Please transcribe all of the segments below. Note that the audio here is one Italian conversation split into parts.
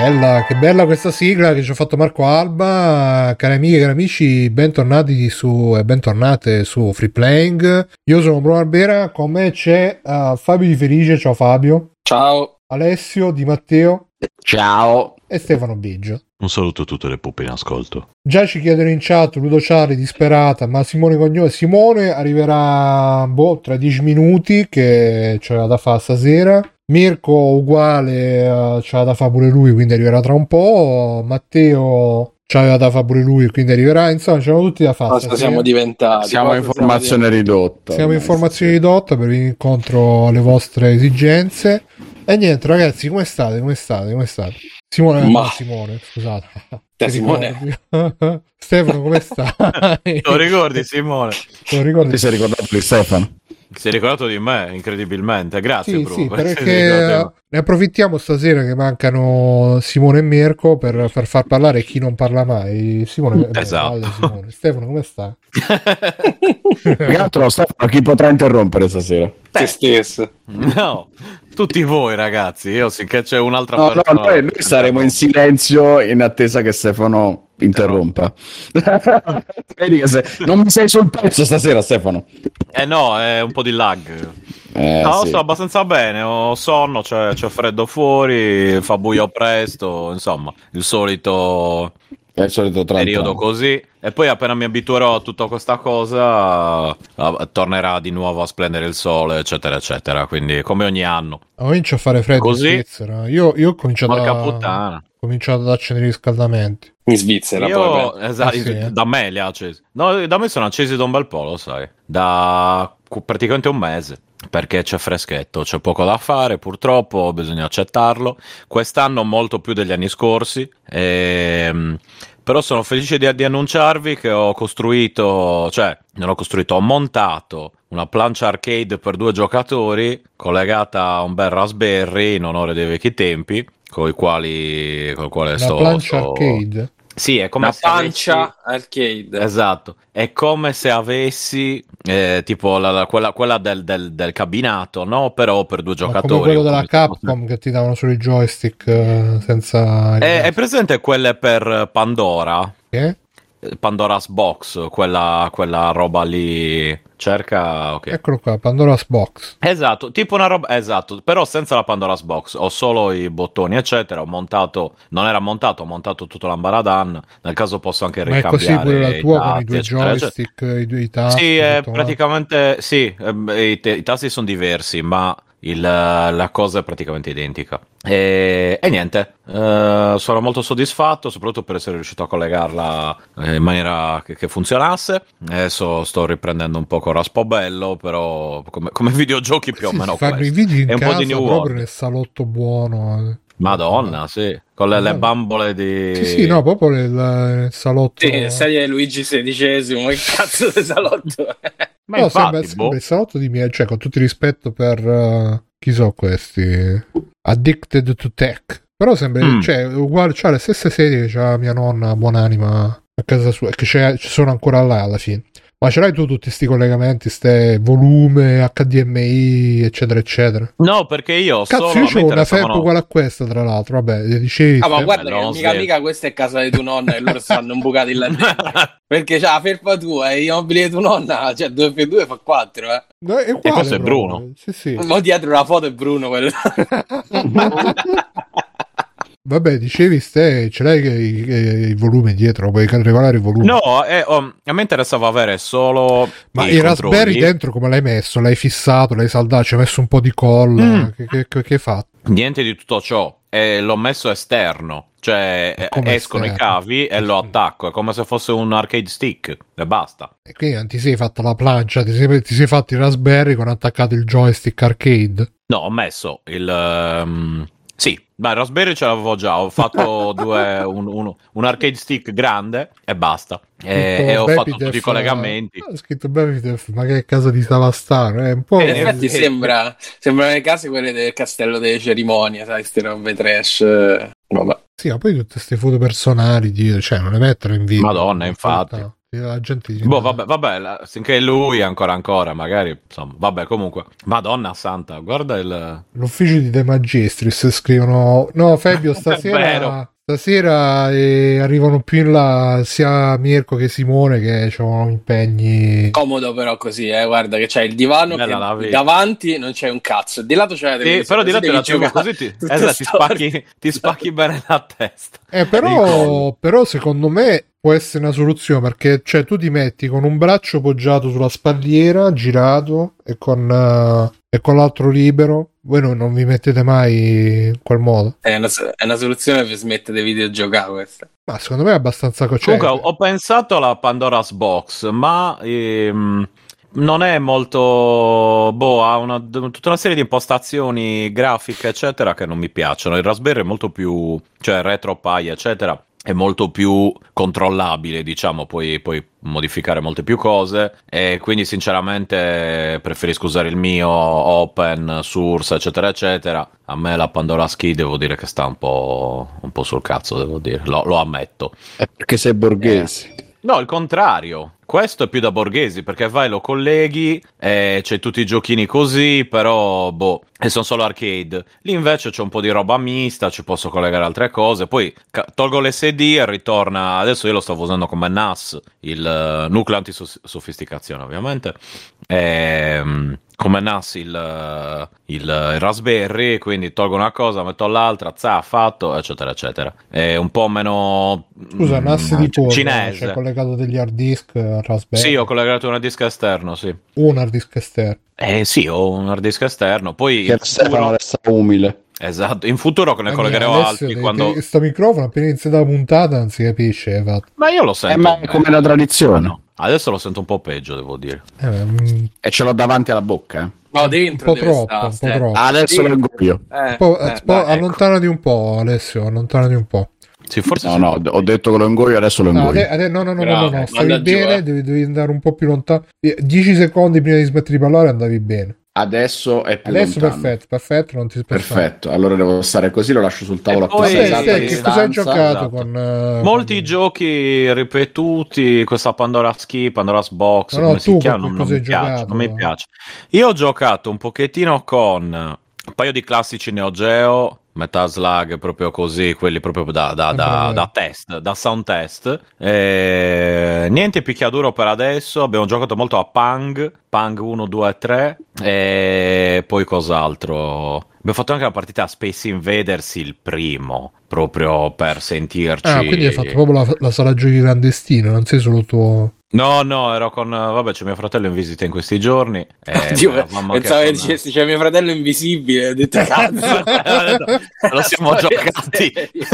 Che bella questa sigla che ci ha fatto Marco Alba. Cari amiche e cari amici, bentornati e bentornate su Free Playing. Io sono Bruno Albera, con me c'è Fabio Di Felice. Ciao Fabio. Ciao. Alessio Di Matteo. Ciao. E Stefano Biggio. Un saluto a tutte le puppe in ascolto. Già ci chiedono in chat Ludo Ciari disperata, ma Simone arriverà tra 10 minuti, che c'era da fare stasera. Mirko uguale, c'era da fare pure lui, quindi arriverà tra un po'. Matteo c'aveva da fare pure lui, quindi arriverà. Insomma, c'erano tutti da fare. Cosa siamo diventati? Siamo in formazione ridotta. Siamo in formazione ridotta per venire incontro alle vostre esigenze. E niente, ragazzi, come state? Simone, scusate. Simone. Stefano, come stai? Lo ricordi, Simone? Ti sei ricordato di Stefano? Ti sei ricordato di me, incredibilmente. Grazie, Bruno. Sì, perché ne approfittiamo stasera che mancano Simone e Mirko per far parlare chi non parla mai. Simone, esatto. Simone. Stefano, come stai? Stefano, chi potrà interrompere stasera? Te stesso. No, tutti voi ragazzi. Io sì che c'è un'altra No, persona. noi saremo in silenzio in attesa che Stefano interrompa. Vedi che non mi sei sul pezzo stasera, Stefano. No, è un po' di lag. No, sì. sto abbastanza bene, ho sonno, c'è freddo fuori, fa buio presto, insomma, il solito periodo così. E poi appena mi abituerò a tutta questa cosa, tornerà di nuovo a splendere il sole, eccetera, eccetera. Quindi, come ogni anno. Comincio a fare freddo così, in Svizzera. Io ho cominciato puttana. ad accendere i riscaldamenti. In Svizzera, io, esatto, sì. Da me li ha accesi. No, da me sono accesi da un bel po', lo sai. Da praticamente un mese. Perché c'è freschetto, c'è poco da fare, purtroppo bisogna accettarlo. Quest'anno molto più degli anni scorsi. Però sono felice di annunciarvi che ho montato una plancia arcade per 2 giocatori collegata a un bel Raspberry in onore dei vecchi tempi col quale sto Arcade? Sì, è come una pancia arcade. Esatto, è come se avessi tipo quella del cabinato, no? Però per 2 giocatori. Come quello della Capcom che ti davano solo i joystick senza... È presente quelle per Pandora? Che? Pandora's Box, quella roba lì. Cerca, ok. Eccolo qua, Pandora's Box. Esatto, tipo una roba, esatto, però senza la Pandora's Box, ho solo i bottoni, eccetera, ho montato tutto l'ambaradan, nel caso posso anche ricambiare. Ma è così pure la tua con i 2 eccetera, joystick, i tasti? Sì, praticamente, sì, i tasti sono diversi, ma la cosa è praticamente identica. E niente, sono molto soddisfatto, soprattutto per essere riuscito a collegarla in maniera che funzionasse. Adesso sto riprendendo un po' con Raspobello, però come videogiochi più o meno fanno i video in è un casa po' di New proprio World. nel salotto buono. Madonna, sì, con le bambole di... Sì, no, proprio nel salotto. Sì, serie Luigi XVI, che cazzo di salotto? Ma no, infatti, sembra il salotto di mia, cioè con tutto il rispetto per chi sono questi Addicted to Tech, però sembra cioè uguale, c'ha le stesse serie che c'ha mia nonna buonanima a casa sua, che ci sono ancora là alla fine. Ma ce l'hai tu tutti sti collegamenti, ste volume, HDMI, eccetera, eccetera? No, perché io Cazzo, io c'ho una felpa uguale a questa, tra l'altro, vabbè, dicevi... ma guarda che mica questa è casa di tua nonna e loro stanno imbucati là dentro. Perché c'ha la felpa tua e i mobili di tua nonna, cioè 2 più 2 fa 4, No, è uguale, e questo è Bruno. Sì. Ma dietro la foto è Bruno, quello. Vabbè, dicevi ce l'hai i volumi dietro, puoi regolare i volumi. No, a me interessava avere solo ma i il Raspberry dentro come l'hai messo? L'hai fissato, l'hai saldato, ci hai messo un po' di colla? Che hai fatto? Niente di tutto ciò, l'ho messo esterno, cioè escono esterno? I cavi e lo attacco, è come se fosse un arcade stick e basta. E quindi non ti sei fatto la plancia, ti sei fatto il Raspberry con attaccato il joystick arcade? No, ho messo sì, ma il Raspberry ce l'avevo già, ho fatto un arcade stick grande e basta. E ho fatto tutti i collegamenti. Ho scritto Bebidef, ma che casa ti stava a stare? Un po'... In effetti sembrano le case quelle del castello delle cerimonie, sai, ste robe trash. Vabbè. Sì, ma poi tutte queste foto personali, cioè non le mettono in video. Madonna, infatti. la gente boh, vabbè, finché lui ancora, magari, insomma, vabbè, comunque. Madonna santa, guarda l'ufficio di De Magistris scrivono: no, Fabio, stasera arrivano più in là sia Mirko che Simone, che hanno impegni. Comodo però così, guarda che c'è il divano che davanti non c'è un cazzo, di lato c'è la televisione, però di lato la TV così ti spacchi bene la testa. Però secondo me può essere una soluzione, perché cioè tu ti metti con un braccio poggiato sulla spalliera girato e con l'altro libero. Voi non vi mettete mai in quel modo? È una soluzione per smettere di videogiocare questa. Ma secondo me è abbastanza comunque ho pensato alla Pandora's Box, ma non è molto ha tutta una serie di impostazioni grafiche eccetera che non mi piacciono. Il Raspberry è molto più, cioè RetroPie eccetera, è molto più controllabile, diciamo, puoi modificare molte più cose, e quindi sinceramente preferisco usare il mio open source eccetera eccetera. A me la Pandora's Key devo dire che sta un po' sul cazzo, devo dire, lo ammetto. È perché sei borghese. No, il contrario. Questo è più da borghesi, perché vai, lo colleghi, c'è tutti i giochini così, però, e sono solo arcade. Lì invece c'è un po' di roba mista, ci posso collegare altre cose, poi tolgo l'SD e ritorna, adesso io lo stavo usando come NAS, il nucleo antisofisticazione ovviamente, come NAS il Raspberry, quindi tolgo una cosa, metto l'altra, fatto, eccetera, eccetera. È un po' meno... Scusa, NAS di cosa? Cinese. C'è collegato degli hard disk al Raspberry? Sì, ho collegato un hard disk esterno, sì. Un hard disk esterno? Sì, ho un hard disk esterno, poi... Che Stefano resta umile. Esatto, in futuro ne collegherò altri quando... Questo microfono appena iniziata la puntata non si capisce, ma io lo sento. Ma è come la tradizione. No. Adesso lo sento un po' peggio, devo dire. E ce l'ho davanti alla bocca, No, dentro un po' troppo. Adesso lo ingoio. Allontanati un po', Alessio, allontanati un po'. Sì, forse no, ho detto che lo ingoio, adesso lo ingoio. No, stavi bene, devi andare un po' più lontano. 10 secondi prima di smettere di parlare andavi bene. Adesso è più lontano. Perfetto, non ti spostare. Perfetto, allora devo stare così, lo lascio sul tavolo a che cosa hai giocato? Esatto. Molti giochi ripetuti, questa Pandora's Key, Pandora's Box, come si chiama? Non mi piace. Io ho giocato un pochettino con un paio di classici Neo Geo, Metal Slug, proprio così, quelli proprio da test, da sound test. Niente picchiaduro per adesso. Abbiamo giocato molto a Pang 1, 2 e 3. E poi cos'altro? Abbiamo fatto anche la partita a Space Invaders, il primo, proprio per sentirci. Quindi hai fatto proprio la sala giochi clandestina, non sei solo tuo... No, ero con... Vabbè, c'è mio fratello in visita in questi giorni. Pensavo che dicessi, c'è mio fratello invisibile. Ho detto, cazzo. Lo siamo giocati.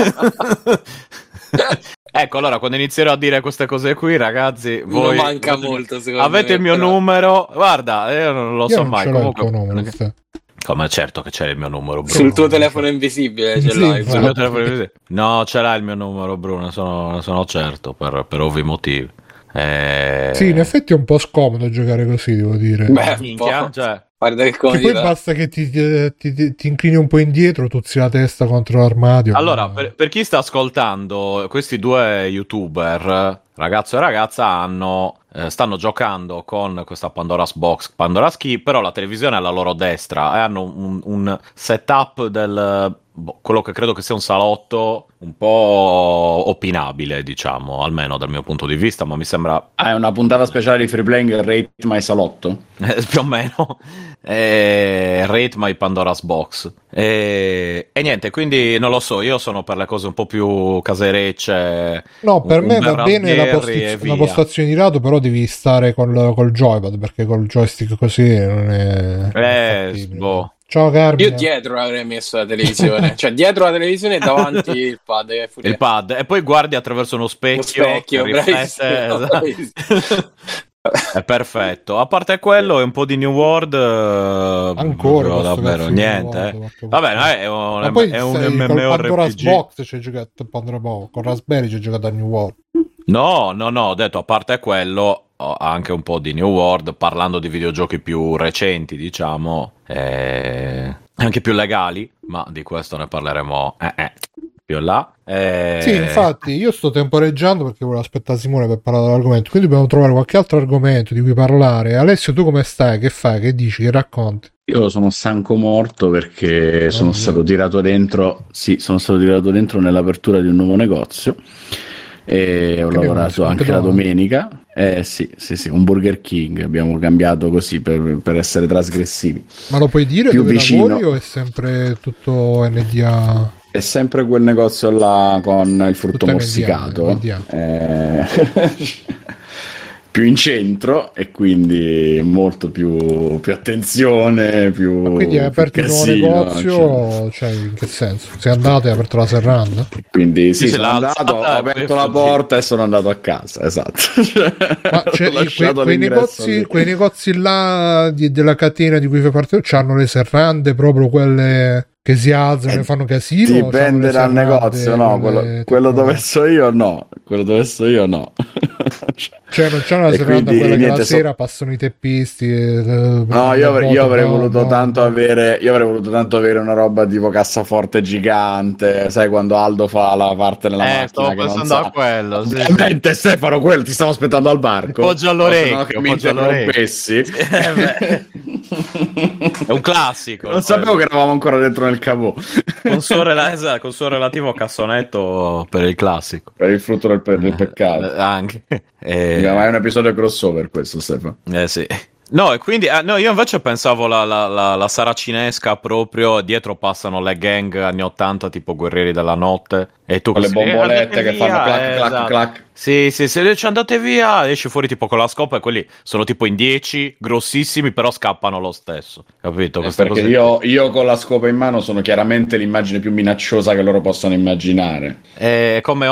Ecco, allora, quando inizierò a dire queste cose qui, ragazzi, voi... Non manca molto, secondo me. Avete il mio numero? Guarda, io non lo so mai. Comunque... Come certo che c'è il mio numero, Bruno. Sul tuo telefono invisibile ce l'hai. Sul mio telefono invisibile. No, ce l'ha il mio numero, Bruno, ne sono certo, per ovvi motivi. Sì, in effetti è un po' scomodo giocare così, devo dire. Beh, minchia, cioè... Guarda che poi basta che ti inclini un po' indietro, tuzzi la testa contro l'armadio. Allora, per chi sta ascoltando, questi due youtuber, ragazzo e ragazza, stanno giocando con questa Pandora's Box, Pandora's Key, però la televisione è alla loro destra e hanno un setup del... quello che credo che sia un salotto un po' opinabile, diciamo, almeno dal mio punto di vista, ma mi sembra... è una puntata speciale di Free Playing Rate My Salotto? Più o meno. Rate My Pandora's Box. E niente, quindi non lo so, io sono per le cose un po' più caserecce. No, per me va bene la postazione di lato, però devi stare col joypad, perché col joystick così non è Ciao Carmine. Io dietro avrei messo la televisione, cioè dietro la televisione e davanti il pad. Il pad, e poi guardi attraverso uno specchio che riflette, esatto. È perfetto. A parte quello è un po' di New World, ancora davvero niente. Vabbè, è un MMORPG. Con Pandora's Box c'è giocato con Raspberry c'è giocato a New World. No, ho detto, a parte quello anche un po' di New World, parlando di videogiochi più recenti, diciamo, anche più legali, ma di questo ne parleremo più più in là. Sì, infatti io sto temporeggiando perché volevo aspettare Simone per parlare dell'argomento, quindi dobbiamo trovare qualche altro argomento di cui parlare. Alessio, tu come stai? Che fai? Che dici? Che racconti? Io sono stanco morto perché sono stato tirato dentro. Sì, sono stato tirato dentro nell'apertura di un nuovo negozio e ho lavorato anche la domenica. Sì, un Burger King. Abbiamo cambiato così per essere trasgressivi. Ma lo puoi dire più dove vicino. lavori o è sempre tutto NDA? È sempre quel negozio là con il frutto morsicato. Più in centro e quindi molto più attenzione, più. Ma quindi hai aperto un nuovo negozio, cioè in che senso? Sei andato e hai aperto la serranda? Quindi sì, sono andato, ho aperto la porta e sono andato a casa, esatto. Ma quei negozi là della catena di cui fai parte, hanno le serrande proprio quelle che si alzano e fanno casino? Dipende dal negozio, no, quello dove sto io no, Cioè non c'è una serranda quella che la sera passano i teppisti no, io avrei voluto tanto avere una roba tipo cassaforte gigante, sai, quando Aldo fa la parte nella macchina stavo che pensando non sa. a quello, Ovviamente Stefano, quello ti stavo aspettando al barco, poggia all'orecchio, mi interrompessi. È un classico, non sapevo che eravamo ancora dentro nel cavò con suo relativo cassonetto per il classico, per il frutto del peccato anche. Ma è un episodio crossover questo, Stefano. Sì. No, e quindi no, io invece pensavo la saracinesca proprio, dietro passano le gang anni 80 tipo Guerrieri della Notte e tu con le bombolette che fanno clac clac esatto. clac. Sì, ci andate via, esci fuori tipo con la scopa e quelli sono tipo in 10, grossissimi, però scappano lo stesso, capito? Perché io con la scopa in mano sono chiaramente l'immagine più minacciosa che loro possano immaginare. È come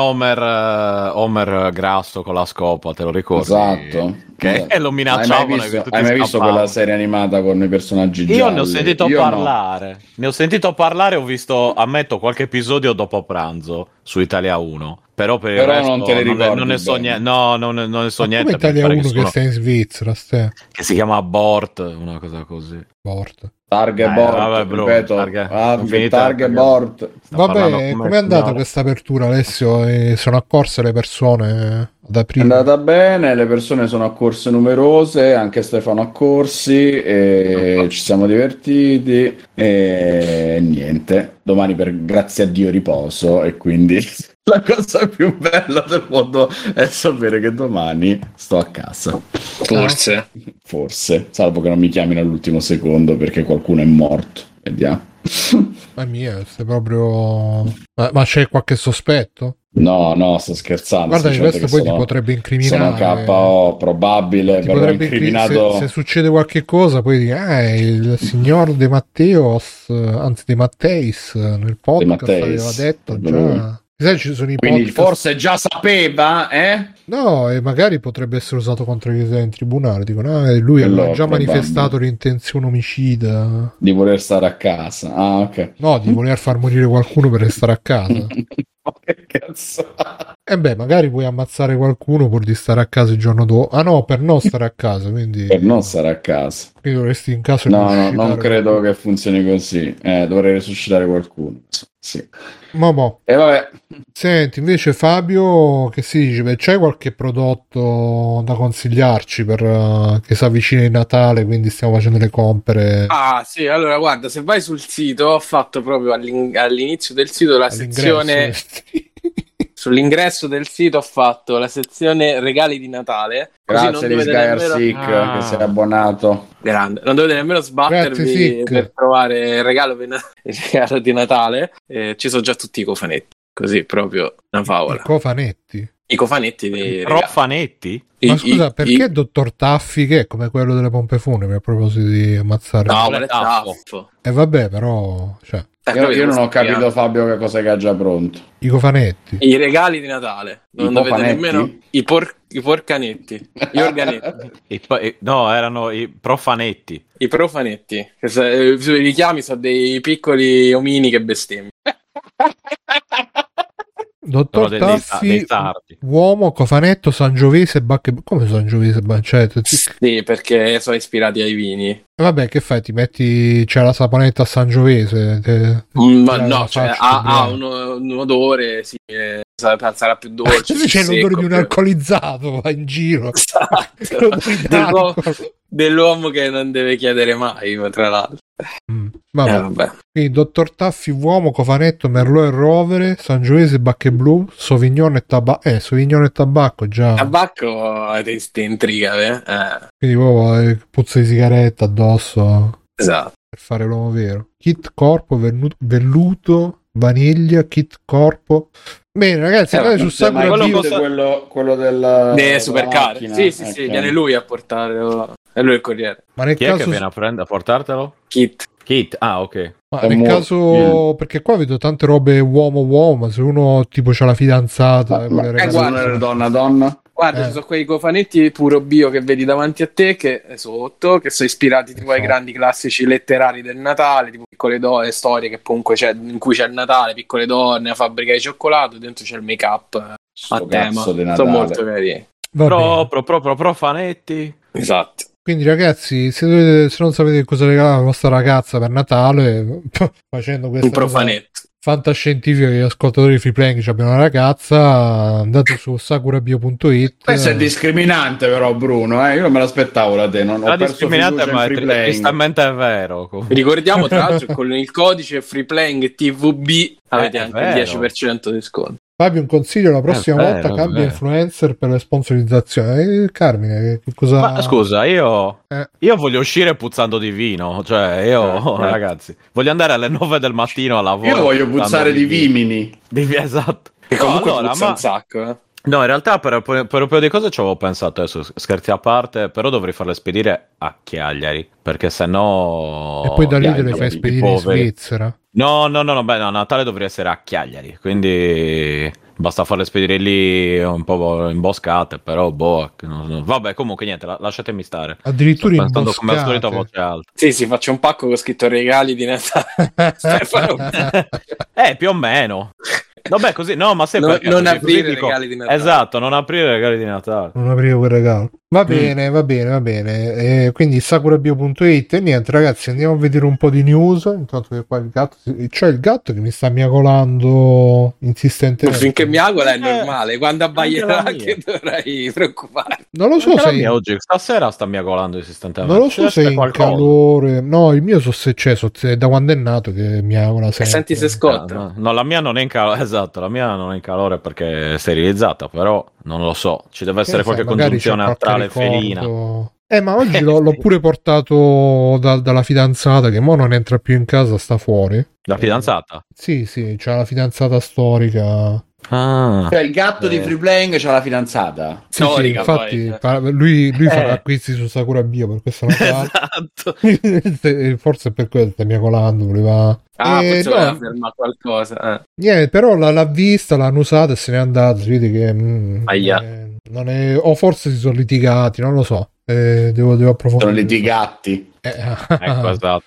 Homer grasso con la scopa, te lo ricordi? Esatto. Che lo minacciavano. Hai mai visto quella serie animata con i personaggi gialli? Io ne ho sentito parlare. No. Ne ho sentito parlare, ho visto, ammetto, qualche episodio dopo pranzo su Italia 1. Però per il resto non te ne ricordi. Non ne so niente. No, non ne so niente. Come Italia 1 che sta in Svizzera, che si chiama Bort, una cosa così. Bort. Target Board, ripeto, Target Board. Vabbè, com'è andata questa apertura, Alessio? Sono accorse le persone ad aprire? È andata bene, le persone sono accorse numerose, anche Stefano accorsi, e ci siamo divertiti e niente. Domani grazie a Dio riposo e quindi la cosa più bella del mondo è sapere che domani sto a casa. Forse, salvo che non mi chiamino all'ultimo secondo perché qualcuno è morto. Vediamo. Ma mia, sei proprio. Ma c'è qualche sospetto? No, sto scherzando. Guarda, questo poi ti potrebbe incriminare. Sono KO, probabile, però incriminato. Se succede qualche cosa, poi dici, il signor De Matteos, anzi De Matteis, nel podcast aveva detto già. Sai, ci sono i quindi podcast... forse già sapeva, No, e magari potrebbe essere usato contro di te in tribunale. Dicono, lui aveva già manifestato l'intenzione omicida di voler stare a casa. Ah, ok. No, di voler far morire qualcuno per restare a casa. Che cazzo? Magari puoi ammazzare qualcuno pur di stare a casa il giorno dopo. Ah no, per non stare a casa, quindi... Per non stare a casa. Quindi dovresti in caso No, non credo che funzioni così. Dovrei resuscitare qualcuno. Sì. Ma boh. E vabbè. Senti, invece Fabio, che si dice? C'è qualche prodotto da consigliarci per che si avvicina il Natale, quindi stiamo facendo le compere? Ah sì, allora guarda, se vai sul sito, ho fatto proprio all'inizio del sito la sezione... Sull'ingresso del sito ho fatto la sezione regali di Natale. Grazie di Skyarsic che sei abbonato. Grande. Non dovete nemmeno sbattervi per trovare il regalo di Natale. Ci sono già tutti i cofanetti. Così proprio una favola. I cofanetti? I cofanetti dei profanetti? Ma scusa, perché Dottor Taffi, che è come quello delle pompe funebri, a proposito di ammazzare? No, quello è Taffo. Vabbè, però... Cioè... Io non ho capito, Fabio, che cosa che ha già pronto. I cofanetti. I regali di Natale. Non dovete nemmeno... I porcanetti. Gli organetti. No, erano i profanetti. I profanetti. I richiami sono dei piccoli omini che bestemmiano. Dottor Taffi, uomo, cofanetto, sangiovese, come sangiovese, bancetto? Sì, perché sono ispirati ai vini. Vabbè, che fai? Ti metti, c'è la saponetta sangiovese? Ma no, cioè, ha un odore, sì, sarà più dolce. C'è l'odore di un alcolizzato, va in giro. Esatto. Dell'uomo che non deve chiedere mai, tra l'altro. Vabbè. Quindi Dottor Taffi, uomo, cofanetto, merlot e rovere, sangiovese, bacche blu, sauvignon e tabacco. Sauvignon e tabacco già. Tabacco ti intriga, Quindi puzza di sigaretta addosso. Esatto. Per fare l'uomo vero. Kit corpo, velluto, vaniglia, kit corpo. Bene, ragazzi, andate su Sakura quello del supercar. Sì, viene lui a portare. È lui il corriere. Ma nel caso... è che viene a portartelo? Kit, ok. Ma nel caso, perché qua vedo tante robe uomo, ma se uno tipo c'ha la fidanzata, donna. Guarda, ci sono quei cofanetti puro bio che vedi davanti a te, che sotto, che sono ispirati tipo ai grandi classici letterari del Natale, tipo piccole donne, storie che comunque c'è, in cui c'è il Natale, piccole donne, la fabbrica di cioccolato, dentro c'è il make up a tema. Sono molto carini. Proprio fanetti. Esatto. Quindi ragazzi, se non sapete cosa regalare alla vostra ragazza per Natale, facendo questa un profanetto fantascientifica che gli ascoltatori di Free Playing abbiano una ragazza, andate su sakurabio.it. Questo è discriminante però, Bruno, io non me l'aspettavo da te, non ho perso fiducia in Free Playing. Tristemente è vero. Ricordiamo tra l'altro con il codice Free Playing TVB avete anche il 10% di sconto. Fabio, un consiglio: la prossima volta cambia influencer per le sponsorizzazioni. Carmine, che cosa... Ma scusa, io voglio uscire puzzando di vino, cioè ragazzi, voglio andare alle 9 del mattino a lavoro. Io voglio puzzare di vimini. Esatto. E comunque puzza un sacco, No, in realtà per un paio di cose ci avevo pensato, adesso scherzi a parte, però dovrei farle spedire a Cagliari, perché sennò... E poi da lì te le fai spedire in Svizzera? No, Natale dovrei essere a Cagliari, quindi basta farle spedire lì un po' imboscate, però vabbè, comunque niente, lasciatemi stare. Addirittura imboscate. Come al solito a voce alta. Sì, faccio un pacco con scritto regali di Natale. Più o meno. Vabbè, così, no, ma non aprire regali di Natale. Esatto, non aprire regali di Natale. Non aprire quel regalo. Va bene. Quindi sakurabio.it e niente, ragazzi, andiamo a vedere un po' di news. Intanto che qua il gatto, c'è il gatto che mi sta miagolando insistentemente. Finché miagola è normale, quando abbaierà che dovrai preoccuparti. Non lo so se oggi stasera sta miagolando insistentemente. Non lo so se è in calore. No, il mio è da quando è nato che miagola sempre. Senti se scotta. No, la mia non è in calore. Esatto, la mia non è in calore perché è sterilizzata, però non lo so, ci deve essere qualche congiunzione astrale felina. Ma oggi l'ho pure portato dalla fidanzata, che mo non entra più in casa, sta fuori. La fidanzata? Sì, c'ha la fidanzata storica. Cioè il gatto di Free Playing c'ha la fidanzata storica, sì, infatti lui farà acquisti su Sakura Bio per questo Natale. Esatto. Forse per quello sta miacolando, voleva voleva fermare qualcosa. Però l'ha vista, l'hanno usata e se n'è andata. Si vede che non è, o forse si sono litigati, non lo so. Devo approfondire. Sono litigati. Ecco, esatto.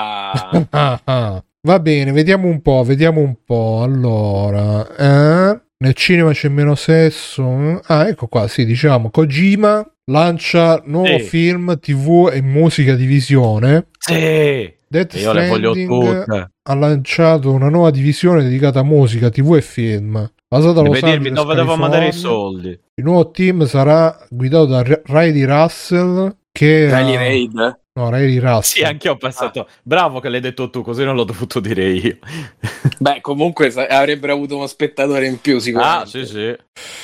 Va bene, vediamo un po'. Allora, nel cinema c'è meno sesso. Ecco qua, sì, diciamo Kojima lancia nuovo film, TV e musica di visione. Sì. Death Stranding ha lanciato una nuova divisione dedicata a musica, TV e film. Basata a Los Angeles, dove devo mandare i soldi. Il nuovo team sarà guidato da Riley Russell, che Riley Russell. Sì, anche io ho pensato, bravo che l'hai detto tu, così non l'ho dovuto dire io. Beh, comunque avrebbero avuto uno spettatore in più sicuramente. Sì.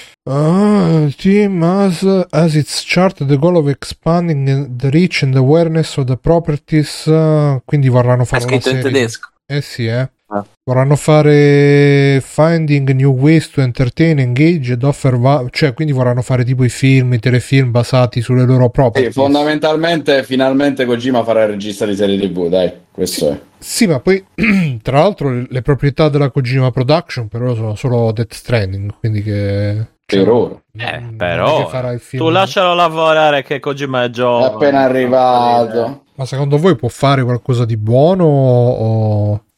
Team has its chart the goal of expanding the reach and awareness of the properties. Quindi vorranno fare una serie. In tedesco. Vorranno fare finding new ways to entertain, engage ed offer cioè quindi vorranno fare tipo i film, i telefilm basati sulle loro properties. Fondamentalmente finalmente Kojima farà il regista di serie TV, dai, questo è. Sì, ma poi tra l'altro le proprietà della Kojima Production però sono solo Death Stranding, quindi che per ora. Però tu lascialo lavorare che Kojima è giovane. È appena arrivato. Ma secondo voi può fare qualcosa di buono o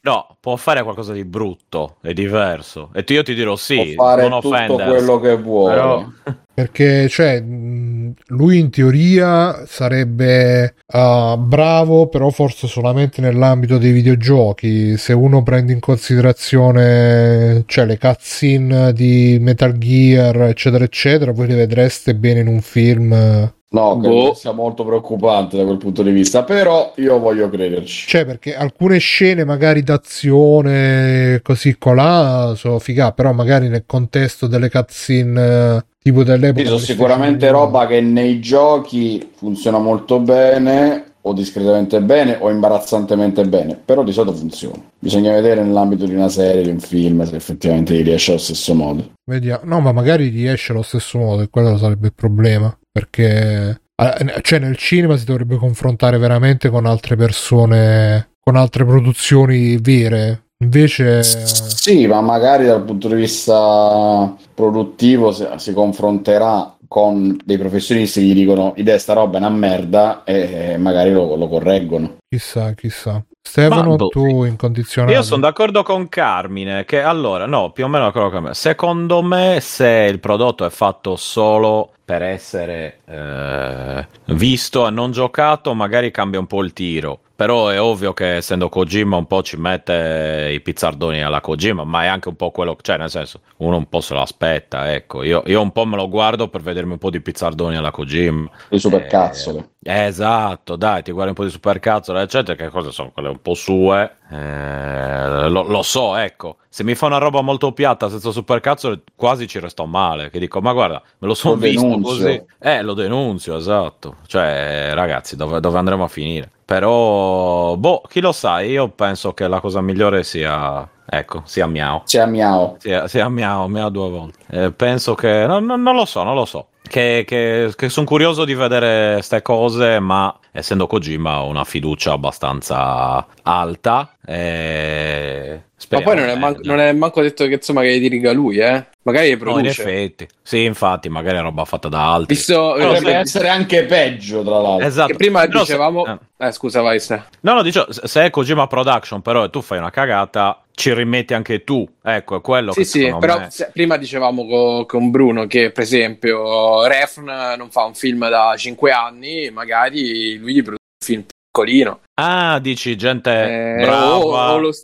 No, può fare qualcosa di brutto, è diverso. E io ti dirò sì, può fare non tutto offendersi, quello che vuole. però... Perché, cioè, lui in teoria sarebbe bravo, però forse solamente nell'ambito dei videogiochi. Se uno prende in considerazione, cioè, le cutscene di Metal Gear, eccetera, eccetera, voi le vedreste bene in un film. No, che sia molto preoccupante da quel punto di vista, però io voglio crederci. Cioè, perché alcune scene magari d'azione così colà sono figà, però magari nel contesto delle cutscene tipo dell'epoca... Sono sicuramente roba che nei giochi funziona molto bene, o discretamente bene, o imbarazzantemente bene, però di solito funziona. Bisogna vedere nell'ambito di una serie, di un film, se effettivamente gli riesce allo stesso modo. Vediamo. No, ma magari riesce allo stesso modo, e quello sarebbe il problema. Perché cioè nel cinema si dovrebbe confrontare veramente con altre persone, con altre produzioni vere. Invece sì, ma magari dal punto di vista produttivo si confronterà con dei professionisti che gli dicono idea sta roba è una merda e magari lo correggono. Chissà. Stefano, tu incondizionato? Io sono d'accordo con Carmine che allora, no, più o meno d'accordo con me. Secondo me, se il prodotto è fatto solo per essere visto e non giocato, magari cambia un po' il tiro. Però è ovvio che essendo Kojima un po' ci mette i pizzardoni alla Kojima, ma è anche un po' quello, cioè nel senso, uno un po' se lo aspetta, ecco. Io un po' me lo guardo per vedermi un po' di pizzardoni alla Kojima. Le supercazzole. Esatto, dai, ti guardi un po' di supercazzole, eccetera, che cose sono quelle un po' sue. Lo so, ecco. Se mi fa una roba molto piatta senza supercazzole, quasi ci resto male. Che dico, ma guarda, me lo sono visto così. Lo denunzio, esatto. Cioè, ragazzi, dove andremo a finire? Però, chi lo sa, io penso che la cosa migliore sia... Ecco, sia miau. Sia miau due volte. Penso che... non lo so. Che sono curioso di vedere ste cose, ma essendo Kojima ho una fiducia abbastanza alta. Ma poi non è manco detto che insomma che diriga lui, magari produce. No, in effetti. Sì, infatti, magari è roba fatta da altri. Potrebbe essere anche peggio, tra l'altro. Esatto. Che prima dicevamo... scusa, vai Ste. No, dicevo, se è Kojima Production, però tu fai una cagata, ci rimetti anche tu. Ecco, è quello che sì, però prima dicevamo con Bruno che, per esempio, Refn non fa un film da 5 anni, magari lui gli produce un film piccolino. Ah, dici gente brava. O lo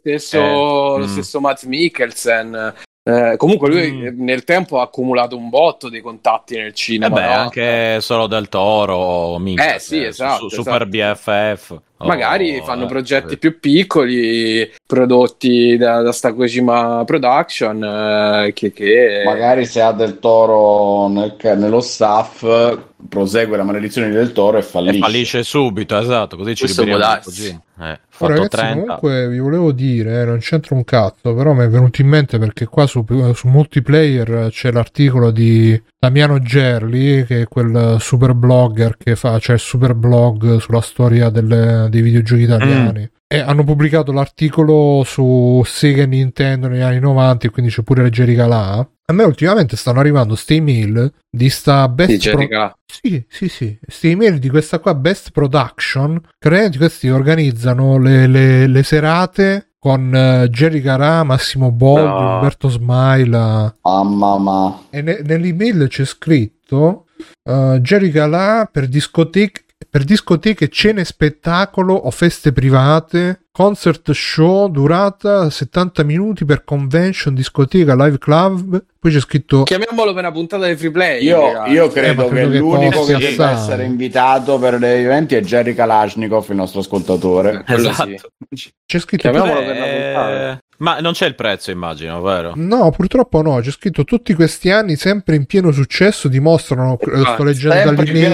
stesso Matt Mikkelsen. Comunque lui nel tempo ha accumulato un botto di contatti nel cinema. Anche solo Del Toro, sì, esatto, Super BFF. Magari fanno progetti più piccoli prodotti da sta Kojima Production che magari se ha Del Toro nello staff prosegue la maledizione di Del Toro e fallisce subito, esatto, così ci liberiamo così. Ragazzi, 30. Comunque vi volevo dire, non c'entra un cazzo, però mi è venuto in mente perché qua su Multiplayer c'è l'articolo di Damiano Gerli, che è quel super blogger che c'è il super blog sulla storia dei videogiochi italiani. E hanno pubblicato l'articolo su Sega e Nintendo negli anni 90, e quindi c'è pure la Jerry Calà. A me ultimamente stanno arrivando ste email di sta Best Sì, ste email di questa qua Best Production, che questi organizzano le serate con Jerry Carà, Massimo Boldi, Umberto Smaila. Mamma. E nell'email c'è scritto Jerry Calà per discoteche, cene spettacolo o feste private, concert show durata 70 minuti per convention, discoteca, live club. Poi c'è scritto, chiamiamolo per una puntata di free play. Io credo che l'unico che deve essere invitato per gli eventi è Jerry Kalashnikov, il nostro ascoltatore. Esatto. C'è scritto chiamiamolo per una puntata. Ma non c'è il prezzo, immagino, vero? No, purtroppo no. C'è scritto tutti questi anni sempre in pieno successo, dimostrano. Sto leggendo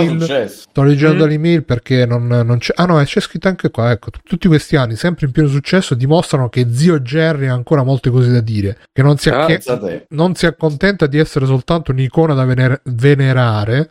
dall'email perché non c'è. Ah no, c'è scritto anche qua. Ecco, tutti questi anni sempre in pieno successo dimostrano che zio Jerry ha ancora molte cose da dire, che non si accontenta di essere soltanto un'icona da venerare.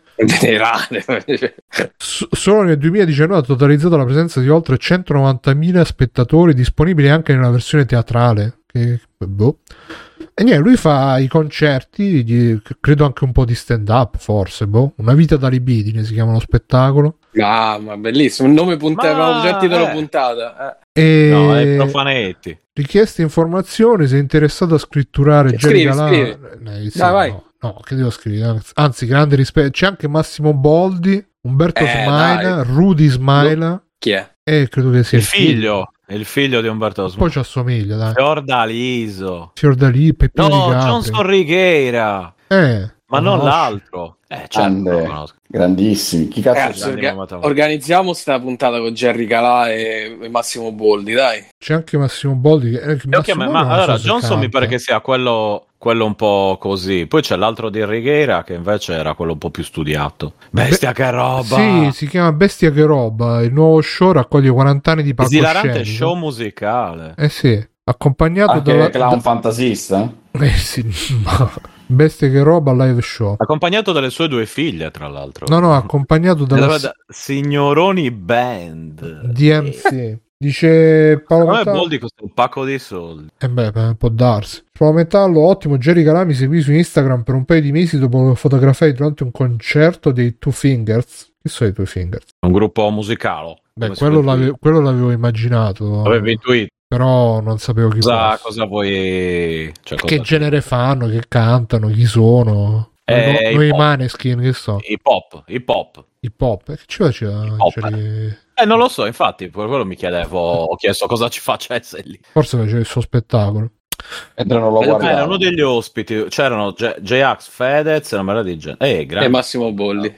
Solo nel 2019 ha totalizzato la presenza di oltre 190.000 spettatori disponibili anche nella versione teatrale. E niente, lui fa i concerti, credo anche un po' di stand up, forse, Una vita da libidine si chiama lo spettacolo. Ah, ma bellissimo, il nome titolo puntata. No, è Profanetti. Richieste informazioni, sei interessato a scritturare Jerry Calà? Vai. No, che devo scrivere? Anzi, grande rispetto. C'è anche Massimo Boldi, Umberto Smaila, Rudy Smaila. Chi è? Credo che sia il figlio. È il figlio di Umberto Smaila. Poi ci assomiglia, dai. Fiordaliso. Peppino No, Johnson Righeira. Ma non l'altro. Grandissimi. Chi cazzo organizziamo sta puntata con Jerry Calà e Massimo Boldi, dai. C'è anche Massimo Boldi. Allora, Johnson mi pare che sia quello un po' così. Poi c'è l'altro di Righeira che invece era quello un po' più studiato. Bestia che roba! Sì, si chiama Bestia che roba. Il nuovo show raccoglie 40 anni di palcoscenico. Esilarante show musicale. Sì, accompagnato dalla clown fantasista. Sì, Bestia che roba live show. Accompagnato dalle sue 2 figlie, tra l'altro. No, accompagnato dalla Signoroni Band. DMC. Dice Paolo Metallo. Come Boldi costa un pacco di soldi. Può darsi. Paolo Metallo, ottimo. Jerry Calà mi seguì su Instagram per un paio di mesi dopo che fotografai durante un concerto dei Two Fingers. Che sono i Two Fingers? Un gruppo musicale. Quello l'avevo immaginato. Avevi intuito. Però non sapevo cosa vuoi. Che genere fanno, che cantano, chi sono. Noi Maneskin, che so. Hip hop. Che ci faceva? Non lo so, infatti, per quello mi chiedevo, ho chiesto cosa ci facesse lì. Forse faceva il suo spettacolo. Era uno degli ospiti, c'erano J-Ax, Fedez e una marea di gente. E Massimo Boldi.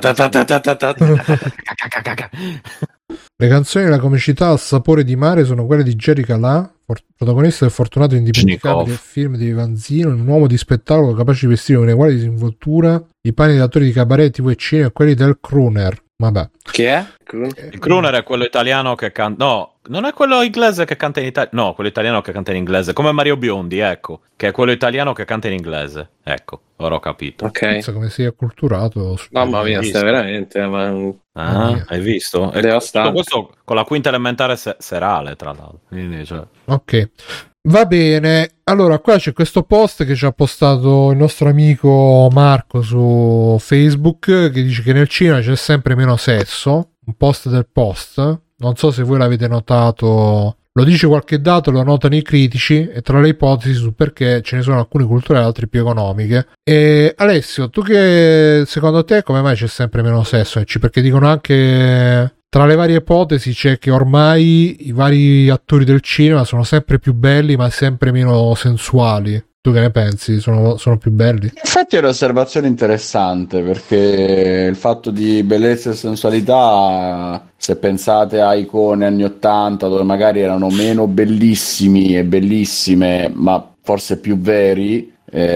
Le canzoni della comicità al sapore di mare sono quelle di Jerry Calà, protagonista del fortunato e indimenticabile film di Vanzino, un uomo di spettacolo capace di vestire con uguale disinvoltura i panni degli attori di cabaret, TV e cinema e quelli del crooner. Vabbè. Che è? Il crooner è quello italiano che canta. No, non è quello inglese che canta in italiano. No, quello italiano che canta in inglese. Come Mario Biondi, ecco. Che è quello italiano che canta in inglese. Ecco, ora ho capito. Ok. Penso come sei acculturato. Mamma mia, stai veramente. Hai visto? Tutto questo con la quinta elementare serale, tra l'altro. Quindi, Ok. Va bene, allora qua c'è questo post che ci ha postato il nostro amico Marco su Facebook che dice che nel cinema c'è sempre meno sesso, un post del post, non so se voi l'avete notato, lo dice qualche dato, lo notano i critici e tra le ipotesi su perché ce ne sono alcune culturali e altre più economiche. E Alessio, tu che secondo te come mai c'è sempre meno sesso? Perché dicono anche... Tra le varie ipotesi c'è che ormai i vari attori del cinema sono sempre più belli ma sempre meno sensuali. Tu che ne pensi? Sono più belli? Infatti è un'osservazione interessante perché il fatto di bellezza e sensualità, se pensate a icone anni 80 dove magari erano meno bellissimi e bellissime ma forse più veri,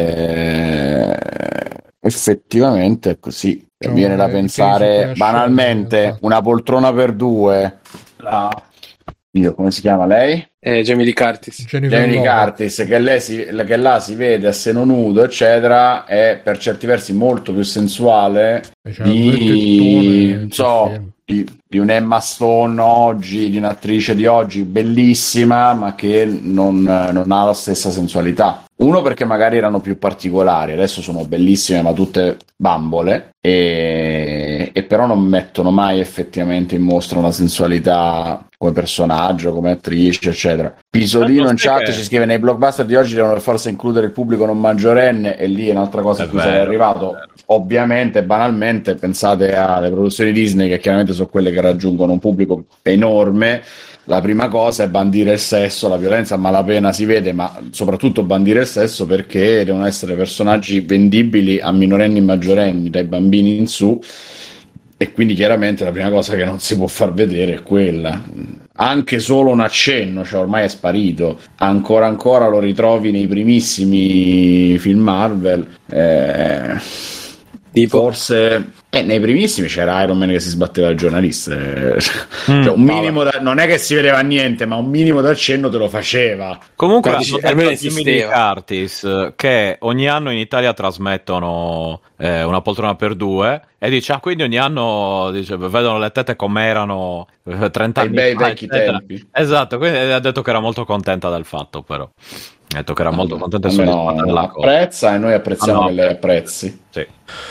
effettivamente è così. Viene da pensare banalmente una poltrona per due. Come si chiama lei? Jamie Lee Curtis. Jamie Lee Curtis, che là si vede a seno nudo, eccetera, è per certi versi molto più sensuale di un Emma Stone oggi, di un'attrice di oggi bellissima, ma che non ha la stessa sensualità. Uno perché magari erano più particolari, adesso sono bellissime ma tutte bambole e però non mettono mai effettivamente in mostra una sensualità come personaggio, come attrice, eccetera. Pisolino in chat ci scrive: nei blockbuster di oggi devono per forza includere il pubblico non maggiorenne, e lì è un'altra cosa a cui sarei arrivato. Ovviamente, banalmente, pensate alle produzioni Disney, che chiaramente sono quelle che raggiungono un pubblico enorme. La prima cosa è bandire il sesso, la violenza a malapena si vede, ma soprattutto bandire il sesso perché devono essere personaggi vendibili a minorenni e maggiorenni, dai bambini in su, e quindi chiaramente la prima cosa che non si può far vedere è quella. Anche solo un accenno, cioè ormai è sparito. Ancora lo ritrovi nei primissimi film Marvel, tipo forse nei primissimi c'era Iron Man che si sbatteva al giornalista, cioè un minimo non è che si vedeva niente, ma un minimo d'accenno te lo faceva. Comunque almeno Jamie Lee Curtis, che ogni anno in Italia trasmettono Una poltrona per due, e dice quindi ogni anno vedono le tette come erano 30 anni fa, vecchi tempi. Esatto, quindi ha detto che era molto contenta del fatto, però Toccherà molto contento della cosa. Apprezza e noi apprezziamo che lei apprezzi. Sì.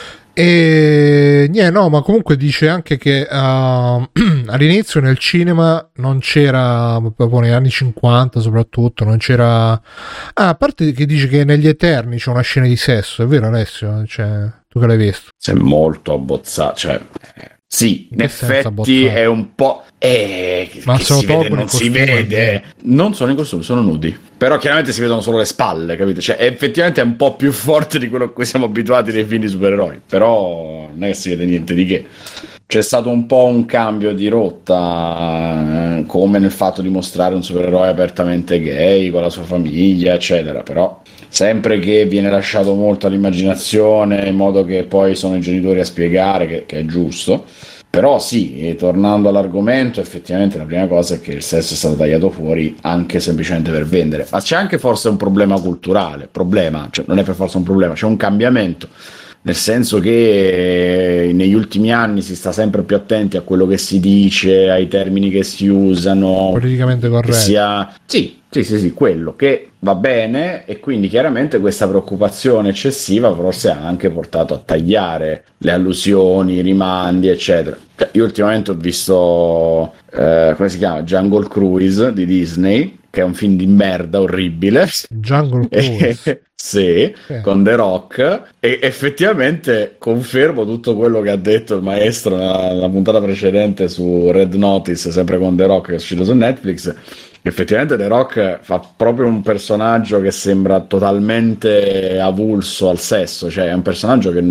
E no, ma comunque dice anche che all'inizio nel cinema non c'era, proprio negli anni 50 soprattutto, non c'era, a parte che dice che negli Eterni c'è una scena di sesso, è vero Alessio? Cioè, tu che l'hai visto? C'è molto abbozzato, cioè sì, in effetti è un po'... ma che si vede, non si vede. Non sono in costume, sono nudi. Però chiaramente si vedono solo le spalle, capito? Cioè effettivamente è un po' più forte di quello a cui siamo abituati nei film di supereroi. Però non è che si vede niente di che. C'è stato un po' un cambio di rotta, come nel fatto di mostrare un supereroe apertamente gay con la sua famiglia, eccetera. Però sempre che viene lasciato molto all'immaginazione, in modo che poi sono i genitori a spiegare, che è giusto. Però sì, tornando all'argomento, effettivamente la prima cosa è che il sesso è stato tagliato fuori anche semplicemente per vendere. Ma c'è anche forse un problema culturale, cioè non è per forza un problema, c'è un cambiamento, nel senso che negli ultimi anni si sta sempre più attenti a quello che si dice, ai termini che si usano. Politicamente corretto. Sì, quello che va bene, e quindi chiaramente questa preoccupazione eccessiva forse ha anche portato a tagliare le allusioni, i rimandi, eccetera. Cioè, io ultimamente ho visto, come si chiama? Jungle Cruise di Disney, che è un film di merda orribile. Jungle Cruise. Sì, con The Rock, e effettivamente confermo tutto quello che ha detto il maestro nella puntata precedente su Red Notice, sempre con The Rock, che è uscito su Netflix. Effettivamente The Rock fa proprio un personaggio che sembra totalmente avulso al sesso, cioè è un personaggio che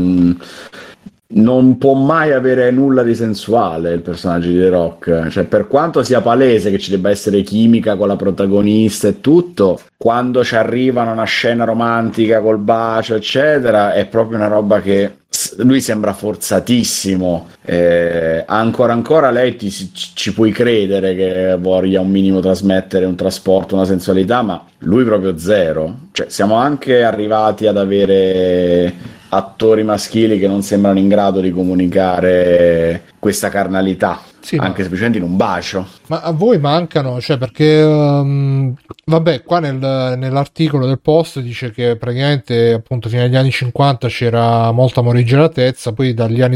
non può mai avere nulla di sensuale, il personaggio di The Rock. Cioè, per quanto sia palese che ci debba essere chimica con la protagonista e tutto, quando ci arriva una scena romantica col bacio eccetera, è proprio una roba che lui sembra forzatissimo. Ancora lei ci puoi credere che voglia un minimo trasmettere un trasporto, una sensualità, ma lui proprio zero. Cioè, siamo anche arrivati ad avere attori maschili che non sembrano in grado di comunicare questa carnalità, anche semplicemente in un bacio. Ma a voi mancano, cioè, perché vabbè, qua nell'articolo del post dice che praticamente appunto fino agli anni 50 c'era molta morigeratezza, poi dagli anni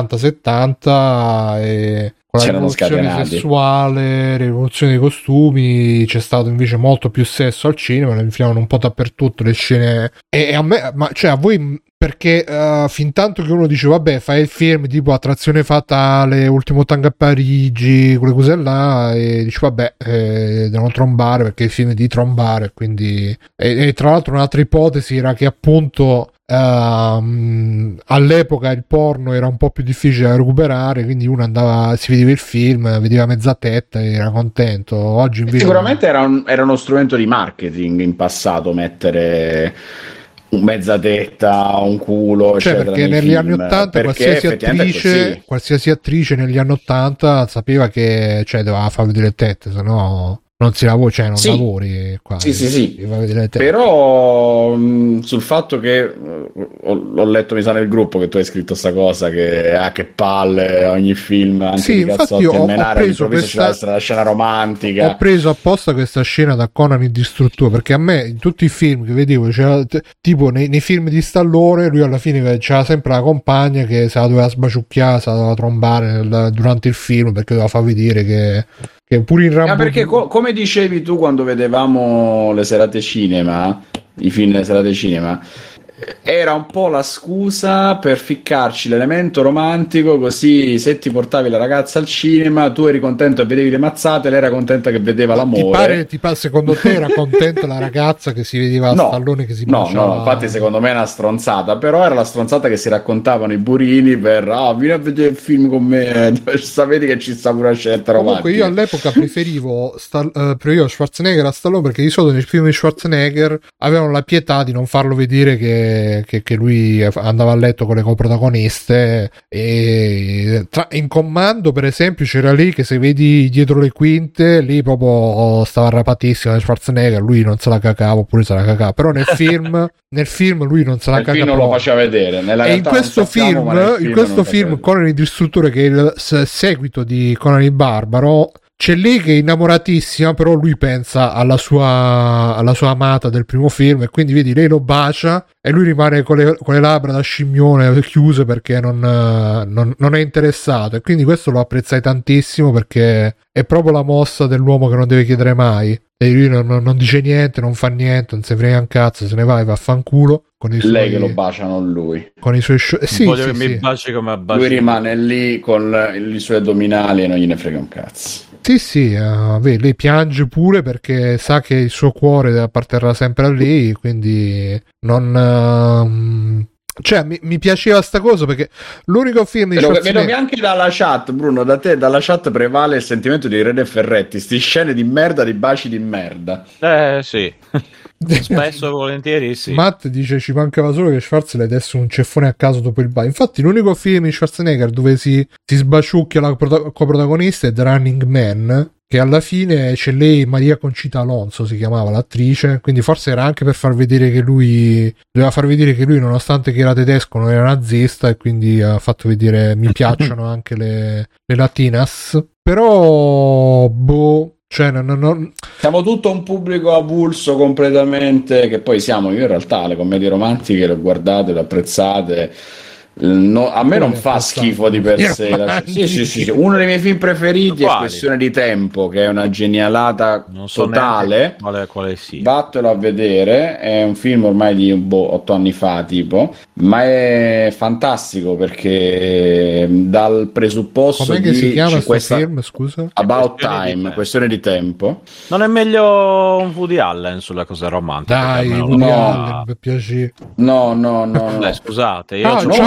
60-70 e con la rivoluzione sessuale, rivoluzione dei costumi, c'è stato invece molto più sesso al cinema, lo infilavano un po' dappertutto le scene, e a me, ma cioè a voi, perché fin tanto che uno dice vabbè, fai il film tipo Attrazione fatale, Ultimo tango a Parigi, quelle cose là, e dici vabbè, devono trombare perché il film è di trombare, quindi e tra l'altro un'altra ipotesi era che appunto all'epoca il porno era un po' più difficile da recuperare, quindi uno andava, si vedeva il film, vedeva mezza tetta e era contento. Oggi invece sicuramente era uno strumento di marketing in passato mettere un mezza tetta, un culo, cioè, eccetera, perché negli anni 80 qualsiasi attrice negli anni 80 sapeva che, cioè, doveva far vedere le tette, se no non si lavora, cioè non lavori qua. Sì. Però sul fatto che ho letto, mi sa nel gruppo che tu hai scritto sta cosa che palle ogni film, anche di cazzotti e menare, all'improvviso ci deve essere la scena romantica. Ho preso apposta questa scena da Conan il Distruttore, perché a me in tutti i film che vedevo c'era, tipo nei film di Stallone, lui alla fine c'era sempre la compagna che se la doveva sbaciucchiare, se la doveva trombare durante il film, perché doveva far vedere che pure in Rambo, perché come dicevi tu quando vedevamo le serate cinema, i film delle serate cinema, era un po' la scusa per ficcarci l'elemento romantico, così se ti portavi la ragazza al cinema tu eri contento e vedevi le mazzate, lei era contenta che vedeva l'amore. Secondo te era contenta la ragazza che si vedeva Stallone che si baciava? No, infatti secondo me è una stronzata, però era la stronzata che si raccontavano i burini per vieni a vedere il film con me, sapete che ci sta pure una scelta romantica. Comunque io all'epoca preferivo Schwarzenegger a Stallone, perché di solito nei film di Schwarzenegger avevano la pietà di non farlo vedere che lui andava a letto con le coprotagoniste, e in Commando per esempio c'era lì che se vedi dietro le quinte lì proprio stava rapatissimo da Schwarzenegger, lui non se la cacava oppure se la cacava, però nel film lui non se la cacava, non lo faceva vedere. E in questo film Conan il Distruttore, che è il seguito di Conan il Barbaro, c'è lei che è innamoratissima, però lui pensa alla sua amata del primo film, e quindi vedi lei lo bacia e lui rimane con le labbra da scimmione chiuse perché non è interessato, e quindi questo lo apprezzai tantissimo perché è proprio la mossa dell'uomo che non deve chiedere mai, e lui non dice niente, non fa niente, non si frega un cazzo, se ne va e vaffanculo. Lei che lo bacia, non lui. Con i suoi voglio che mi baci come baci. Lui rimane lì con i suoi addominali e non gliene frega un cazzo. Sì, lei piange pure perché sa che il suo cuore apparterrà sempre a lei, quindi non... Cioè, mi piaceva sta cosa perché l'unico film di Vedo che anche dalla chat, Bruno, dalla chat prevale il sentimento di Rene Ferretti, sti scene di merda, di baci di merda. Sì. Spesso e volentieri sì. Matt dice ci mancava solo che Schwarzenegger desse un ceffone a caso dopo il bacio. Infatti l'unico film di Schwarzenegger dove si sbaciucchia la coprotagonista è The Running Man, che alla fine c'è lei, Maria Concita Alonso si chiamava l'attrice, quindi forse era anche per far vedere che lui nonostante che era tedesco non era nazista, e quindi ha fatto vedere mi piacciono anche le latinas, però cioè siamo tutto un pubblico avulso completamente, che poi siamo. Io in realtà le commedie romantiche le guardate, le apprezzate. A me non fa schifo di per sé. Sì. Uno dei miei film preferiti è Questione di tempo, che è una genialata totale. Quale sia. Vattelo a vedere, è un film ormai di 8 anni fa tipo, ma è fantastico perché dal presupposto com'è che si chiama questo film, scusa? About Time, Questione di tempo. Non è meglio un Woody Allen sulla cosa romantica? Dai, Woody Allen, per piacere. No. Scusate,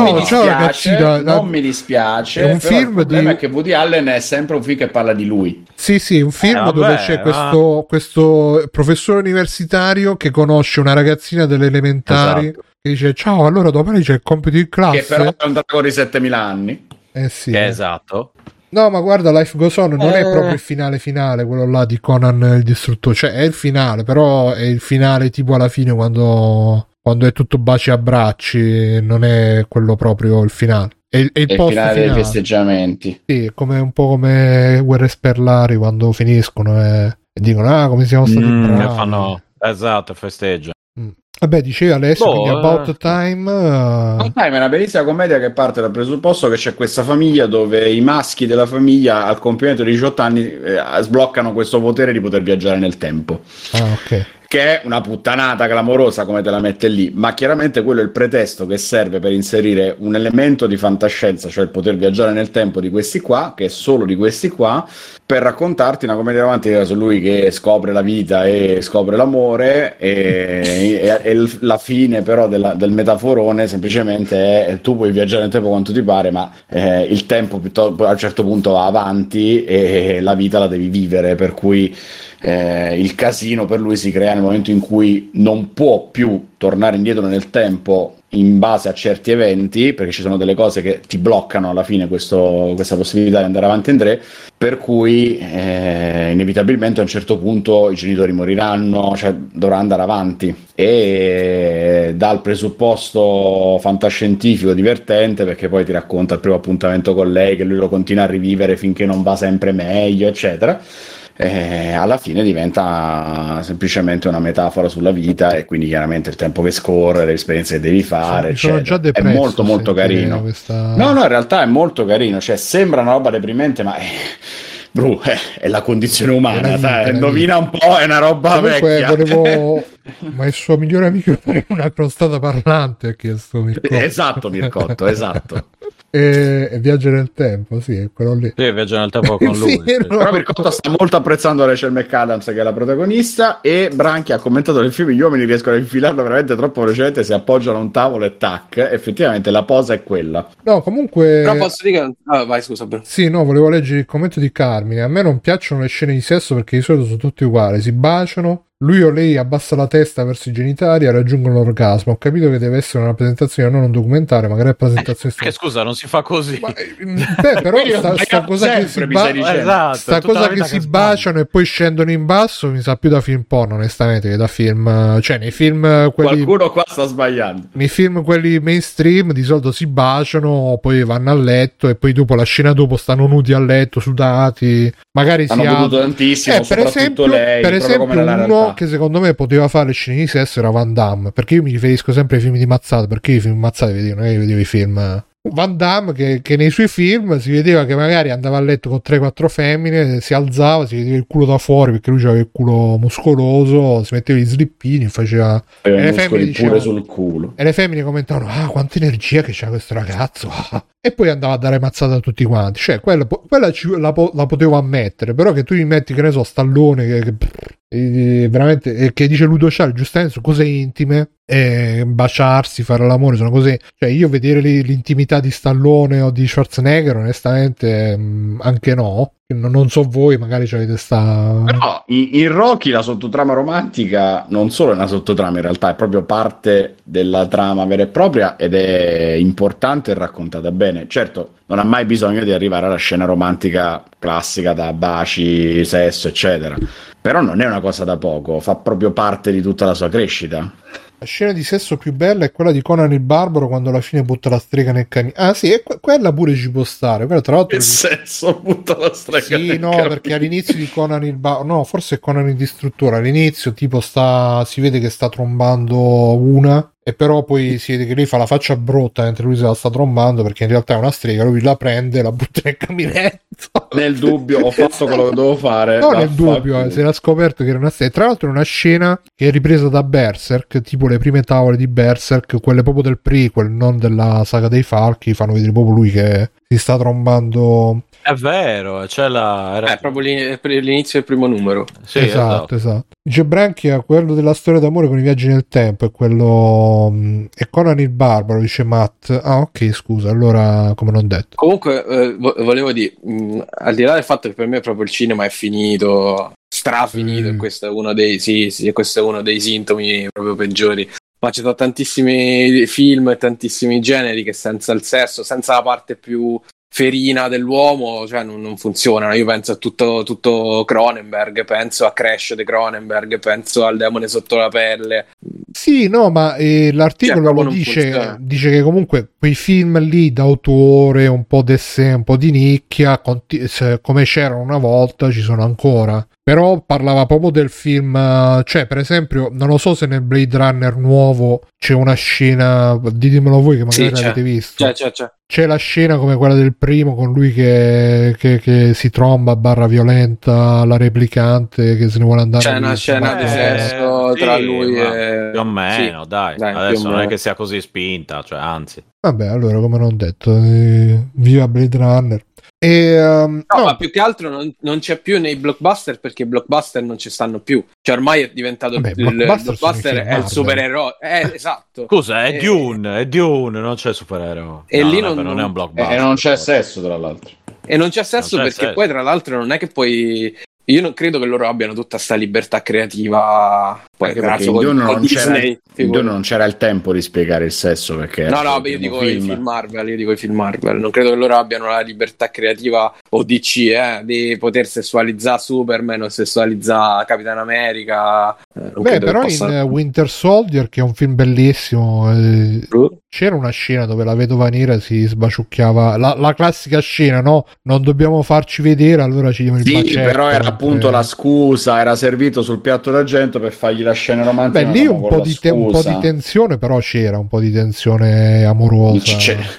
non mi dispiace. È un però film il problema è che Woody Allen è sempre un film che parla di lui. Sì, un film dove c'è questo professore universitario che conosce una ragazzina delle elementari, esatto, che dice ciao, allora domani c'è il compito in classe, che però è un drago di 7000 anni. Sì, esatto. No, ma guarda, Life Goes On non è proprio il finale, quello là di Conan il distruttore, cioè è il finale, però è il finale tipo alla fine quando è tutto baci e abbracci, non è quello proprio il finale. È il finale dei festeggiamenti. Sì, un po' come Guerre Sperlari quando finiscono e dicono come siamo stati bravi. Esatto, festeggia. Vabbè, diceva Alessio, quindi About Time. About Time è una bellissima commedia che parte dal presupposto che c'è questa famiglia dove i maschi della famiglia al compimento di 18 anni sbloccano questo potere di poter viaggiare nel tempo. Ok. Che è una puttanata clamorosa come te la mette lì, ma chiaramente quello è il pretesto che serve per inserire un elemento di fantascienza, cioè il poter viaggiare nel tempo di questi qua, che è solo di questi qua, per raccontarti una commedia romantica su lui che scopre la vita e scopre l'amore, e la fine però del metaforone semplicemente è tu puoi viaggiare nel tempo quanto ti pare, ma il tempo a un certo punto va avanti e la vita la devi vivere, per cui il casino per lui si crea nel momento in cui non può più tornare indietro nel tempo in base a certi eventi, perché ci sono delle cose che ti bloccano alla fine questa possibilità di andare avanti in tre, per cui inevitabilmente a un certo punto i genitori moriranno, cioè dovrà andare avanti, e dal presupposto fantascientifico divertente, perché poi ti racconta il primo appuntamento con lei che lui lo continua a rivivere finché non va sempre meglio, eccetera. Alla fine diventa semplicemente una metafora sulla vita, e quindi chiaramente il tempo che scorre, le esperienze che devi fare, sono già è molto molto carino. No, in realtà è molto carino, cioè sembra una roba deprimente, ma è la condizione umana, dai, indovina un po', è una roba vecchia. Ma il suo migliore amico è una crostata parlante, ha chiesto Mircotto. Esatto, Mircotto, esatto. E Viaggio nel tempo, sì, è quello lì. Sì, Viaggio nel tempo con lui. Però Mircotto sta molto apprezzando Rachel McAdams, che è la protagonista, e Branchi ha commentato nel film: gli uomini riescono a infilarlo veramente troppo velocemente, si appoggiano a un tavolo e tac. Effettivamente la posa è quella. No, comunque. Però posso dire che... vai, scusa, bro. Sì, no, volevo leggere il commento di Carmine. A me non piacciono le scene di sesso perché di solito sono tutte uguali, si baciano, lui o lei abbassa la testa verso i genitali e raggiungono l'orgasmo. Ho capito che deve essere una rappresentazione, non un documentario, magari rappresentazione che scusa, non si fa così. Però sta cosa che si baciano e poi scendono in basso mi sa più da film porno, onestamente, che da film, cioè nei film quelli, qualcuno qua sta sbagliando. nei film quelli mainstream di solito si baciano, poi vanno a letto e poi dopo la scena dopo stanno nudi a letto, sudati, magari hanno bevuto tantissimo, per esempio uno che secondo me poteva fare le scene di sesso era Van Damme, perché io mi riferisco sempre ai film di mazzate, perché i film mazzate vedevo, non è che vedevo i film Van Damme che nei suoi film si vedeva che magari andava a letto con 3-4 femmine, si alzava, si vedeva il culo da fuori perché lui aveva il culo muscoloso, si metteva gli slippini, faceva e le femmine dicevano, pure sul culo, e le femmine commentavano quanta energia che c'ha questo ragazzo e poi andava a dare mazzata a tutti quanti, cioè quella la potevo ammettere, però che tu gli metti, che ne so, Stallone che veramente, che dice Ludo Ciali giustamente su cose intime, baciarsi, fare l'amore, sono cose, cioè io vedere l'intimità di Stallone o di Schwarzenegger onestamente anche no, non so voi, magari c'avete però in Rocky la sottotrama romantica non solo è una sottotrama, in realtà è proprio parte della trama vera e propria ed è importante e raccontata bene. Certo, non ha mai bisogno di arrivare alla scena romantica classica da baci, sesso eccetera, però non è una cosa da poco, fa proprio parte di tutta la sua crescita. La scena di sesso più bella è quella di Conan il Barbaro quando alla fine butta la strega nel camino. Ah sì, quella pure ci può stare. Quella, tra l'altro, che sesso butta la strega nel camino? Perché all'inizio di Conan il Barbaro, no, forse è Conan il Distruttore, all'inizio tipo si vede che sta trombando una, e però poi si vede che lei fa la faccia brutta mentre lui se la sta trombando, perché in realtà è una strega, lui la prende e la butta nel caminetto. Nel dubbio ho fatto quello che dovevo fare. No, nel dubbio, si era scoperto che era una strega. Tra l'altro è una scena che è ripresa da Berserk, tipo le prime tavole di Berserk, quelle proprio del prequel, non della saga dei falchi, fanno vedere proprio lui che si sta trombando. È vero, c'è è proprio l'inizio del primo numero. Sì, esatto. Dice Branchia, quello della storia d'amore con i viaggi nel tempo è quello, è Conan il Barbaro, dice Matt. Ah ok, scusa, allora come non detto. Comunque volevo dire, al di là del fatto che per me proprio il cinema è finito, strafinito, e questo è uno dei questo è uno dei sintomi proprio peggiori. Ma ci sono tantissimi film e tantissimi generi che senza il sesso, senza la parte più ferina dell'uomo, cioè non funzionano. Io penso a tutto Cronenberg, penso a Crash di Cronenberg, penso al Demone sotto la pelle. Sì, no, ma l'articolo lo dice che comunque quei film lì d'autore, un po' d'essere, un po' di nicchia, come c'erano una volta, ci sono ancora. Però parlava proprio del film, cioè per esempio, non lo so se nel Blade Runner nuovo c'è una scena, ditemelo voi che magari l'avete visto. C'è la scena come quella del primo con lui che si tromba / violenta la replicante che se ne vuole andare. C'è una scena di sesso tra lui e... Più o meno, dai adesso non è che sia così spinta, cioè anzi. Vabbè, allora come non detto, viva Blade Runner. No, ma più che altro non c'è più nei blockbuster, perché i blockbuster non ci stanno più, cioè ormai è diventato il blockbuster è il supereroe, esatto. Scusa, è Dune, non c'è supereroe e no, lì non è un blockbuster e non c'è sesso, tra l'altro, e non c'è sesso perché poi tra l'altro non è che poi io non credo che loro abbiano tutta sta libertà creativa. Poi in Dune non c'era il tempo di spiegare il sesso, perché no, io dico i film Marvel. Non credo che loro abbiano la libertà creativa o DC di poter sessualizzare Superman o sessualizzare Capitan America. Però in Winter Soldier, che è un film bellissimo, c'era una scena dove la vedova nera si sbaciucchiava, la classica scena, no? Non dobbiamo farci vedere, allora ci diamo il bacetto. Però era appunto la scusa, era servito sul piatto d'argento per fargli la scena romantica. Beh, lì un po' di tensione, però c'era un po' di tensione amorosa.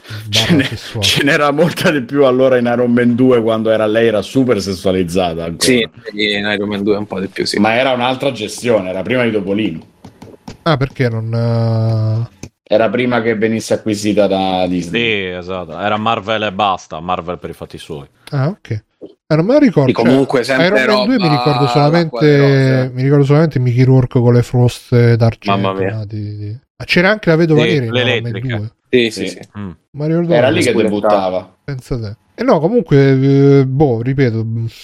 Ce n'era molta di più allora in Iron Man 2, quando lei era super sessualizzata ancora. Sì, in Iron Man 2 un po' di più, sì. Ma era un'altra gestione, era prima di Topolino. Ah, perché non... Era prima che venisse acquisita da Disney. Sì, esatto, era Marvel e basta, Marvel per i fatti suoi. Ah, ok. Non me lo ricordo. Comunque sempre Iron Man 2 mi ricordo solamente Mickey Rourke con le fruste d'argento. Mamma mia. C'era anche la vedova nera in l'elettrica. Iron Man 2. Sì. Mario Bros. Era lì che debuttava. Pensa te. E no, comunque, ripeto,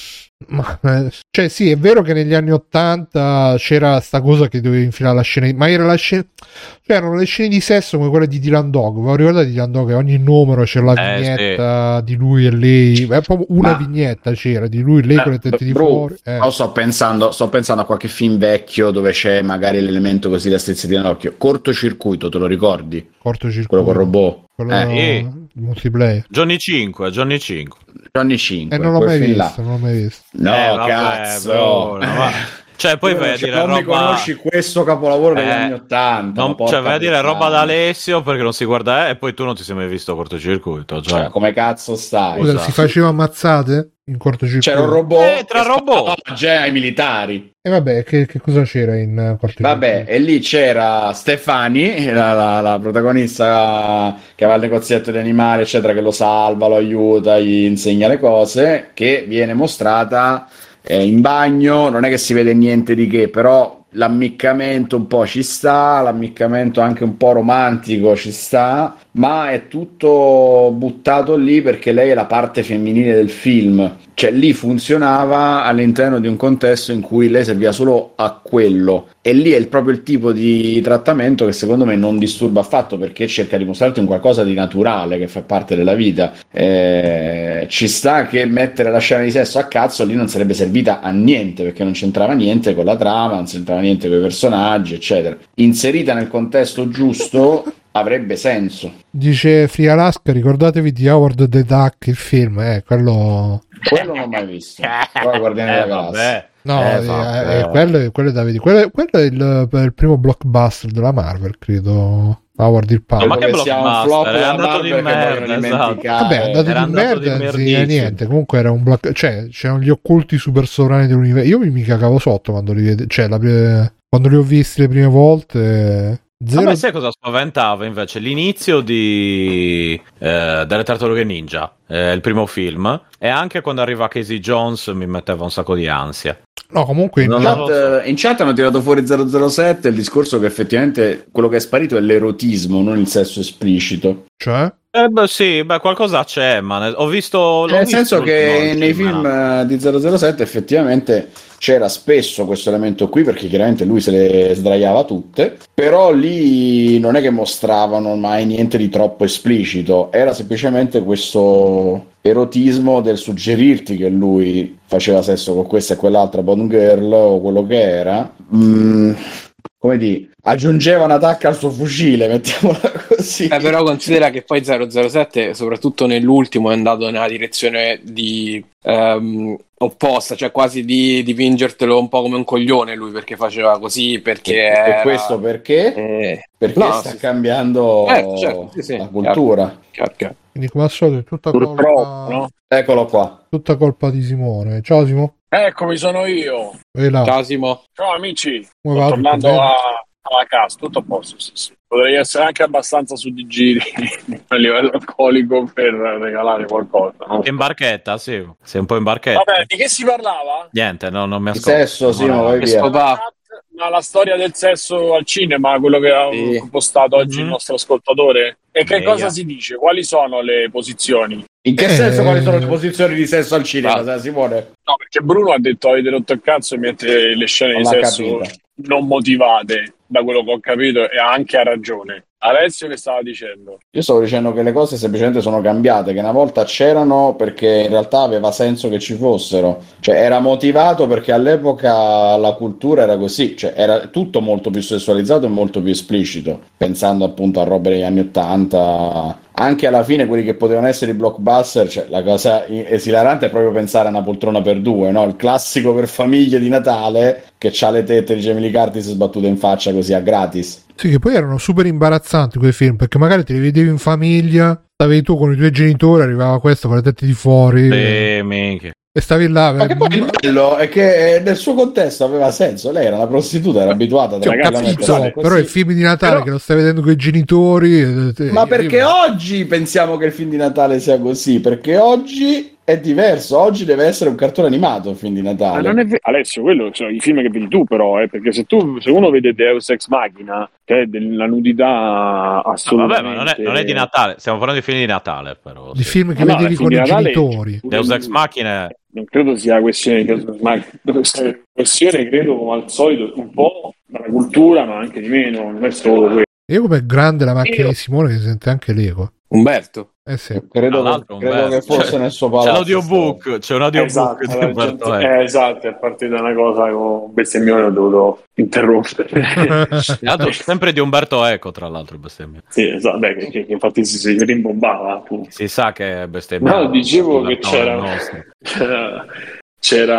cioè sì, è vero che negli anni 80 c'era sta cosa che dovevi infilare la scena, ma era la scena, cioè erano le scene di sesso come quelle di Dylan Dog. Vi ricordate di Dylan Dog? Ogni numero c'era la vignetta di lui e lei, è proprio una vignetta c'era di lui e lei con le tette di fuori. Sto pensando a qualche film vecchio dove c'è magari l'elemento così da strizzatina d'occhio. Cortocircuito, te lo ricordi? Cortocircuito, quello con il robot, multiplayer. Johnny 5. Johnny 5. Non l'ho mai visto. No, cazzo. Cioè, poi vai a dire non roba... mi conosci questo capolavoro degli anni 80. Cioè, vai a dire roba da Alessio perché non si guarda, e poi tu non ti sei mai visto Cortocircuito. Cioè, come cazzo stai? Scusa, si faceva ammazzate in cortocircuito? C'era un robot tra robot ai militari. E vabbè, che cosa c'era in cortocircuito? Vabbè, e lì c'era Stefani, la protagonista che aveva il negozietto di animali, eccetera, che lo salva, lo aiuta, gli insegna le cose, che viene mostrata in bagno. Non è che si vede niente di che, però l'ammiccamento un po' ci sta, l'ammiccamento anche un po' romantico ci sta, ma è tutto buttato lì perché lei è la parte femminile del film. Cioè lì funzionava all'interno di un contesto in cui lei serviva solo a quello, e lì è proprio il tipo di trattamento che secondo me non disturba affatto, perché cerca di mostrarti un qualcosa di naturale che fa parte della vita. Ci sta che mettere la scena di sesso a cazzo lì non sarebbe servita a niente, perché non c'entrava niente con la trama, non c'entrava niente con i personaggi, eccetera. Inserita nel contesto giusto avrebbe senso. Dice Free Alaska, ricordatevi di Howard the Duck, il film, quello non ho mai visto. Però Guardiani della Galassia. No, quello è da vedere. Quello è il primo blockbuster della Marvel, credo. Howard il Padre. Ma che blockbuster? È andato di merda, esatto. Vabbè, è andato di merda, niente. Comunque era un cioè c'erano gli occulti super sovrani dell'universo. Io mi cagavo sotto quando li vedevo, cioè quando li ho visti le prime volte. Vabbè, sai cosa spaventava invece? L'inizio delle Tartarughe Ninja, il primo film, e anche quando arriva Casey Jones mi metteva un sacco di ansia. No, comunque in chat hanno tirato fuori 007 il discorso che effettivamente quello che è sparito è l'erotismo, non il sesso esplicito. Cioè? Qualcosa c'è, ma ho visto... Nel senso che nei film di 007 effettivamente c'era spesso questo elemento qui, perché chiaramente lui se le sdraiava tutte, però lì non è che mostravano mai niente di troppo esplicito, era semplicemente questo erotismo del suggerirti che lui faceva sesso con questa e quell'altra Bond Girl o quello che era. Come dire, aggiungeva una tacca al suo fucile, mettiamola così. Però considera che poi 007, soprattutto nell'ultimo, è andato nella direzione di opposta, cioè quasi di dipingertelo un po' come un coglione lui, perché faceva così, perché e questo perché? Perché sta cambiando la cultura. Chiaro. Quindi come al solito è tutta colpa, no? Eccolo qua. Tutta colpa di Simone. Ciao Simo. Eccomi, sono io. Ciao Simo. Ciao amici. Come va? Tornando alla casa, tutto a posto, sì. Potrei essere anche abbastanza su di giri a livello alcolico per regalare qualcosa, no? In barchetta, sì. Sei un po' in barchetta. Vabbè, di che si parlava? Niente, non mi ascolto. Sesso, sì, ma vai via. Ma la storia del sesso al cinema, quello che ha postato oggi il nostro ascoltatore. E che cosa si dice? Quali sono le posizioni? In che senso quali sono le posizioni di sesso al cinema, Simone? No, perché Bruno ha detto avete rotto il cazzo e mette le scene di sesso non motivate, da quello che ho capito, e anche ha ragione. Alessio che stava dicendo? Io stavo dicendo che le cose semplicemente sono cambiate, che una volta c'erano perché in realtà aveva senso che ci fossero, cioè era motivato perché all'epoca la cultura era così, cioè era tutto molto più sessualizzato e molto più esplicito, pensando appunto a robe degli anni 80. Anche alla fine quelli che potevano essere i blockbuster, cioè la cosa esilarante è proprio pensare a Una poltrona per due, no? Il classico per famiglie di Natale che c'ha le tette di Jamie Lee Curtis sbattute in faccia così a gratis. Sì, che poi erano super imbarazzanti quei film, perché magari te li vedevi in famiglia, stavi tu con i tuoi genitori, arrivava questo con le tette di fuori minchia. E stavi là. Ma che poi il bello è che nel suo contesto aveva senso, lei era una prostituta, era abituata a però il film di Natale che lo stai vedendo con i genitori. Ma perché oggi pensiamo che il film di Natale sia così? Perché oggi è diverso. Oggi deve essere un cartone animato il film di Natale. Ma non è Alessio, quello sono i film che vedi tu, però, perché se uno vede Deus Ex Machina, che è della nudità assolutamente. Vabbè, ma non è di Natale, stiamo parlando di film di Natale, però. Di film che vedevi con i genitori. Deus Ex Machina. Non credo sia questione di Deus Ex Machina, questione, credo, come al solito, un po' dalla cultura, ma anche di meno. Non è solo quello. Io come grande la macchina di Simone che si sente anche l'eco. Umberto. Sì. Credo che fosse nel suo palazzo. C'è un audiobook di Umberto Eco. Esatto, è partita una cosa con bestemmione, ho dovuto interrompere. Sempre di Umberto Eco, tra l'alro, bestemmia. Sì, esatto, che infatti si rimbombava, appunto. Si sa che è bestemmia. No, dicevo che c'era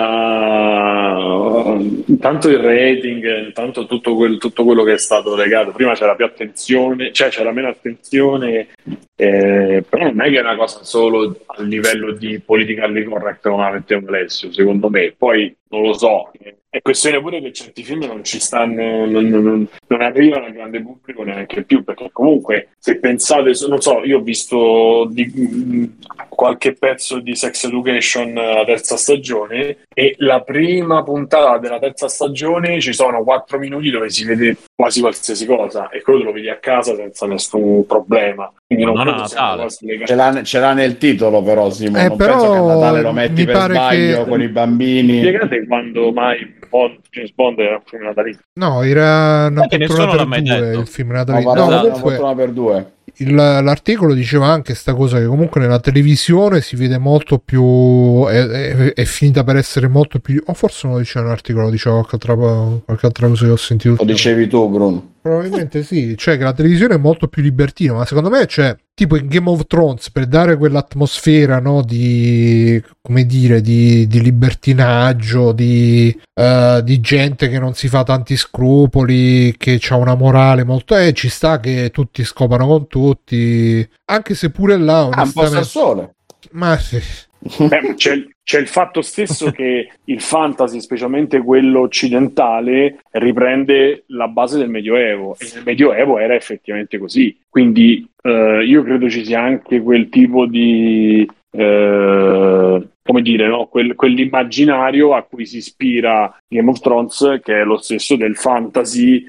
intanto il rating, intanto tutto quello che è stato legato. Prima c'era più attenzione, cioè c'era meno attenzione, però non è che è una cosa solo a livello di politically correct come la metteva Alessio, secondo me. Poi non lo so, è questione pure che certi film non ci stanno, non arrivano al grande pubblico neanche più, perché comunque se pensate, non so, io ho visto qualche pezzo di Sex Education la terza stagione, e la prima puntata della terza stagione ci sono 4 minuti dove si vede quasi qualsiasi cosa, e quello lo vedi a casa senza nessun problema. Quindi non credo sia una cosa ce l'ha nel titolo, però Simone, non però penso che a Natale lo metti per sbaglio con i bambini. Spiegate quando mai James Bond era un film natalizio. No, era una poltrona per due il film natalizio. Una poltrona per due. L'articolo diceva anche sta cosa, che comunque nella televisione si vede molto più, è finita per essere molto più, o forse non lo diceva l'articolo, diceva qualche altra cosa che ho sentito. Lo dicevi tu, Bruno? Probabilmente sì, cioè che la televisione è molto più libertina, ma secondo me c'è tipo in Game of Thrones, per dare quell'atmosfera, no, di, come dire, di libertinaggio, di gente che non si fa tanti scrupoli, che ha una morale molto, ci sta che tutti scopano con tutti, anche se pure là onestamente un po' Sassone. Ma sì. C'è il fatto stesso che il fantasy, specialmente quello occidentale, riprende la base del Medioevo, e nel Medioevo era effettivamente così. Quindi io credo ci sia anche quel tipo di come dire, no? Quell'immaginario a cui si ispira Game of Thrones, che è lo stesso del fantasy,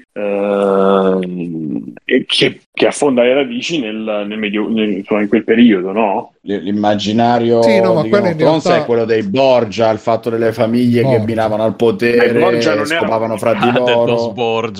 e che affonda le radici in quel periodo, no? L'immaginario di Game of Thrones è quello dei Borgia, il fatto delle famiglie che abbinavano al potere, scopavano fra di loro.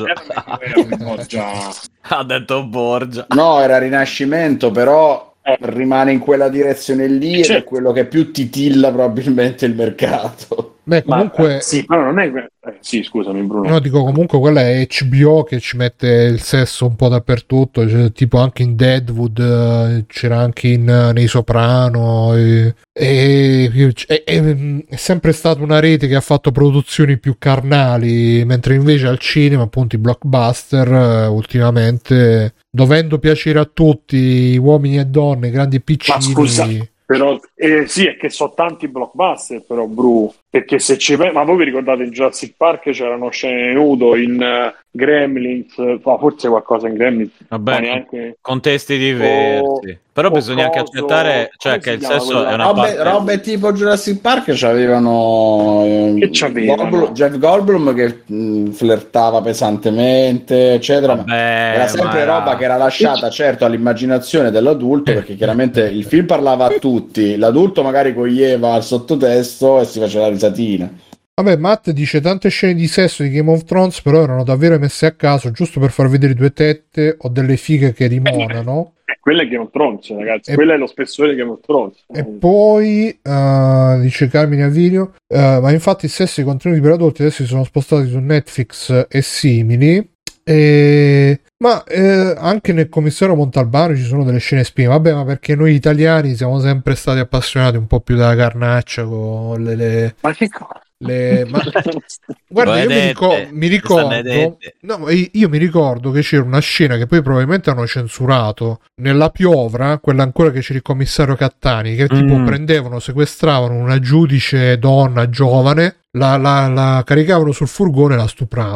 Ha detto Borgia. No, era Rinascimento, però rimane in quella direzione lì, ed è quello che più titilla probabilmente il mercato. Beh, comunque sì, però non è sì, scusami Bruno. No, dico, comunque quella è HBO che ci mette il sesso un po' dappertutto, cioè, tipo anche in Deadwood, c'era anche nei Soprano, è sempre stata una rete che ha fatto produzioni più carnali, mentre invece al cinema, appunto, i blockbuster ultimamente, dovendo piacere a tutti, uomini e donne, grandi e piccini. Ma scusa, però sì, è che so tanti blockbuster, però Bru, perché se ma voi vi ricordate in Jurassic Park c'erano scene nudo, in Gremlins, forse qualcosa in Gremlins, vabbè, neanche contesti diversi, però bisogna anche accettare, cioè, che il sesso è una robe tipo Jurassic Park c'avevano Jeff Goldblum che flirtava pesantemente, eccetera. Vabbè, era sempre roba che era lasciata certo all'immaginazione dell'adulto, perché chiaramente il film parlava a tutti, l'adulto magari coglieva il sottotesto e si faceva la risatina. Vabbè, Matt dice tante scene di sesso di Game of Thrones però erano davvero messe a caso giusto per far vedere due tette o delle fighe che rimonano. Quella è Game of Thrones, ragazzi, quella è lo spessore di Game of Thrones. E poi dice Carmine Avilio, ma infatti i sessi contenuti per adulti adesso si sono spostati su Netflix e simili. Ma anche nel Commissario Montalbano ci sono delle scene spie, vabbè, ma perché noi italiani siamo sempre stati appassionati un po' più della carnaccia con ma che cosa? Guarda, io mi ricordo che c'era una scena che poi probabilmente hanno censurato nella Piovra, quella ancora che c'era il commissario Cattani, che tipo prendevano, sequestravano una giudice donna giovane, la caricavano sul furgone e la stupravano.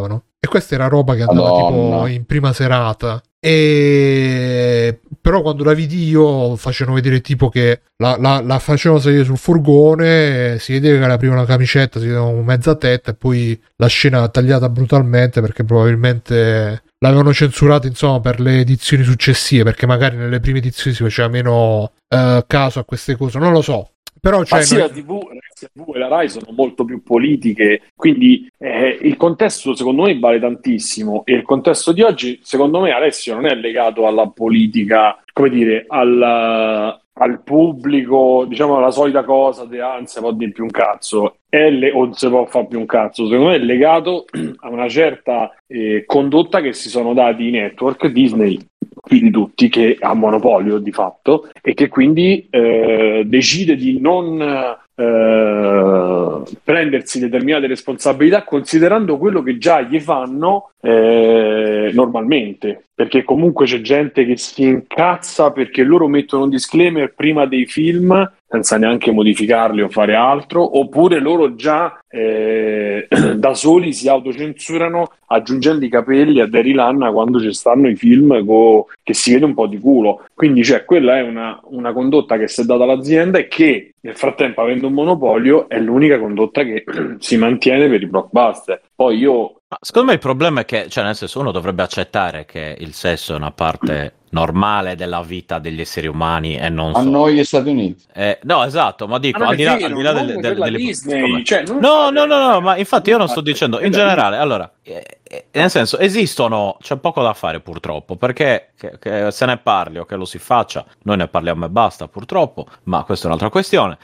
E questa era roba che andava tipo in prima serata. E però quando la vidi io facevano vedere tipo che la facevano salire sul furgone, si vedeva che aprivano la camicetta, si vedeva mezza tetta, e poi la scena tagliata brutalmente perché probabilmente l'avevano censurata, insomma, per le edizioni successive, perché magari nelle prime edizioni si faceva meno caso a queste cose, non lo so. Però la TV e la Rai sono molto più politiche, quindi il contesto secondo me vale tantissimo, e il contesto di oggi secondo me, Alessio, non è legato alla politica, come dire, al pubblico, diciamo la solita cosa di non si può dire più un cazzo o non si può fare più un cazzo. Secondo me è legato a una certa condotta che si sono dati i network Disney, più di tutti, che ha monopolio di fatto, e che quindi decide di non prendersi determinate responsabilità, considerando quello che già gli fanno normalmente, perché comunque c'è gente che si incazza perché loro mettono un disclaimer prima dei film senza neanche modificarli o fare altro, oppure loro già da soli si autocensurano aggiungendo i capelli a Daryl Hannah quando ci stanno i film che si vede un po' di culo. Quindi quella è una condotta che si è data all'azienda e che nel frattempo, avendo un monopolio, è l'unica condotta che si mantiene per i blockbuster. Poi secondo me il problema è che, cioè, nel senso, uno dovrebbe accettare che il sesso è una parte normale della vita degli esseri umani e non a noi gli Stati Uniti. No, esatto, ma dico, al di là delle Disney, no, ma infatti io non sto dicendo in generale. Allora, nel senso, esistono, c'è poco da fare purtroppo, perché che se ne parli o che lo si faccia, noi ne parliamo e basta purtroppo, ma questa è un'altra questione.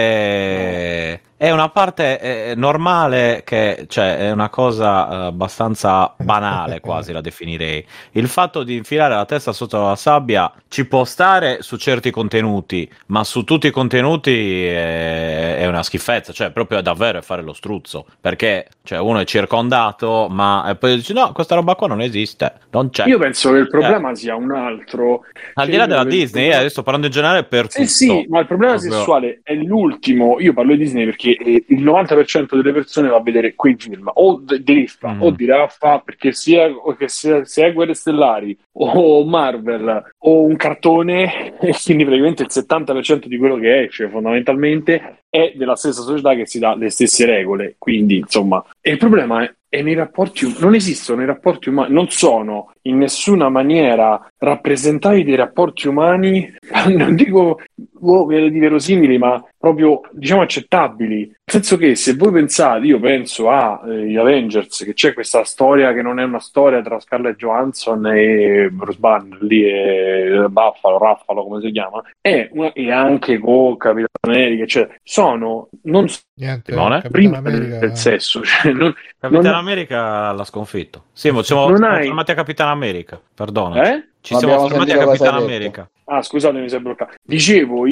È una parte normale, che cioè è una cosa abbastanza banale, quasi la definirei. Il fatto di infilare la testa sotto la sabbia ci può stare su certi contenuti, ma su tutti i contenuti è una schifezza, cioè proprio davvero è fare lo struzzo, perché cioè, uno è circondato, ma poi dici no, questa roba qua non esiste, non c'è. Io penso che il problema sia un altro. Al di là della Disney, adesso parlando in generale per tutto. Sì, ma il problema sessuale è l'ultimo. Io parlo di Disney perché il 90% delle persone va a vedere quei film o di Raffa, perché che sia Guerre Stellari o Marvel o un cartone, e quindi praticamente il 70% di quello che esce fondamentalmente è della stessa società che si dà le stesse regole. Quindi insomma, e il problema è nei rapporti, non esistono i rapporti umani, non sono in nessuna maniera rappresentati dei rapporti umani, non dico di verosimili, ma proprio diciamo accettabili. Nel senso che se voi pensate, io penso agli Avengers, che c'è questa storia che non è una storia tra Scarlett Johansson e Bruce Banner lì e Raffalo, come si chiama, e anche con Capitan America, cioè sono non niente, prima del sesso, cioè Capitan America l'ha sconfitto. Sì, ma siamo fermati a Capitan America, perdona. Ci siamo fermati a Capitan America. Scusate, mi sei bloccato. Dicevo,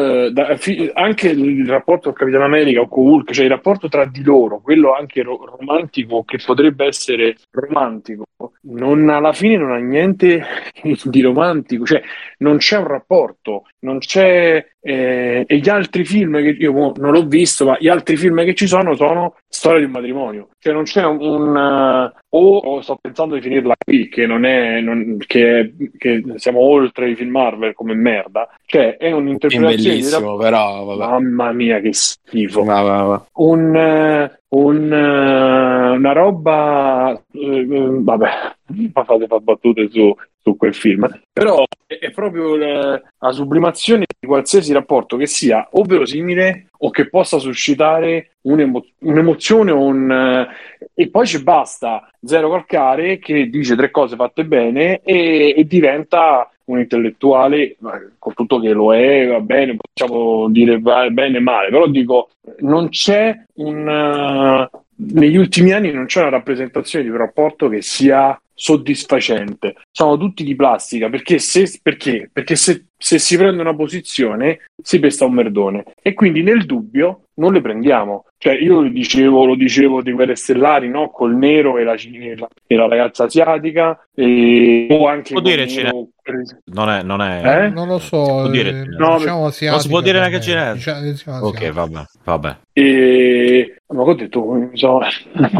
anche il rapporto con Capitan America o con Hulk, cioè il rapporto tra di loro, quello anche romantico, che potrebbe essere romantico, alla fine non ha niente di romantico, cioè non c'è un rapporto, non c'è. E gli altri film che io non l'ho visto, ma gli altri film che ci sono storia di un matrimonio, cioè non c'è o sto pensando di finirla qui, che non è che siamo oltre i film Marvel come merda, cioè è un'interpretazione bellissimo, però vabbè. Mamma mia che schifo. Va. Una roba vabbè, fate battute su quel film, però è proprio la sublimazione di qualsiasi rapporto che sia o verosimile o che possa suscitare un'emozione e poi ci basta Zero Calcare che dice 3 cose fatte bene e diventa un intellettuale, con tutto che lo è, va bene, possiamo dire va bene e male, però dico, non c'è negli ultimi anni non c'è una rappresentazione di un rapporto che sia soddisfacente, sono tutti di plastica, perché se si prende una posizione si pesta un merdone, e quindi nel dubbio non le prendiamo. Cioè io lo dicevo di Guerre Stellari, no? Col nero e la ragazza asiatica, o anche può dire nero... non è non lo so, diciamo asiatica, non si può dire neanche cinese. Diciamo ok, vabbè. Ma ho detto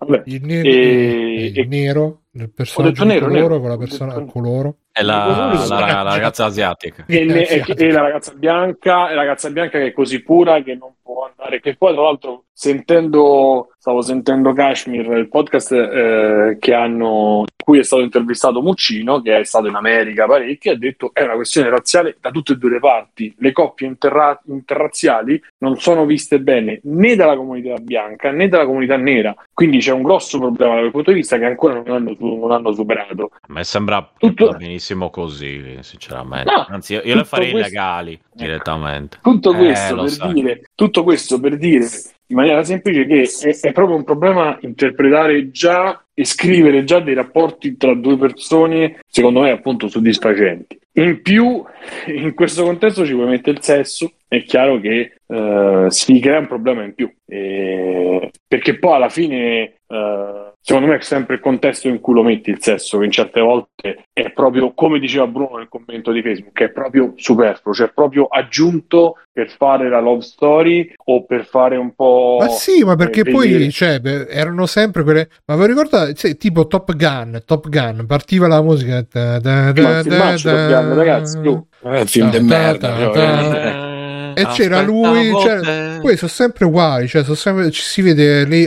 Vabbè. Il nero, il personaggio di coloro con la persona a coloro. È la ragazza asiatica. E la ragazza bianca, che è così pura che non può andare. Che poi, tra l'altro, stavo sentendo Kashmir, il podcast in cui è stato intervistato Muccino, che è stato in America parecchio, e ha detto è una questione razziale da tutte e due le parti. Le coppie interrazziali non sono viste bene né dalla comunità bianca né dalla comunità nera. Quindi c'è un grosso problema dal punto di vista che ancora non hanno superato. A me sembra benissimo così, sinceramente. No, anzi, io le farei illegali direttamente. Tutto questo per dire in maniera semplice che è proprio un problema interpretare già e scrivere già dei rapporti tra due persone, secondo me appunto soddisfacenti. In più, in questo contesto ci puoi mettere il sesso, è chiaro che si crea un problema in più, perché poi alla fine secondo me è sempre il contesto in cui lo metti il sesso, che in certe volte è proprio, come diceva Bruno nel commento di Facebook, è proprio superfluo, cioè proprio aggiunto per fare la love story o per fare un po'... Ma sì, ma perché poi erano sempre quelle... Ma vi ricordate, tipo Top Gun, partiva la musica... ragazzi, film di merda. E c'era lui, poi sono sempre uguali, ci si vede lì,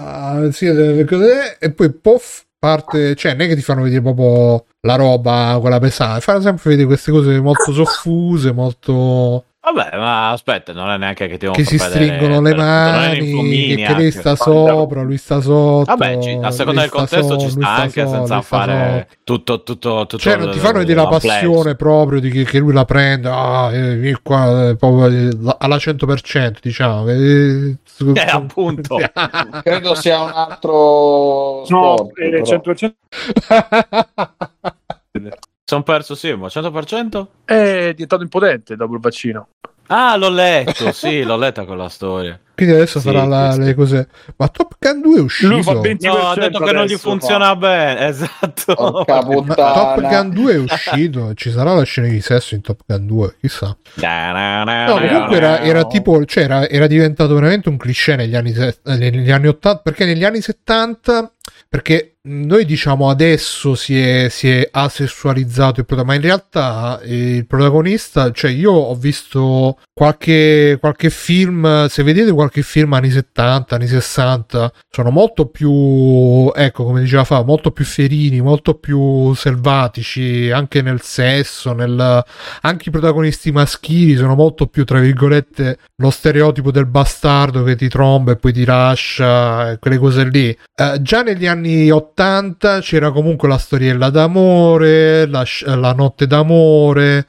e poi poff, parte, non è che ti fanno vedere proprio la roba, quella pesante, fanno sempre vedere queste cose molto soffuse, molto... Vabbè, ma aspetta, non è neanche che che si stringono le mani, che lei sta sopra, lui sta sotto. Vabbè, a seconda del contesto ci sta anche senza fare tutto. Cioè, non ti fanno vedere la passione proprio di che lui la prende, qua proprio alla 100%, diciamo. Appunto. Credo sia un altro sport. No, 100%. Sono perso, sì, ma 100%? È diventato impotente dopo il vaccino. Ah, l'ho letto, sì, l'ho letta quella storia. Quindi adesso farà le cose. Ma Top Gun 2 è uscito? Lui fa 20%. No, ha detto che non gli funziona bene, esatto. Ma Top Gun 2 è uscito, ci sarà la scena di sesso in Top Gun 2, chissà. No, comunque era tipo, cioè era diventato veramente un cliché negli anni 80, perché negli anni 70, perché noi diciamo adesso si è asessualizzato il protagonista, ma in realtà il protagonista, cioè io ho visto qualche film, se vedete qualche film anni 70, anni 60, sono molto più, ecco, come diceva Fa, molto più ferini, molto più selvatici, anche nel sesso, anche i protagonisti maschili sono molto più, tra virgolette, lo stereotipo del bastardo che ti tromba e poi ti lascia, quelle cose lì. Già negli anni 80 c'era comunque la storiella d'amore, la notte d'amore,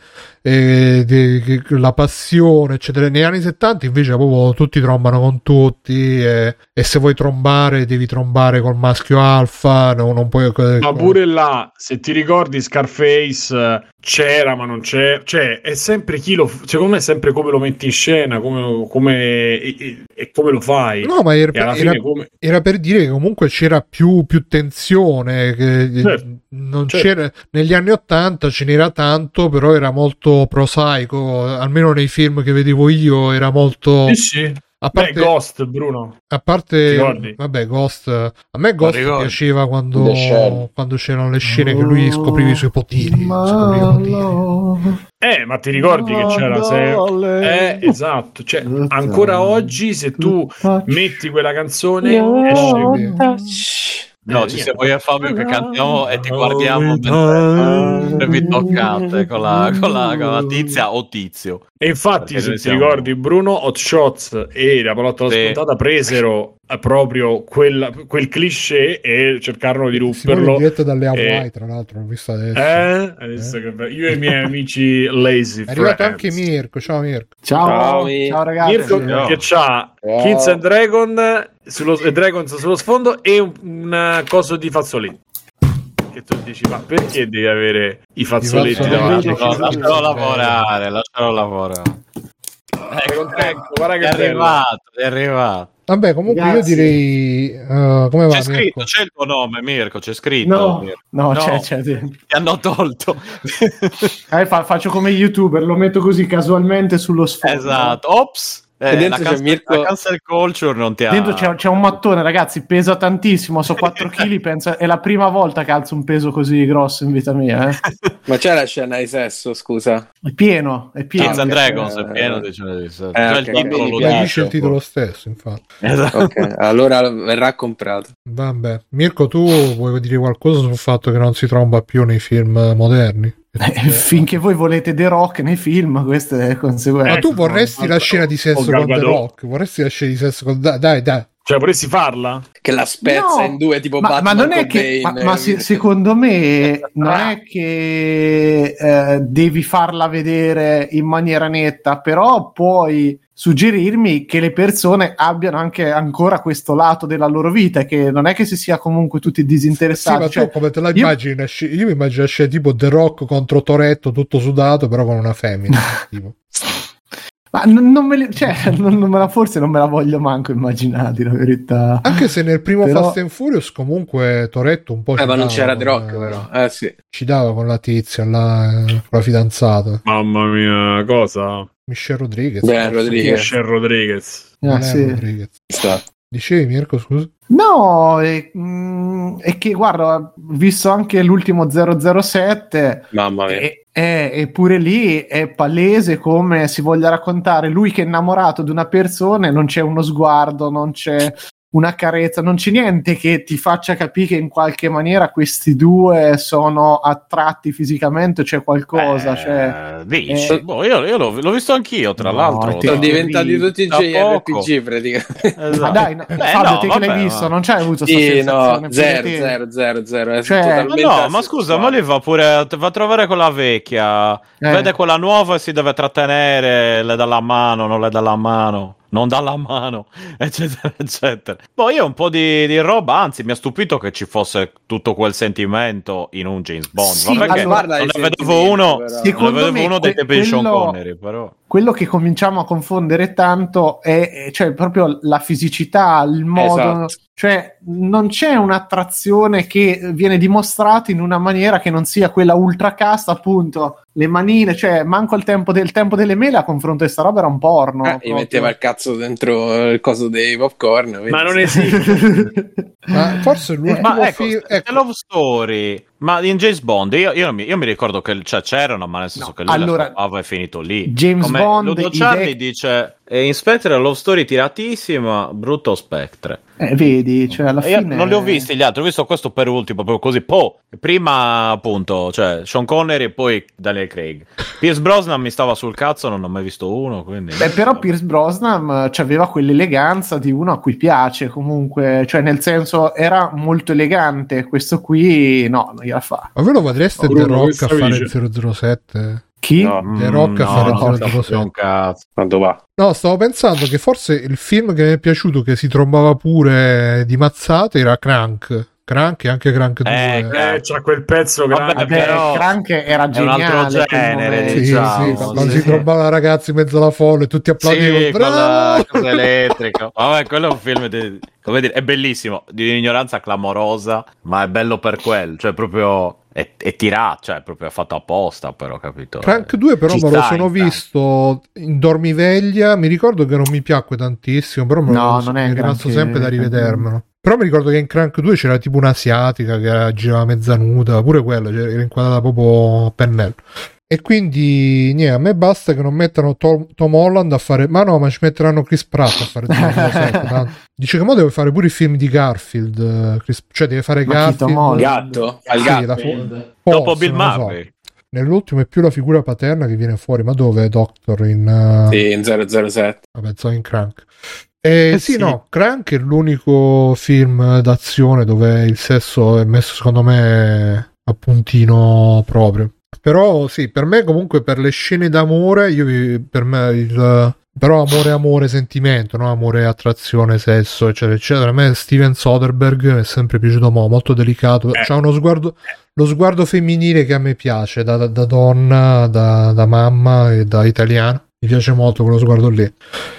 la passione, eccetera. Negli anni 70 invece proprio tutti trombano con tutti, e se vuoi trombare devi trombare col maschio alfa, non puoi... Ma pure là, se ti ricordi Scarface, c'era ma non c'è, cioè è sempre secondo me è sempre come lo metti in scena, come lo fai. No, ma era per dire che comunque c'era più tensione, che non c'era negli anni 80, ce n'era tanto, però era molto prosaico, almeno nei film che vedevo io era molto... Sì. A parte Ghost, Bruno. A parte, vabbè, Ghost. A me Ghost piaceva quando c'erano le scene che lui scopriva i suoi poteri. Ma ti ricordi che c'era esatto. Cioè, ancora oggi, se tu metti quella canzone, esce. No, ci siamo io e Fabio che cantiamo e ti guardiamo mentre vi toccate con la tizia o tizio. E infatti, se ti ricordi, Bruno, Hot Shots e la palotta spuntata presero proprio quel cliché e cercarono di romperlo. Diretto dalle Hawaii, tra l'altro, l'ho visto adesso. Io e i miei amici lazy. È arrivato anche Mirko. Ciao Mirko. Ciao ragazzi. Mirko che c'ha Kings and Dragons sullo sfondo e un coso di fazzoletti. Che tu dici, ma perché devi avere i fazzoletti davanti? Lascialo lavorare. Guarda che è arrivato. Vabbè, comunque grazie. Io direi come va, c'è scritto, Mirko? C'è il tuo nome, Mirko, c'è scritto. No, c'è. Ti hanno tolto. Faccio come YouTuber, lo metto così casualmente sullo sfondo. Esatto. Ops. E dentro c'è Mirko. La cancel culture non ti ha... Dentro c'è un mattone, ragazzi, pesa tantissimo, so 4 kg, penso, è la prima volta che alzo un peso così grosso in vita mia. Ma c'è la scena di sesso, scusa? È pieno. Kids and Dragons è pieno di scene di sesso. Dice il titolo stesso, infatti. Esatto. Ok, allora verrà comprato. Vabbè, Mirko, tu vuoi dire qualcosa sul fatto che non si tromba più nei film moderni? Finché voi volete The Rock nei film, queste è conseguenza. Ma tu vorresti la scena di sesso con The Rock? Vorresti la scena di sesso con... Dai. Cioè, vorresti farla? Che la spezza in due, tipo Batman. Ma non è che... secondo me non è che devi farla vedere in maniera netta, però puoi suggerirmi che le persone abbiano anche ancora questo lato della loro vita, che non è che si sia comunque tutti disinteressati. Sì, ma cioè, tu come te la immagini? Io mi immagino la scena tipo The Rock contro Toretto tutto sudato, però con una femmina. Tipo. Ma forse non me la voglio manco immaginare, la verità. Anche se nel primo Fast and Furious comunque Toretto un po' ma non c'era The Rock, però. Sì. Ci dava con la tizia là, con la fidanzata. Mamma mia, cosa? Michelle Rodriguez. Michelle Rodriguez. Sì. Rodriguez. Dicevi, Mirko, scusa? No, è che guarda, ho visto anche l'ultimo 007. Mamma mia. Eppure lì è palese come si voglia raccontare lui che è innamorato di una persona e non c'è uno sguardo, non c'è una carezza, non c'è niente che ti faccia capire che in qualche maniera questi due sono attratti fisicamente, c'è qualcosa. Io l'ho visto anch'io, tra l'altro. Sono diventati tutti JRPG praticamente. Esatto. Dai, Fabio, te che l'hai visto? Non c'hai avuto questa sensazione? No, zero. Cioè, ma scusa, ma lì va a trovare quella vecchia, vede quella nuova e si deve trattenere, le dà la mano, non le dà la mano. Non dalla mano, eccetera, eccetera. Poi è un po' di roba, anzi mi ha stupito che ci fosse tutto quel sentimento in un James Bond. Sì, ma perché non ne vedevo uno dei tempi di Sean Connery, però. Quello che cominciamo a confondere tanto è cioè proprio la fisicità, il modo, esatto. Cioè non c'è un'attrazione che viene dimostrata in una maniera che non sia quella ultra casta, appunto, le manine, cioè manco il tempo delle mele a confronto di sta roba era un porno. Gli metteva il cazzo dentro il coso dei popcorn. Ma non esiste. Ma forse l'ultimo film... Love Story... Ma in James Bond io mi ricordo che c'erano, ma nel senso che lui la scopava è finito lì. James Bond Ludo Charlie dice in Spectre Love Story tiratissima, brutto Spectre. Vedi, cioè alla fine io non li ho visti gli altri, ho visto questo per ultimo, proprio così. Prima appunto, cioè Sean Connery e poi Daniel Craig. Pierce Brosnan mi stava sul cazzo, non ho mai visto uno, quindi. Però Pierce Brosnan aveva quell'eleganza di uno a cui piace comunque, cioè nel senso era molto elegante, questo qui no, non gliela fa. Ma voi lo vedreste The Rock a fare 007? Chi? The Rock a fare 007. Quando va? No, stavo pensando che forse il film che mi è piaciuto, che si trombava pure di mazzate, era Crank e anche Crank 2. C'ha quel pezzo grande. Però Crank era geniale. È un altro genere, diciamo. Quando si trombava ragazzi in mezzo alla folla e tutti applaudivano. Sì, con la cosa elettrica. Vabbè, quello è un film come dire, è bellissimo, di un'ignoranza clamorosa, ma è bello per quello, cioè proprio è tirato, cioè proprio fatto apposta, però, capito? Crank 2 però me lo sono visto in dormiveglia, mi ricordo che non mi piacque tantissimo, però non è rimasto sempre da rivedermelo. Però mi ricordo che in Crank 2 c'era tipo un'asiatica che girava mezza nuda, pure quella, cioè, era inquadrata proprio a pennello. E quindi niente, a me basta che non mettano Tom Holland a fare, ma no, ma ci metteranno Chris Pratt a fare 007. Dice che mo deve fare pure i film di Garfield, cioè deve fare Garfield. Gatto? Dopo Bill Murray. Nell'ultimo è più la figura paterna che viene fuori, ma dove è Doctor? In 007. Vabbè, so in Crank. Sì, no, Crank è l'unico film d'azione dove il sesso è messo secondo me a puntino proprio. Però sì, per me comunque per le scene d'amore, per me però amore sentimento, no? Amore, attrazione, sesso, eccetera, eccetera. A me Steven Soderbergh è sempre piaciuto molto delicato. C'ha lo sguardo femminile che a me piace, da donna, da mamma e da italiana. Mi piace molto quello sguardo lì.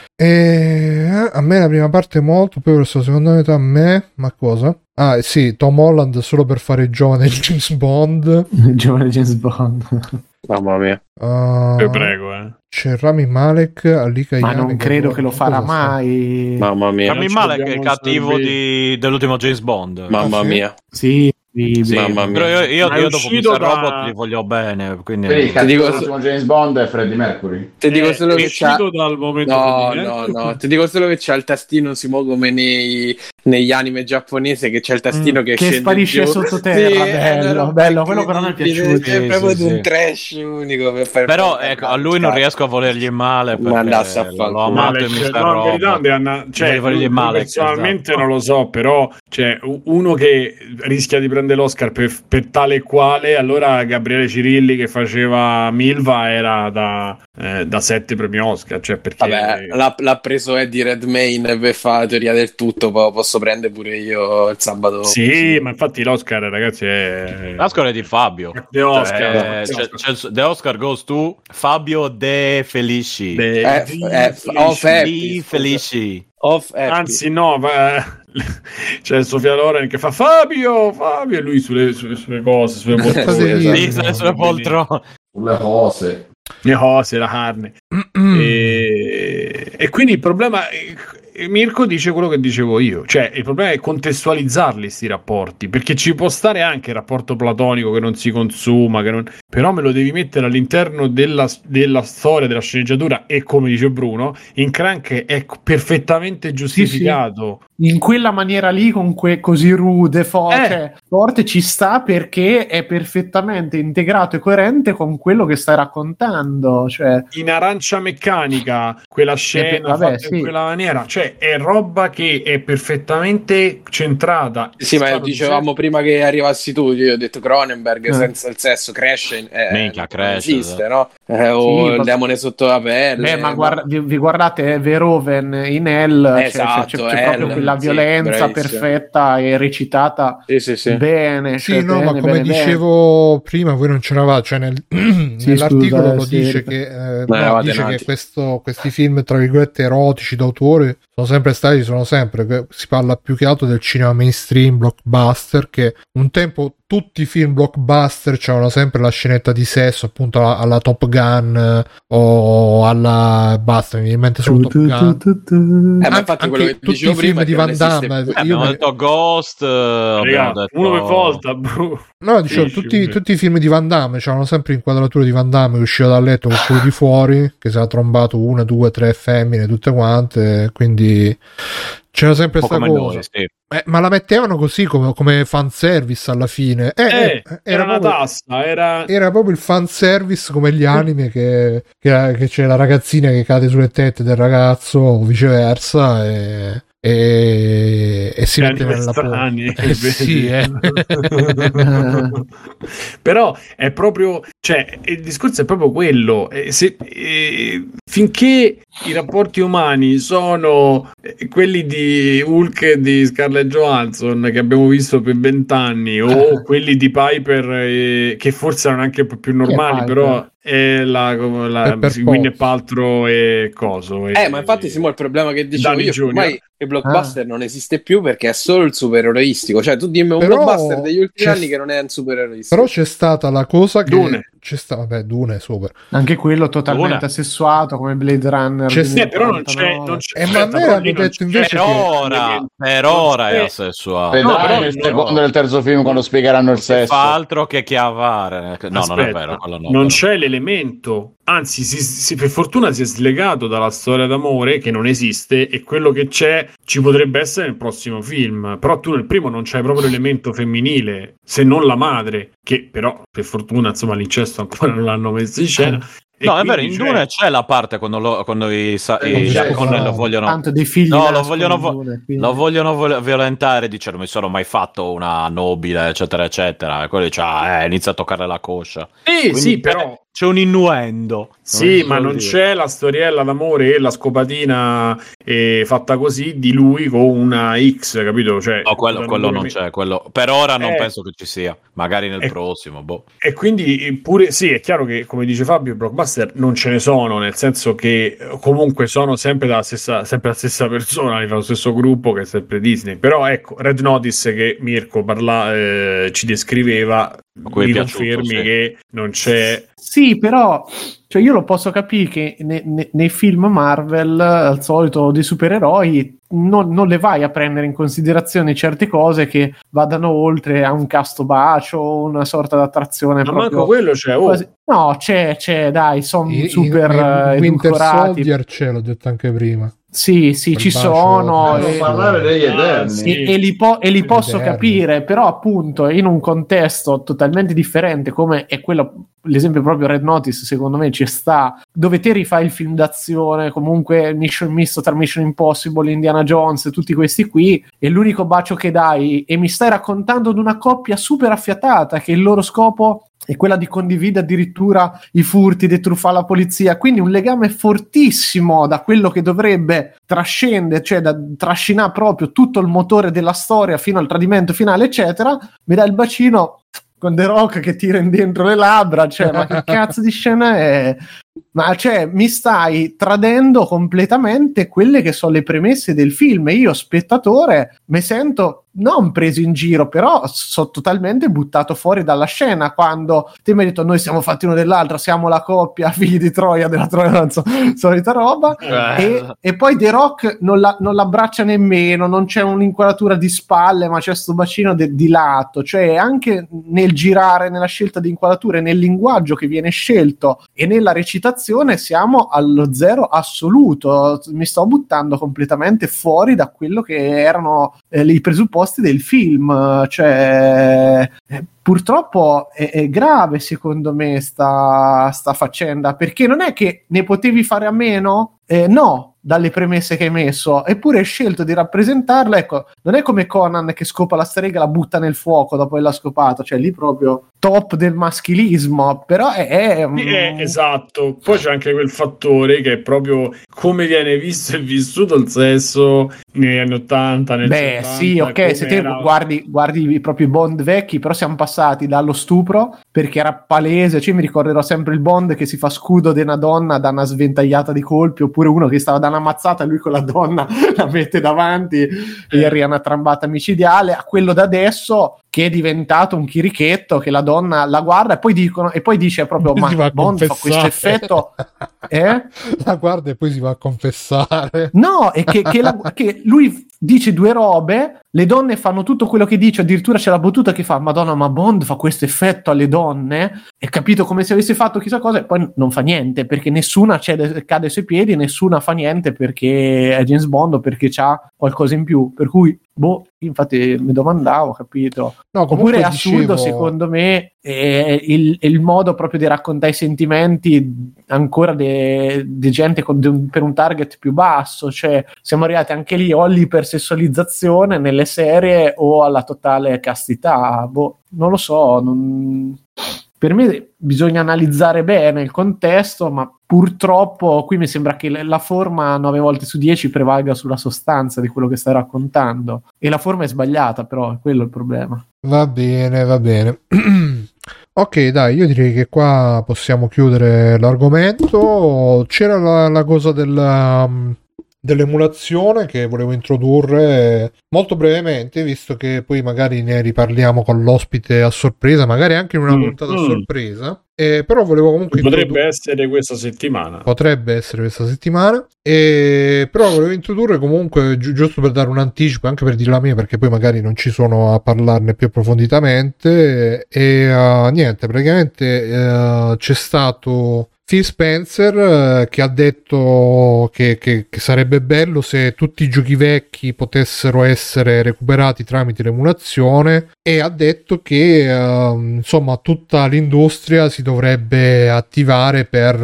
E a me la prima parte molto, poi verso la seconda metà a me, ma cosa? Ah sì, Tom Holland solo per fare il giovane James Bond. Il giovane James Bond. Mamma mia. Ti prego, C'è Rami Malek, Alika Ma Yane, non credo che lo farà mai. Mamma mia. Rami Malek è il cattivo dell'ultimo James Bond. Mamma mia. Sì, Mamma mia. Però io dopo uscito Mr. da- Robot li voglio bene. Quindi Quindi dico- l'ultimo James Bond è Freddie Mercury. Ti dico solo è che c'ha... uscito dal momento No, ti dico solo che c'ha il tastino, si muove come negli anime giapponesi, che c'è il tastino che scende sparisce giù. sottoterra. Bello, bello, quello però mi è piaciuto. È proprio Sì, un sì. trash unico per fare. Però ecco, a lui non riesco a volergli male Ma andasse a perché fare l'ho culo. amato in Mr. No, in Robot. verità, cioè, Volergli male, personalmente esatto. non lo so, però c'è uno che rischia di prendere l'Oscar per tale e quale, allora Gabriele Cirilli che faceva Milva era da 7 premi Oscar, cioè perché Vabbè, l'ha preso Eddie Redmayne per fare la teoria del tutto, poi posso prendere pure io il sabato. sì, ma infatti l'Oscar, ragazzi, è L'Oscar è di Fabio. The Oscar. C'è The Oscar goes to Fabio De Felici. Off Di Felici. Anzi, no, c'è Sofia Loren che fa Fabio, e lui sulle cose, sulle poltrone. Sì, sulle poltrone. Sulle cose. Le cose, la carne. E quindi il problema, Mirko dice quello che dicevo io, cioè il problema è contestualizzarli sti rapporti, perché ci può stare anche il rapporto platonico che non si consuma, però me lo devi mettere all'interno della storia, della sceneggiatura, e come dice Bruno, in Crank è perfettamente giustificato. Sì. In quella maniera lì, così rude, forte, ci sta perché è perfettamente integrato e coerente con quello che stai raccontando. Cioè, in Arancia Meccanica, quella scena fatta in quella maniera, cioè è roba che è perfettamente centrata. Sì, ma dicevamo prima che arrivassi tu, io ho detto Cronenberg senza il sesso, Crash minchia, Crash esiste, no? O il demone sotto la pelle. Ma vi guardate Verhoeven in Hell, esatto, c'è proprio quella violenza perfetta e recitata bene. Sì, no, ma come dicevo prima, voi non c'eravate, cioè nell'articolo lo dice che questi film tra virgolette erotici d'autore sono sempre si parla più che altro del cinema mainstream blockbuster, che un tempo tutti i film blockbuster c'erano sempre la scenetta di sesso, appunto alla Top Gun o alla basta, mi viene in mente solo Top Gun. Ma infatti quello che tutti i film di Van Damme, abbiamo detto Ghost, uno per volta, no, dicevo, tutti i film di Van Damme c'erano sempre inquadrature di Van Damme che usciva dal letto con quello di fuori, che si era trombato 1, 2, 3 femmine tutte quante, quindi c'era sempre questa cosa. Ma la mettevano così come fanservice alla fine. Era una tassa, era proprio il fanservice, come gli anime che c'è la ragazzina che cade sulle tette del ragazzo o viceversa e si mette nella però è proprio, cioè il discorso è proprio quello, finché i rapporti umani sono quelli di Hulk e di Scarlett Johansson che abbiamo visto per 20 anni o quelli di Piper che forse erano anche più normali, però è la Gwyneth Paltrow e coso ma infatti Simo, il problema che dicevo io ormai il blockbuster non esiste più perché è solo il supereroistico, cioè tu dimmi un blockbuster degli ultimi anni che non è un supereroistico. Però c'è stata la cosa che Dune. Dune è super, anche quello totalmente assessuato come Blade Runner, però non c'è ma a me hanno detto invece per ora è assessuato. Però nel secondo e nel terzo film quando spiegheranno il sesso fa altro che chiavare. No, non è vero, non c'è l'elemento, anzi per fortuna si è slegato dalla storia d'amore che non esiste, e quello che c'è ci potrebbe essere nel prossimo film, però tu nel primo non c'hai proprio l'elemento femminile, se non la madre, che però per fortuna insomma l'incesto ancora non l'hanno messo in scena. No, è vero, in Dune c'è la parte quando i Giaccone lo vogliono, tanto dei figli lo vogliono violentare, dice non mi sono mai fatto una nobile, eccetera eccetera, e quello dice inizia a toccare la coscia. Sì, però c'è un innuendo. Sì, ma non c'è la storiella d'amore e la scopatina fatta così di lui con una X, capito? Cioè, no, quello non c'è, quello per ora non penso che ci sia, magari nel prossimo, boh. E quindi pure sì, è chiaro che come dice Fabio, i blockbuster non ce ne sono, nel senso che comunque sono sempre la stessa persona, lo stesso gruppo, che è sempre Disney. Però ecco, Red Notice che Mirko ci descriveva mi confermi che non c'è. Sì, però cioè io lo posso capire che nei film Marvel, al solito dei supereroi, non le vai a prendere in considerazione certe cose che vadano oltre a un casto bacio, una sorta d'attrazione. Ma manco quello c'è. Quasi... No, c'è, dai, sono super Winter edulcorati. Soldier c'è, l'ho detto anche prima. Sì, ci sono. parlare degli Eterni. E li posso capire, però appunto in un contesto totalmente differente come è quello, l'esempio proprio Red Notice, secondo me ci sta, dove te rifai il film d'azione, comunque Mission misto tra Mission Impossible, Indiana Jones, tutti questi qui, e l'unico bacio che dai, e mi stai raccontando di una coppia super affiatata che il loro scopo è quella di condividere addirittura i furti, di truffare la polizia, quindi un legame fortissimo da quello che dovrebbe trascendere, cioè da trascinare proprio tutto il motore della storia fino al tradimento finale, eccetera. Mi dà il bacino con The Rock che tira in dentro le labbra, cioè ma che cazzo di scena è? Ma cioè mi stai tradendo completamente quelle che sono le premesse del film, e io spettatore mi sento non preso in giro, però sono totalmente buttato fuori dalla scena quando te mi hai detto noi siamo fatti uno dell'altro, siamo la coppia figli di Troia, della Troia, non so, solita roba, e poi The Rock non l'abbraccia nemmeno, non c'è un'inquadratura di spalle, ma c'è sto bacino di lato, cioè anche nel girare, nella scelta di inquadrature, nel linguaggio che viene scelto e nella recitazione siamo allo zero assoluto. Mi sto buttando completamente fuori da quello che erano i presupposti del film, cioè purtroppo è grave secondo me sta faccenda, perché non è che ne potevi fare a meno, no, dalle premesse che hai messo, eppure hai scelto di rappresentarla. Ecco, non è come Conan che scopa la strega e la butta nel fuoco dopo averla scopata, cioè lì proprio top del maschilismo, però è esatto. Poi c'è anche quel fattore che è proprio come viene visto e vissuto il sesso negli anni 80, nel 70, sì, ok, se te guardi proprio i Bond vecchi, però siamo passati dallo stupro, perché era palese, cioè mi ricorderò sempre il Bond che si fa scudo di una donna da una sventagliata di colpi, oppure uno che stava da una mazzata e lui con la donna la mette davanti e arriva una trambata micidiale, a quello da adesso che è diventato un chirichetto che la donna la guarda e poi dice proprio ma Bond fa questo effetto la guarda e poi si va a confessare, no, e che lui dice due robe, le donne fanno tutto quello che dice, addirittura c'è la battuta che fa Madonna, ma Bond fa questo effetto alle donne, è capito, come se avesse fatto chissà cosa, e poi non fa niente perché nessuna cade ai suoi piedi, nessuna fa niente perché è James Bond o perché c'ha qualcosa in più, per cui infatti mi domandavo, capito? No, oppure è assurdo, secondo me, è il modo proprio di raccontare i sentimenti ancora di gente per un target più basso, cioè siamo arrivati anche lì o all'ipersessualizzazione nelle serie o alla totale castità, non lo so, per me bisogna analizzare bene il contesto, ma purtroppo qui mi sembra che la forma 9 volte su 10 prevalga sulla sostanza di quello che stai raccontando, e la forma è sbagliata, però è quello il problema. Va bene. Ok, dai, io direi che qua possiamo chiudere l'argomento. C'era la cosa dell'emulazione che volevo introdurre molto brevemente, visto che poi magari ne riparliamo con l'ospite a sorpresa, magari anche in una puntata a sorpresa. Però volevo comunque potrebbe essere questa settimana, però volevo introdurre comunque giusto per dare un anticipo, anche per dire la mia, perché poi magari non ci sono a parlarne più approfonditamente. E niente, praticamente c'è stato Phil Spencer che ha detto che sarebbe bello se tutti i giochi vecchi potessero essere recuperati tramite l'emulazione, e ha detto che insomma tutta l'industria si dovrebbe attivare per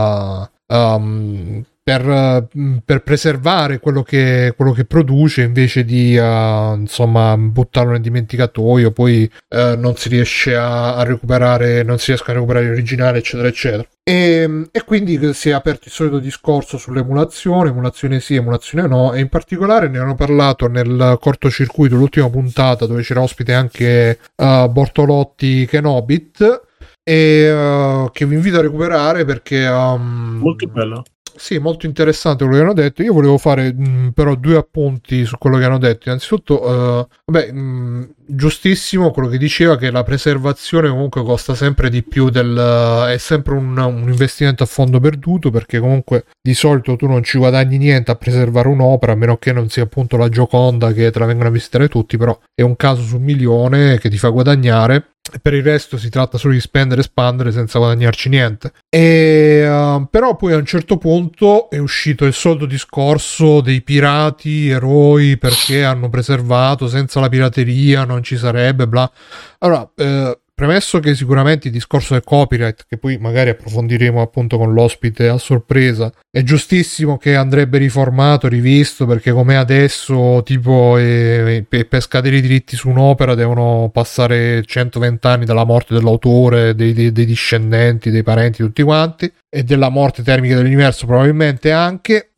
preservare quello che produce, invece di insomma buttarlo nel dimenticatoio, poi non si riesce a recuperare, non si riescono a recuperare l'originale, eccetera eccetera. E quindi si è aperto il solito discorso sull'emulazione sì, emulazione no, e in particolare ne hanno parlato nel cortocircuito, l'ultima puntata, dove c'era ospite anche Bortolotti Kenobit, e che vi invito a recuperare perché molto bello. Sì, molto interessante quello che hanno detto. Io volevo fare però 2 appunti su quello che hanno detto. Innanzitutto, giustissimo quello che diceva, che la preservazione comunque costa sempre di più è sempre un investimento a fondo perduto, perché comunque di solito tu non ci guadagni niente a preservare un'opera, a meno che non sia appunto la Gioconda che te la vengono a visitare tutti, però è un caso su 1.000.000 che ti fa guadagnare. Per il resto si tratta solo di spendere e spandere senza guadagnarci niente. Però poi a un certo punto è uscito il solito discorso dei pirati eroi, perché hanno preservato, senza la pirateria non ci sarebbe bla. Allora, premesso che sicuramente il discorso del copyright, che poi magari approfondiremo appunto con l'ospite a sorpresa, è giustissimo che andrebbe riformato, rivisto, perché come adesso tipo per scadere i diritti su un'opera devono passare 120 anni dalla morte dell'autore, dei discendenti, dei parenti, tutti quanti, e della morte termica dell'universo probabilmente anche.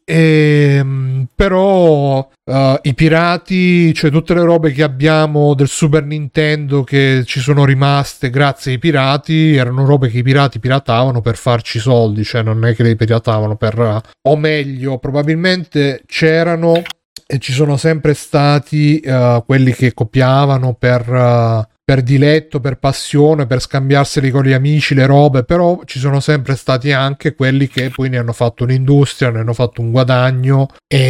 Però i pirati, cioè tutte le robe che abbiamo del Super Nintendo che ci sono rimaste grazie ai pirati, erano robe che i pirati piratavano per farci soldi, cioè non è che le piratavano per o meglio, probabilmente c'erano e ci sono sempre stati quelli che copiavano per diletto, per passione, per scambiarseli con gli amici le robe, però ci sono sempre stati anche quelli che poi ne hanno fatto un'industria, ne hanno fatto un guadagno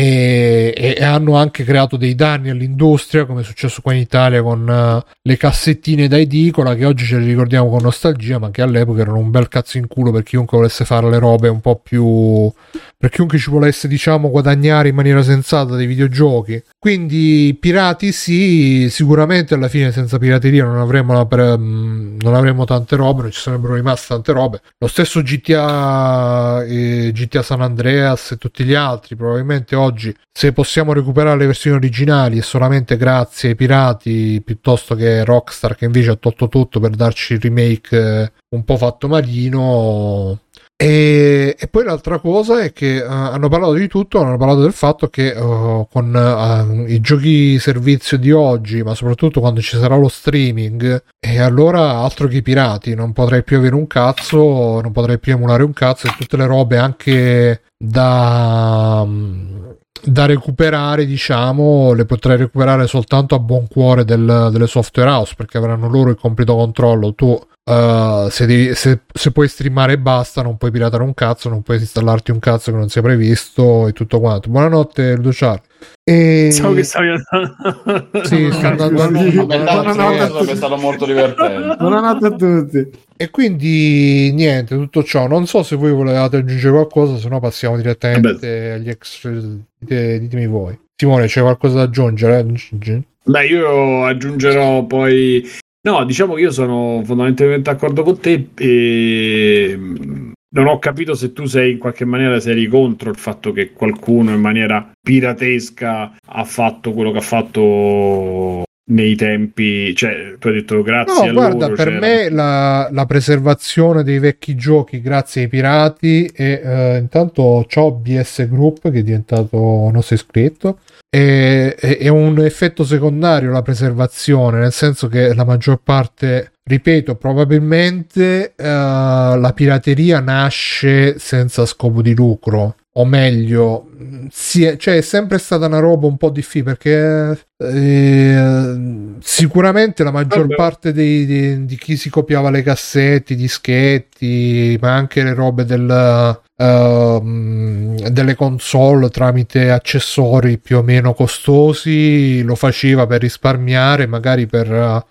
e hanno anche creato dei danni all'industria, come è successo qua in Italia con le cassettine da edicola, che oggi ce le ricordiamo con nostalgia, ma che all'epoca erano un bel cazzo in culo per chiunque volesse fare le robe un po' più, per chiunque ci volesse, diciamo, guadagnare in maniera sensata dei videogiochi. Quindi pirati sì, sicuramente alla fine senza pirateria non avremmo tante robe, non ci sarebbero rimaste tante robe. Lo stesso GTA San Andreas e tutti gli altri, probabilmente oggi, se possiamo recuperare le versioni originali, è solamente grazie ai pirati, piuttosto che Rockstar, che invece ha tolto tutto per darci il remake un po' fatto marino. E poi l'altra cosa è che hanno parlato di tutto, hanno parlato del fatto che con i giochi servizio di oggi, ma soprattutto quando ci sarà lo streaming, e allora altro che i pirati, non potrai più avere un cazzo, non potrai più emulare un cazzo, e tutte le robe anche da recuperare, diciamo, le potrai recuperare soltanto a buon cuore delle software house, perché avranno loro il completo controllo. Tu se puoi streamare e basta, non puoi piratare un cazzo, non puoi installarti un cazzo che non sia previsto e tutto quanto. Buonanotte Ludo Charlie. So che stavi sì, sta andando a lungo. Buonanotte, è stato molto divertente. Buonanotte a tutti. E quindi niente, tutto ciò. Non so se voi volevate aggiungere qualcosa, se no passiamo direttamente agli extra. Ditemi voi. Simone, c'è qualcosa da aggiungere? Beh, io aggiungerò poi. No, diciamo che io sono fondamentalmente d'accordo con te e non ho capito se tu sei in qualche maniera eri contro il fatto che qualcuno in maniera piratesca ha fatto quello che ha fatto nei tempi, cioè tu hai detto grazie a guarda, loro, per me la preservazione dei vecchi giochi grazie ai pirati e intanto ciao BS Group che è diventato nostro iscritto. È un effetto secondario la preservazione, nel senso che la maggior parte, ripeto, probabilmente la pirateria nasce senza scopo di lucro, o meglio, cioè è sempre stata una roba un po' difficile, perché sicuramente la maggior parte di chi si copiava le cassette, i dischetti, ma anche le robe delle console tramite accessori più o meno costosi lo faceva per risparmiare, magari però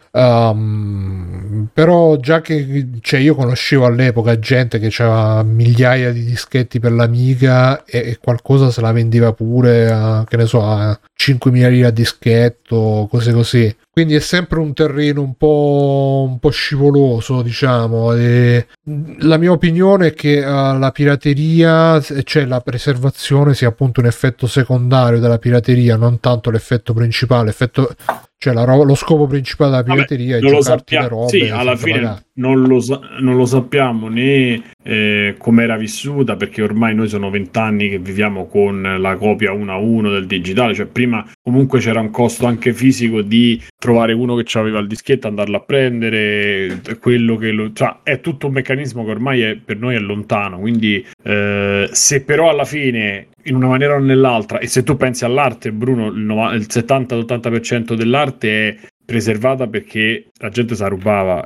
già che, cioè, io conoscevo all'epoca gente che aveva migliaia di dischetti per l'Amiga e qualcosa se la vendeva pure a, che ne so, a 5.000 lire a dischetto, cose così. Quindi è sempre un terreno un po' scivoloso, diciamo. E la mia opinione è che la pirateria, cioè la preservazione, sia appunto un effetto secondario della pirateria, non tanto l'effetto principale. Cioè lo scopo principale della pirateria è giocarti le robe. Sì, alla fine non lo sappiamo né come era vissuta, perché ormai noi sono 20 anni che viviamo con la copia 1 a 1 del digitale, cioè prima comunque c'era un costo anche fisico di trovare uno che aveva il dischetto, andarlo a prendere, quello che cioè, è tutto un meccanismo che ormai per noi è lontano, quindi se però alla fine in una maniera o nell'altra, e se tu pensi all'arte, Bruno, il 70-80% dell'arte è preservata perché la gente si rubava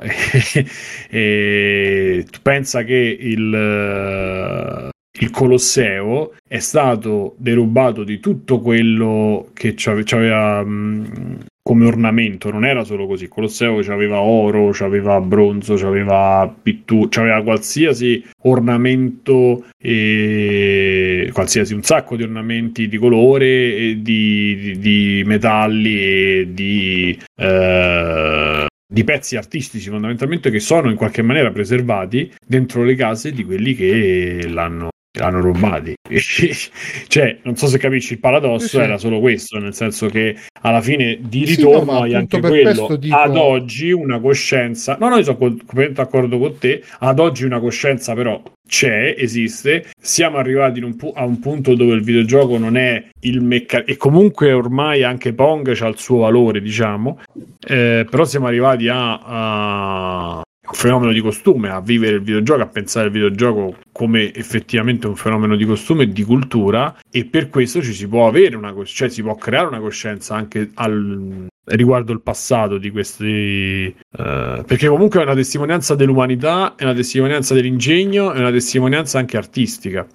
e tu pensa che il Colosseo è stato derubato di tutto quello che c'aveva come ornamento. Non era solo così, il Colosseo c'aveva oro, c'aveva bronzo, c'aveva pittura, c'aveva qualsiasi ornamento, qualsiasi, un sacco di ornamenti di colore e di metalli e di pezzi artistici fondamentalmente, che sono in qualche maniera preservati dentro le case di quelli che l'hanno rubati. Cioè, non so se capisci, il paradosso era solo questo, nel senso che alla fine di ritorno hai anche quello. Ad oggi una coscienza, no, io sono completamente d'accordo con te, ad oggi una coscienza però esiste, siamo arrivati a un punto dove il videogioco non è il meccanismo, e comunque ormai anche Pong c'ha il suo valore, diciamo, però siamo arrivati a un fenomeno di costume, a vivere il videogioco, a pensare il videogioco come effettivamente un fenomeno di costume e di cultura, e per questo ci si può avere cioè si può creare una coscienza anche riguardo il passato di questi, perché comunque è una testimonianza dell'umanità, è una testimonianza dell'ingegno, è una testimonianza anche artistica.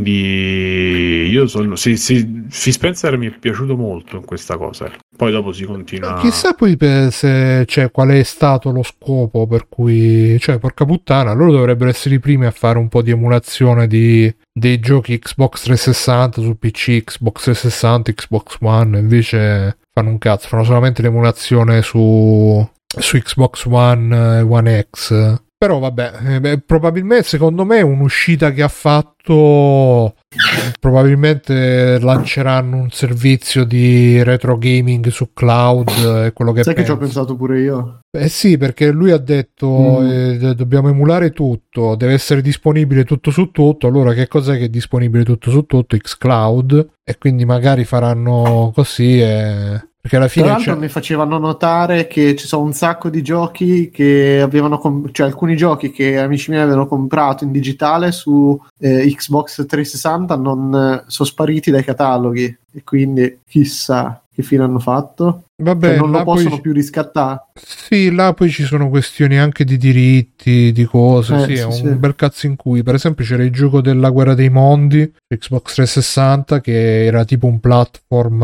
Quindi io Phil Spencer mi è piaciuto molto in questa cosa. Poi dopo si continua. Chissà poi qual è stato lo scopo per cui, cioè, porca puttana, loro dovrebbero essere i primi a fare un po' di emulazione dei giochi Xbox 360 su PC, Xbox 360, Xbox One, invece fanno un cazzo, fanno solamente l'emulazione su Xbox One e One X. Però vabbè, probabilmente, secondo me, un'uscita che ha fatto, probabilmente lanceranno un servizio di retro gaming su cloud, è quello che sai penso. Che ci ho pensato pure io. Sì, perché lui ha detto dobbiamo emulare tutto, deve essere disponibile tutto su tutto. Allora che cos'è che è disponibile tutto su tutto? Xcloud. E quindi magari faranno così perché alla fine tra l'altro mi facevano notare che ci sono un sacco di giochi che avevano cioè alcuni giochi che amici miei avevano comprato in digitale su Xbox 360 non sono spariti dai cataloghi, e quindi chissà che fine hanno fatto. Vabbè, cioè non lo possono più riscattare. Sì, là poi ci sono questioni anche di diritti, di cose. È un bel cazzo in cui, per esempio, c'era il gioco della Guerra dei Mondi Xbox 360, che era tipo un platform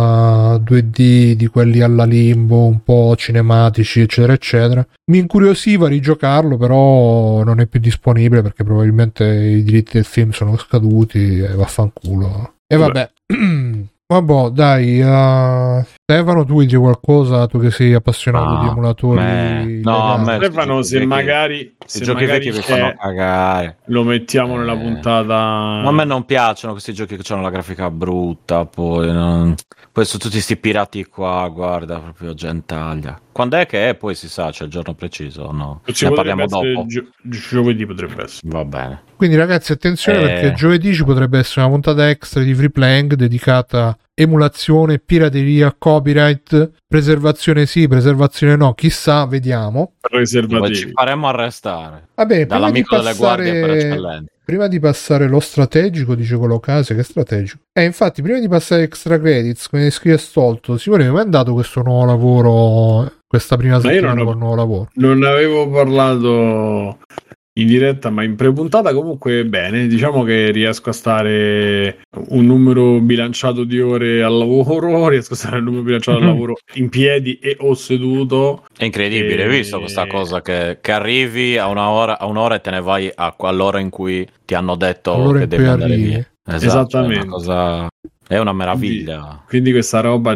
2D di quelli alla Limbo, un po' cinematici, eccetera eccetera. Mi incuriosiva rigiocarlo, però non è più disponibile perché probabilmente i diritti del film sono scaduti e vaffanculo. E vabbè. Vabbè, dai, Stefano, tu dici qualcosa, tu che sei appassionato di emulatori? Stefano, se magari giochi vecchi mi fanno cagare, lo mettiamo nella puntata. Ma a me non piacciono questi giochi che hanno la grafica brutta, poi sono tutti sti pirati qua, guarda, proprio gentaglia. Quando è che è? Poi si sa, c'è il giorno preciso, no? Ne parliamo dopo. Giovedì potrebbe essere. Va bene. Quindi ragazzi, attenzione, perché giovedì ci potrebbe essere una puntata extra di Free Playing dedicata a emulazione, pirateria, copyright, preservazione sì, preservazione no, chissà, vediamo. Poi ci faremo arrestare. Va bene, dall'amico delle guardie per eccellenza. Prima di passare lo strategico, dice Colocase, che strategico? Infatti, prima di passare extra credits, come scrive Stolto, Simone, mi è andato questo nuovo lavoro, questa prima settimana col nuovo lavoro? Non avevo parlato in diretta, ma in prepuntata comunque bene, diciamo che riesco a stare un numero bilanciato di ore al lavoro, riesco a stare un numero bilanciato al lavoro in piedi e o seduto. È incredibile, hai visto questa cosa che arrivi a un'ora e te ne vai all'ora in cui ti hanno detto che devi andare via. Esattamente. È una meraviglia. Quindi questa roba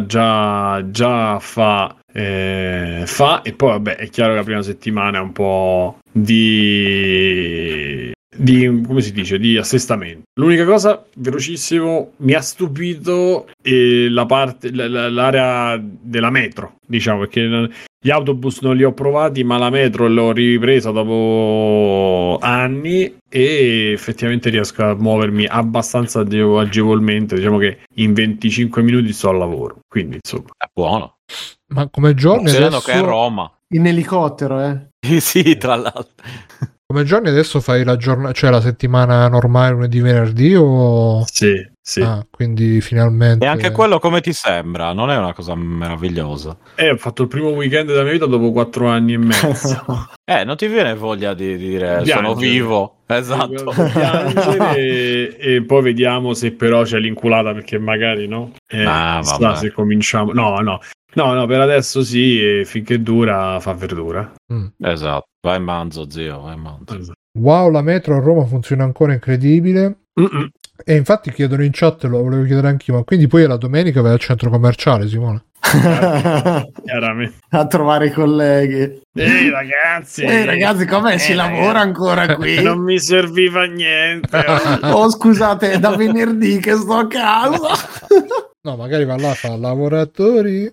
già fa, e poi vabbè, è chiaro che la prima settimana è un po' di come si dice, di assestamento. L'unica cosa, velocissimo, mi ha stupito l'area della metro, diciamo, perché Gli autobus non li ho provati, ma la metro l'ho ripresa dopo anni e effettivamente riesco a muovermi abbastanza agevolmente. Diciamo che in 25 minuti sto al lavoro, quindi insomma È buono. Ma come giorni Considerando adesso... che è Roma. In elicottero, Sì, tra l'altro. Come giorni adesso fai la giornata, cioè la settimana normale lunedì venerdì o... Sì. Ah, quindi finalmente... E anche quello come ti sembra? Non è una cosa meravigliosa. Ho fatto il primo weekend della mia vita dopo 4 anni e mezzo. Non ti viene voglia di dire Piangere. sono vivo? Esatto. Piangere e poi vediamo se però c'è l'inculata, perché magari no. Vabbè. Se cominciamo. No, per adesso sì, e finché dura fa verdura. Esatto. Vai manzo, zio, vai manzo. Wow, la metro a Roma funziona ancora, incredibile. E infatti chiedono in chat, lo volevo chiedere anch'io, ma quindi poi la domenica vai al centro commerciale, Simone? Chiaramente. A trovare i colleghi. Ehi ragazzi, com'è? Si lavora ancora qui? Non mi serviva niente. Oh, scusate, è da venerdì che sto a casa. No, magari va là a fare lavoratori.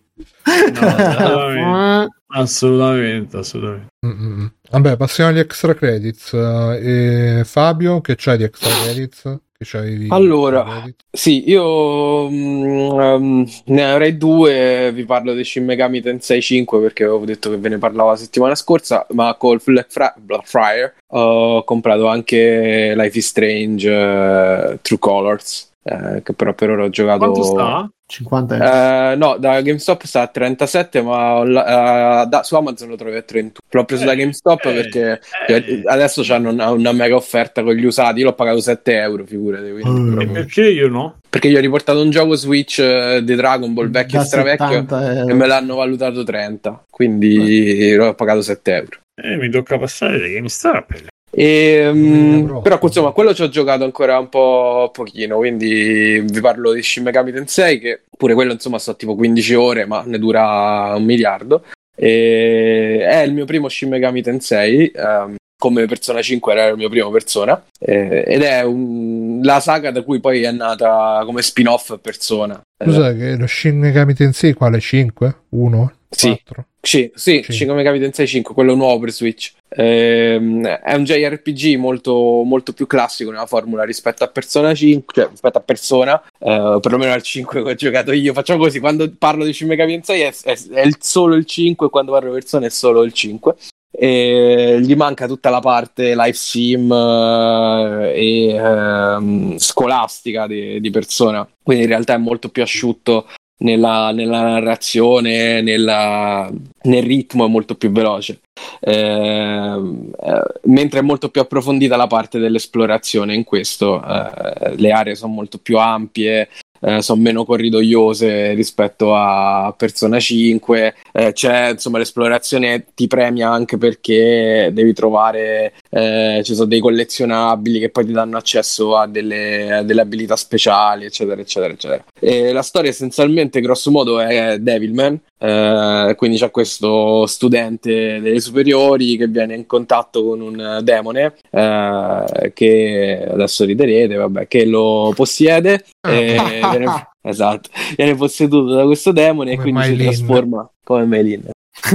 No, assolutamente. Vabbè, passiamo agli extra credits. Fabio, che c'hai di extra credits? Che c'hai allora, sì, io ne avrei due. Vi parlo di Shin Megami Tensei 5 perché avevo detto che ve ne parlavo la settimana scorsa, ma col Black Friday ho comprato anche Life is Strange True Colors, che però per ora ho giocato... Quanto sta? 50 euro. No, da GameStop sta a 37, ma su Amazon lo trovi a 31. L'ho preso da GameStop perché adesso c'hanno una mega offerta con gli usati. Io l'ho pagato 7 euro, figurati. E perché io no? Perché gli ho riportato un gioco Switch di Dragon Ball vecchio e stravecchio e me l'hanno valutato 30, quindi l'ho pagato 7 euro. Mi tocca passare da GameStop. Però insomma quello ci ho giocato ancora un pochino, quindi vi parlo di Shin Megami Tensei, che pure quello insomma sto tipo 15 ore, ma ne dura 1 miliardo. È il mio primo Shin Megami Tensei, come Persona 5 era il mio primo Persona, ed è la saga da cui poi è nata come spin-off Persona. Scusa, che lo Shin Megami Tensei quale? 5? 1? Sì. 4? Sì, Shin Megami Tensei 5, quello nuovo per Switch. È un JRPG molto, molto più classico nella formula rispetto a Persona 5, cioè rispetto a Persona, perlomeno al 5 che ho giocato io. Facciamo così, quando parlo di Shin Megami Tensei è solo il 5, quando parlo di Persona è solo il 5. E gli manca tutta la parte live sim e scolastica di Persona, quindi in realtà è molto più asciutto nella narrazione, nel ritmo, è molto più veloce, mentre è molto più approfondita la parte dell'esplorazione. In questo le aree sono molto più ampie, sono meno corridoiose rispetto a Persona 5, c'è insomma l'esplorazione ti premia anche perché devi trovare, ci sono dei collezionabili che poi ti danno accesso a delle abilità speciali, eccetera eccetera eccetera. E la storia essenzialmente grosso modo è Devilman, quindi c'è questo studente delle superiori che viene in contatto con un demone, che adesso riderete, vabbè, che lo possiede, esatto, viene posseduto da questo demone come e quindi si trasforma come Maylin.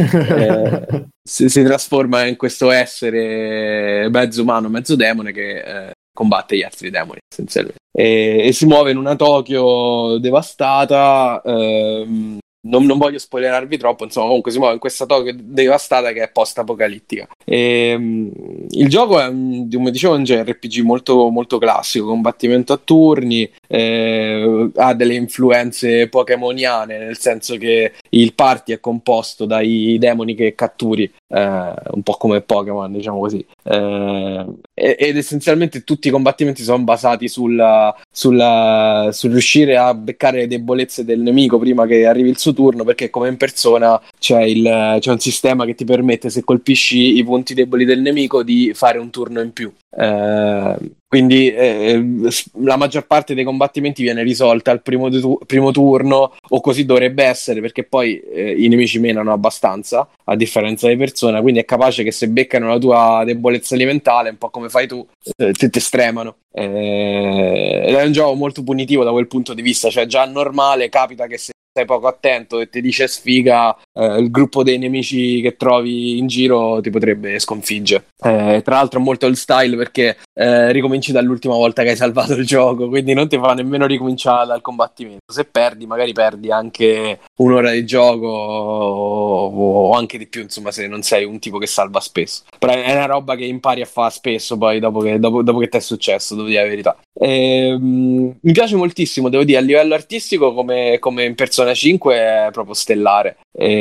Si trasforma in questo essere mezzo umano, mezzo demone che combatte gli altri demoni essenzialmente, e si muove in una Tokyo devastata. Non voglio spoilerarvi troppo, insomma, comunque si muove in questa Tokyo devastata che è post-apocalittica. Il gioco è, come dicevo, un JRPG molto, molto classico, combattimento a turni, ha delle influenze pokemoniane, nel senso che il party è composto dai demoni che catturi, un po' come Pokémon, diciamo così, ed essenzialmente tutti i combattimenti sono basati sul riuscire a beccare le debolezze del nemico prima che arrivi il suo turno, perché come in Persona c'è un sistema che ti permette, se colpisci i punti deboli del nemico, di fare un turno in più. Quindi la maggior parte dei combattimenti viene risolta al primo turno, o così dovrebbe essere, perché poi i nemici menano abbastanza, a differenza di Persona, quindi è capace che se beccano la tua debolezza alimentare, un po' come fai tu, ti stremano. Ed è un gioco molto punitivo da quel punto di vista, cioè già normale capita che se stai poco attento e ti dice sfiga, il gruppo dei nemici che trovi in giro ti potrebbe sconfiggere. Tra l'altro è molto il style perché ricominci dall'ultima volta che hai salvato il gioco, quindi non ti fa nemmeno ricominciare dal combattimento. Se perdi, magari perdi anche un'ora di gioco o anche di più, insomma, se non sei un tipo che salva spesso. Però è una roba che impari a fare spesso poi dopo che ti è successo, devo dire la verità. Mi piace moltissimo, devo dire, a livello artistico come in Persona 5 è proprio stellare.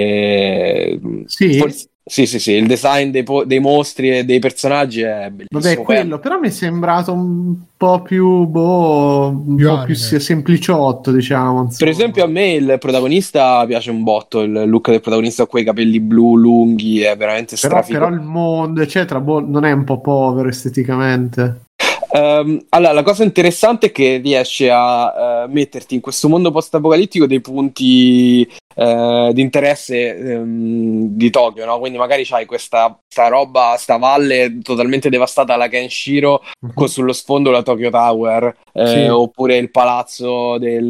Sì? Sì, il design dei mostri e dei personaggi è bellissimo. Vabbè, quello però mi è sembrato un po' più sempliciotto, diciamo. Insomma. Per esempio, a me il protagonista piace un botto. Il look del protagonista con quei capelli blu lunghi è veramente strafigo. Però il mondo, eccetera, non è un po' povero esteticamente. Allora, la cosa interessante è che riesce a metterti in questo mondo post-apocalittico dei punti di interesse di Tokyo, no? Quindi magari c'hai questa roba, sta valle totalmente devastata alla Kenshiro, con sullo sfondo la Tokyo Tower, oppure il palazzo del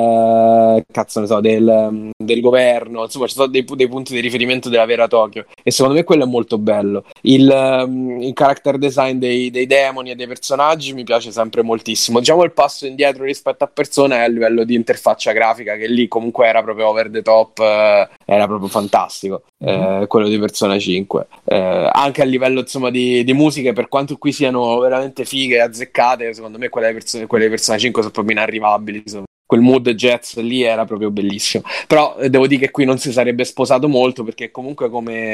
governo, insomma ci sono dei punti di riferimento della vera Tokyo, e secondo me quello è molto bello. Il character design dei demoni e dei personaggi mi piace sempre moltissimo. Diciamo il passo indietro rispetto a Persona è a livello di interfaccia grafica, che lì comunque era proprio over the top, era proprio fantastico, quello di Persona 5. Anche a livello insomma di musiche, per quanto qui siano veramente fighe e azzeccate, secondo me quelle di Persona 5 sono proprio inarrivabili, insomma. Quel mood jazz lì era proprio bellissimo. Però devo dire che qui non si sarebbe sposato molto, perché comunque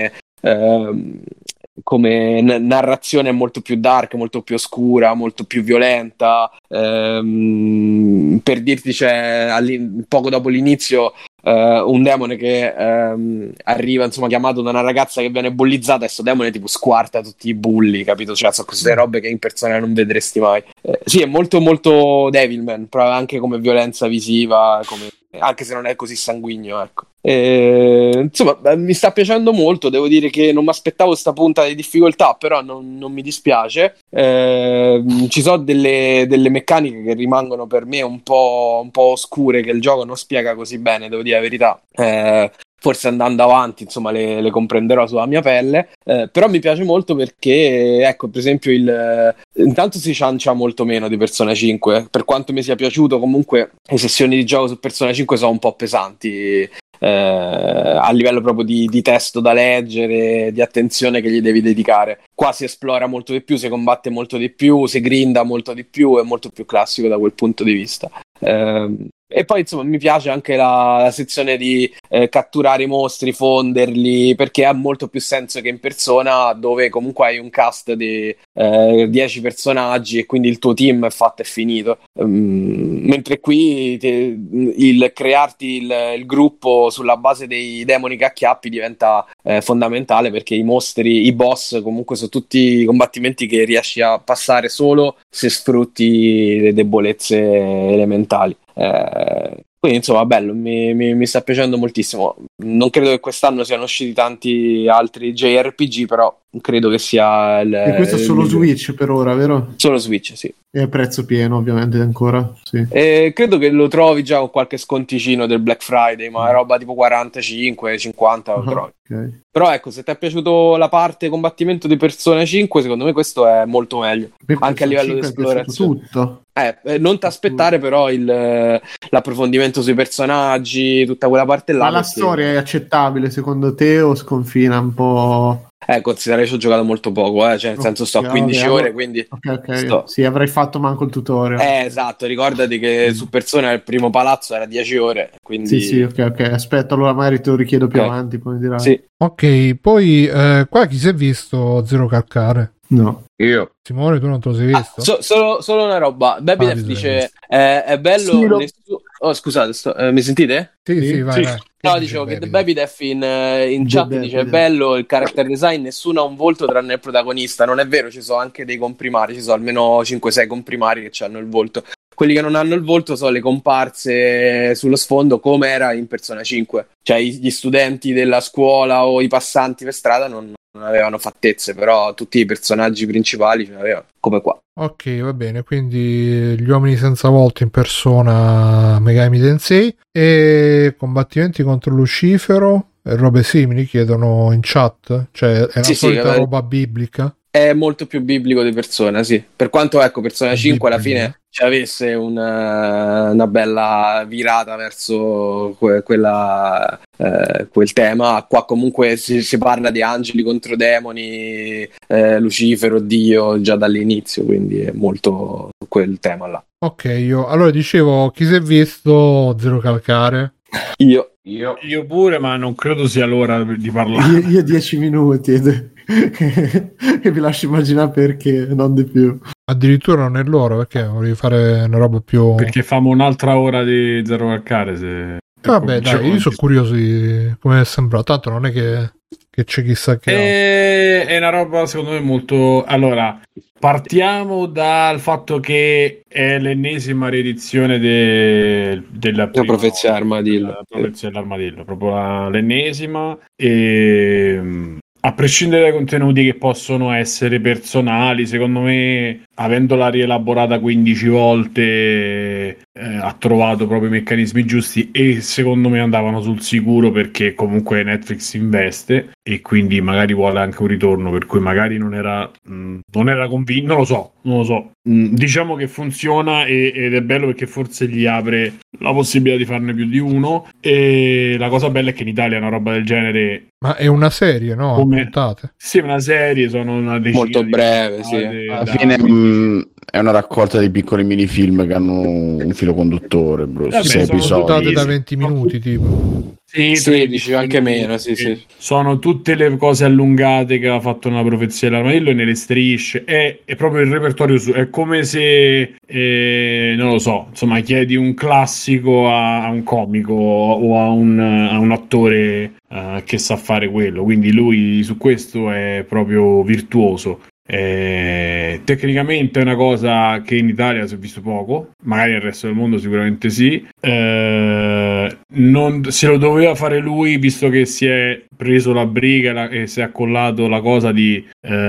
come narrazione è molto più dark, molto più oscura, molto più violenta. Per dirti, c'è poco dopo l'inizio un demone che arriva, insomma, chiamato da una ragazza che viene bullizzata, e sto demone tipo squarta tutti i bulli, capito? Cioè sono queste robe che in persona non vedresti mai. Sì, è molto molto Devilman, però anche come violenza visiva, anche se non è così sanguigno, ecco. Insomma, mi sta piacendo molto. Devo dire che non mi aspettavo sta punta di difficoltà, però non mi dispiace. Ci sono delle meccaniche che rimangono per me un po' oscure, che il gioco non spiega così bene, devo dire la verità. Forse andando avanti, insomma, le comprenderò sulla mia pelle, però mi piace molto perché, ecco, per esempio intanto si ciancia molto meno di Persona 5, per quanto mi sia piaciuto. Comunque le sessioni di gioco su Persona 5 sono un po' pesanti, a livello proprio di testo da leggere, di attenzione che gli devi dedicare. Qua si esplora molto di più, si combatte molto di più, si grinda molto di più, è molto più classico da quel punto di vista. E poi insomma mi piace anche la sezione di catturare i mostri, fonderli, perché ha molto più senso che in Persona, dove comunque hai un cast di 10 personaggi e quindi il tuo team è fatto e finito. Mentre qui il crearti il gruppo sulla base dei demoni che acchiappi diventa fondamentale, perché i boss comunque sono tutti combattimenti che riesci a passare solo se sfrutti le debolezze elementali. Quindi insomma bello, mi sta piacendo moltissimo. Non credo che quest'anno siano usciti tanti altri JRPG, però credo che sia e questo è solo Switch per ora, vero? Solo Switch, sì. E a prezzo pieno ovviamente ancora, sì. E credo che lo trovi già con qualche sconticino del Black Friday, ma è roba tipo 45-50 lo trovi. Okay. Però ecco, se ti è piato la parte combattimento di Persona 5, secondo me questo è molto meglio, anche a livello di esplorazione. Tutto. Non ti aspettare però l'approfondimento sui personaggi, tutta quella parte là. Ma la storia è accettabile secondo te o sconfina un po'? Considerare che ci ho giocato molto poco, cioè nel senso sto a 15 ore, quindi ok. Sì, avrei fatto manco il tutorial. Esatto, ricordati che su Persona il primo palazzo era 10 ore, quindi... Sì, ok, aspetta, allora magari te lo richiedo più avanti, poi mi dirai. Sì. Ok, poi qua chi si è visto Zero Calcare? No. Io. Simone, tu non te lo sei visto? Solo una roba. Babydef dice è bello. Oh, scusate, mi sentite? Sì, vai. No, dicevo che Babydef in chat dice è bello il character design, nessuno ha un volto tranne il protagonista. Non è vero, ci sono anche dei comprimari, ci sono almeno 5-6 comprimari che hanno il volto. Quelli che non hanno il volto sono le comparse sullo sfondo, come era in Persona 5. Cioè gli studenti della scuola o i passanti per strada non avevano fattezze, però tutti i personaggi principali ce l'avevano, come qua. Ok, va bene, quindi gli uomini senza volto in persona Megami Tensei e combattimenti contro Lucifero e robe simili, chiedono in chat, cioè è la solita roba biblica. È molto più biblico di Persona, sì. Per quanto, ecco, Persona 5 alla fine ci avesse una bella virata verso quel tema. Qua comunque si parla di angeli contro demoni, Lucifero, Dio, già dall'inizio, quindi è molto quel tema là. Ok, allora dicevo, chi si è visto Zero Calcare? Io pure, ma non credo sia l'ora di parlare. Io 10 minuti e vi lascio immaginare perché, non di più. Addirittura non è l'ora, perché volevi fare una roba più... Perché famo un'altra ora di Zero Calcare, se... Vabbè, dai, io sono curioso di come è sembrato, tanto non è che c'è chissà che... È una roba secondo me molto... Allora, partiamo dal fatto che è l'ennesima riedizione della Profezia Armadillo. La Profezia dell'Armadillo, proprio l'ennesima, e a prescindere dai contenuti che possono essere personali, secondo me, avendola rielaborata 15 volte, ha trovato proprio i meccanismi giusti e secondo me andavano sul sicuro, perché comunque Netflix investe e quindi magari vuole anche un ritorno, per cui magari non era convinto, non lo so. Diciamo che funziona ed è bello, perché forse gli apre la possibilità di farne più di uno, e la cosa bella è che in Italia una roba del genere... Ma è una serie, no? Come... Puntate? Sì, una serie, sono una decina molto breve, sì. Alla fine è una raccolta di piccoli minifilm che hanno un filo conduttore, bro. Vabbè, 6 episodi. Puntate da 20 minuti, tipo. Sì, 16, anche meno, sì. Sono tutte le cose allungate che ha fatto nella Profezia dell'Armadillo e nelle strisce. È proprio il repertorio è come se non lo so, insomma, chiedi un classico a un comico o a un attore che sa fare quello, quindi lui su questo è proprio virtuoso. Tecnicamente è una cosa che in Italia si è visto poco, magari nel resto del mondo sicuramente sì. Non se lo doveva fare lui, visto che si è preso la briga e si è accollato la cosa di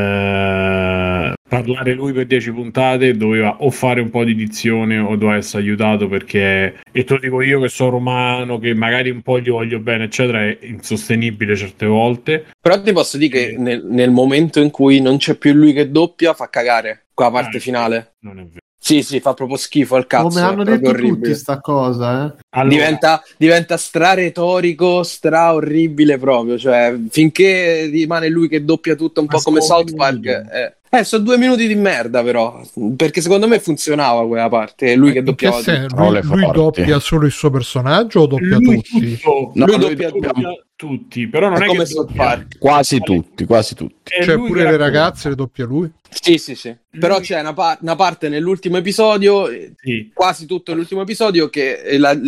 parlare lui per 10 puntate, doveva o fare un po' di dizione o doveva essere aiutato, perché, e te lo dico io che sono romano, che magari un po' gli voglio bene eccetera, è insostenibile certe volte. Però ti posso dire che nel momento in cui non c'è più lui che doppia, fa cagare quella parte finale. Non è vero. Sì, fa proprio schifo al cazzo. Come hanno detto orribile. tutti sta cosa, Allora, diventa stra-retorico, stra-orribile proprio, cioè finché rimane lui che doppia tutto un po' come South Park. Sono 2 minuti di merda, però, perché secondo me funzionava quella parte, lui che doppiava tutto. Lui doppia solo il suo personaggio o doppia tutti? Lui doppia tutti, però non è come che South Park. Quasi tutti. Cioè pure le ragazze le doppia lui? Sì. Però c'è una parte nell'ultimo episodio, quasi tutto l'ultimo episodio, che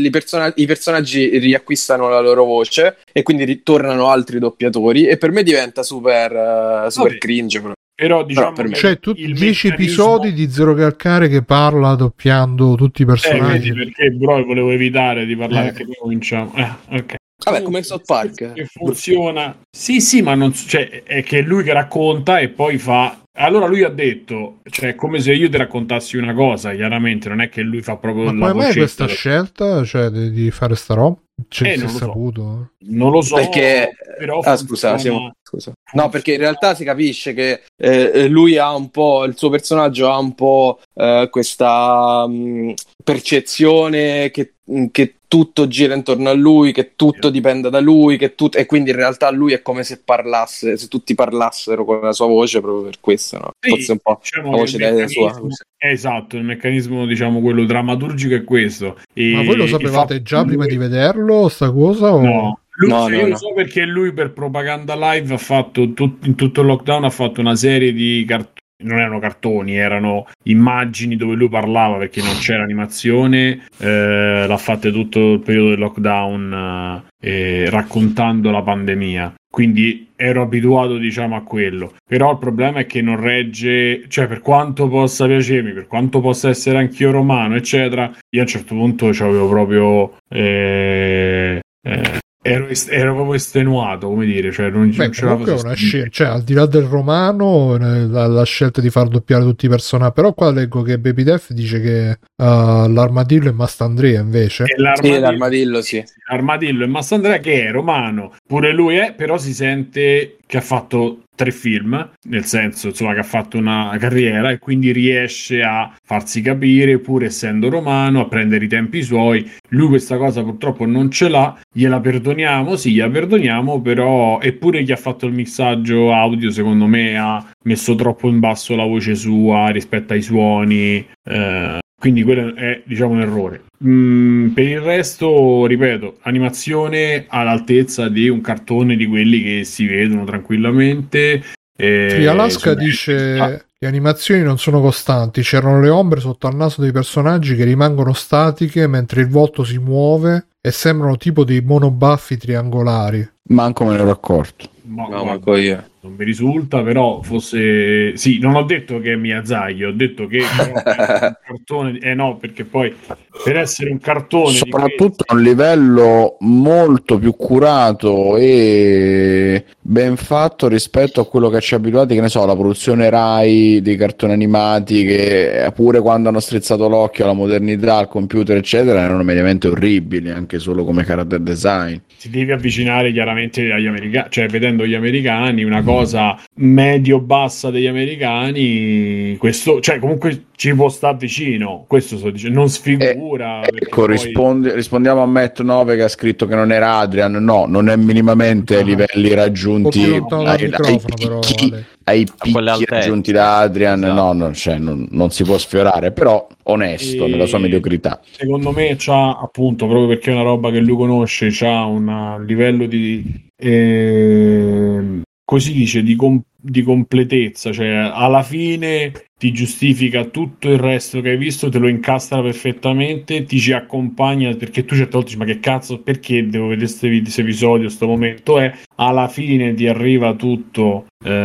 i personaggi riacquistano la loro voce e quindi ritornano altri doppiatori, e per me diventa super cringe. Però diciamo per me. Cioè tutti 10 episodi di Zero Calcare che parla doppiando tutti i personaggi. Vedi perché bro volevo evitare di parlare, perché poi cominciamo. Ok. Vabbè, come South Park. Che funziona. Sì, ma non, cioè, è che è lui che racconta e poi fa. Allora lui ha detto, cioè, è come se io ti raccontassi una cosa, chiaramente, non è che lui fa proprio ma come mai questa scelta, cioè, di fare sta roba? Non lo so. Perché però scusa. No, perché in realtà si capisce che lui ha un po', il suo personaggio ha un po' questa percezione che tutto gira intorno a lui, che tutto dipenda da lui, e quindi in realtà lui è come se parlasse, se tutti parlassero con la sua voce, proprio per questo, no? Sì, forse un po' diciamo la voce della sua. Esatto, il meccanismo, diciamo, quello drammaturgico è questo. Ma voi lo sapevate già prima di vederlo, sta cosa? O... No. Io no. lo so perché lui per propaganda live ha fatto in tutto il lockdown, ha fatto una serie di cartoni. Non erano cartoni, erano immagini dove lui parlava, perché non c'era animazione. L'ha fatta tutto il periodo del lockdown, raccontando la pandemia. Quindi ero abituato, diciamo, a quello. Però il problema è che non regge, cioè, per quanto possa piacermi, per quanto possa essere anch'io romano, eccetera, io a un certo punto c'avevo proprio ero proprio estenuato, come dire, cioè non c'era comunque è una scelta, cioè al di là del romano la scelta di far doppiare tutti i personaggi, però qua leggo che Baby Def dice che l'armadillo è Mastandrea invece. L'armadillo sì. L'armadillo è Mastandrea, che è romano, pure lui però si sente che ha fatto 3 film, nel senso, insomma, che ha fatto una carriera e quindi riesce a farsi capire, pur essendo romano, a prendere i tempi suoi. Lui questa cosa purtroppo non ce l'ha, gliela perdoniamo, però eppure chi ha fatto il mixaggio audio secondo me ha messo troppo in basso la voce sua rispetto ai suoni, quindi quello è, diciamo, un errore. Per il resto, ripeto, animazione all'altezza di un cartone di quelli che si vedono tranquillamente. Alaska dice le animazioni non sono costanti, c'erano le ombre sotto al naso dei personaggi che rimangono statiche mentre il volto si muove e sembrano tipo dei monobaffi triangolari. Manco me ne ero accorto. No, manco io. Non mi risulta, però fosse... Sì, non ho detto che è Miyazaki, ho detto che però è un cartone... no, perché poi per essere un cartone... Soprattutto a un livello molto più curato e ben fatto rispetto a quello che ci ha abituati, che ne so, la produzione Rai dei cartoni animati, che pure quando hanno strizzato l'occhio alla modernità, al computer, eccetera, erano mediamente orribili, anche solo come character design. Si devi avvicinare chiaramente agli americani, cioè vedendo gli americani, una cosa medio-bassa degli americani, questo, cioè comunque ci può stare vicino, questo sto dicendo, non sfigura. Ecco, rispondiamo a Matt 9 che ha scritto che non era Adrian, no, non è minimamente ai livelli raggiunti, ai picchi raggiunti da Adrian, esatto. No, cioè, non si può sfiorare, però onesto nella sua mediocrità. Secondo me c'ha, appunto, proprio perché è una roba che lui conosce, c'ha un livello di così dice, di completezza, cioè alla fine ti giustifica tutto il resto che hai visto, te lo incastra perfettamente, ti ci accompagna, perché tu certe volte dici, ma che cazzo, perché devo vedere questo episodio, sto momento alla fine ti arriva tutto,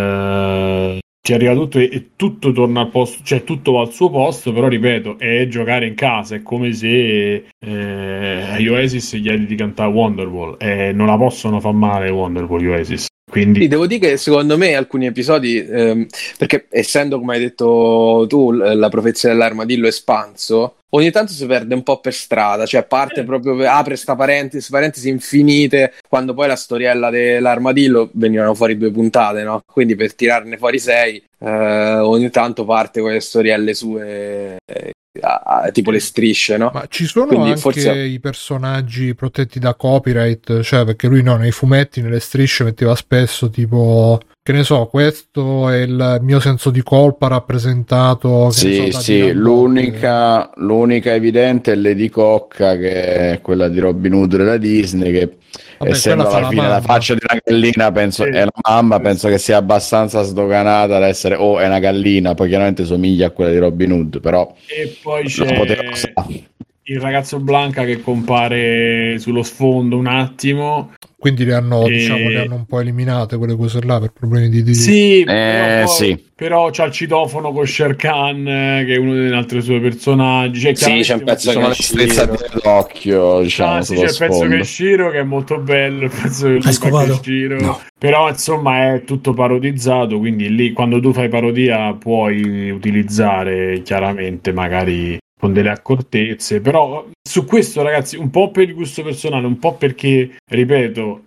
e tutto torna al posto, cioè tutto va al suo posto, però ripeto, è giocare in casa, è come se agli Oasis gli di cantare Wonderwall, non la possono far male Wonderwall gli Oasis. Quindi... Sì, devo dire che secondo me alcuni episodi, perché essendo, come hai detto tu, la profezia dell'armadillo espanso, ogni tanto si perde un po' per strada, cioè parte proprio, apre sta parentesi infinite, quando poi la storiella dell'armadillo venivano fuori 2 puntate, no? Quindi per tirarne fuori 6, ogni tanto parte con le storielle sue... tipo le strisce, no? Ma ci sono quindi anche i personaggi protetti da copyright, cioè perché lui nei fumetti, nelle strisce metteva spesso tipo, che ne so, questo è il mio senso di colpa rappresentato, sì, l'unica evidente è Lady Cocca, che è quella di Robin Hood della Disney, che essendo alla fine la faccia di una gallina, penso è la mamma, penso che sia abbastanza sdoganata da essere è una gallina, poi chiaramente somiglia a quella di Robin Hood, però e poi c'è il ragazzo Blanca che compare sullo sfondo un attimo, quindi le hanno un po' eliminate quelle cose là per problemi di sì, però c'ha il citofono con Sher Khan, che è uno degli altri suoi personaggi, cioè, sì, c'è un pezzo sono le strizzate d'occhio, diciamo, c'è il pezzo che è Shiro, che è molto bello, il pezzo che è Shiro, no. Però insomma è tutto parodizzato, quindi lì quando tu fai parodia puoi utilizzare chiaramente magari con delle accortezze, però su questo, ragazzi, un po' per il gusto personale, un po' perché, ripeto,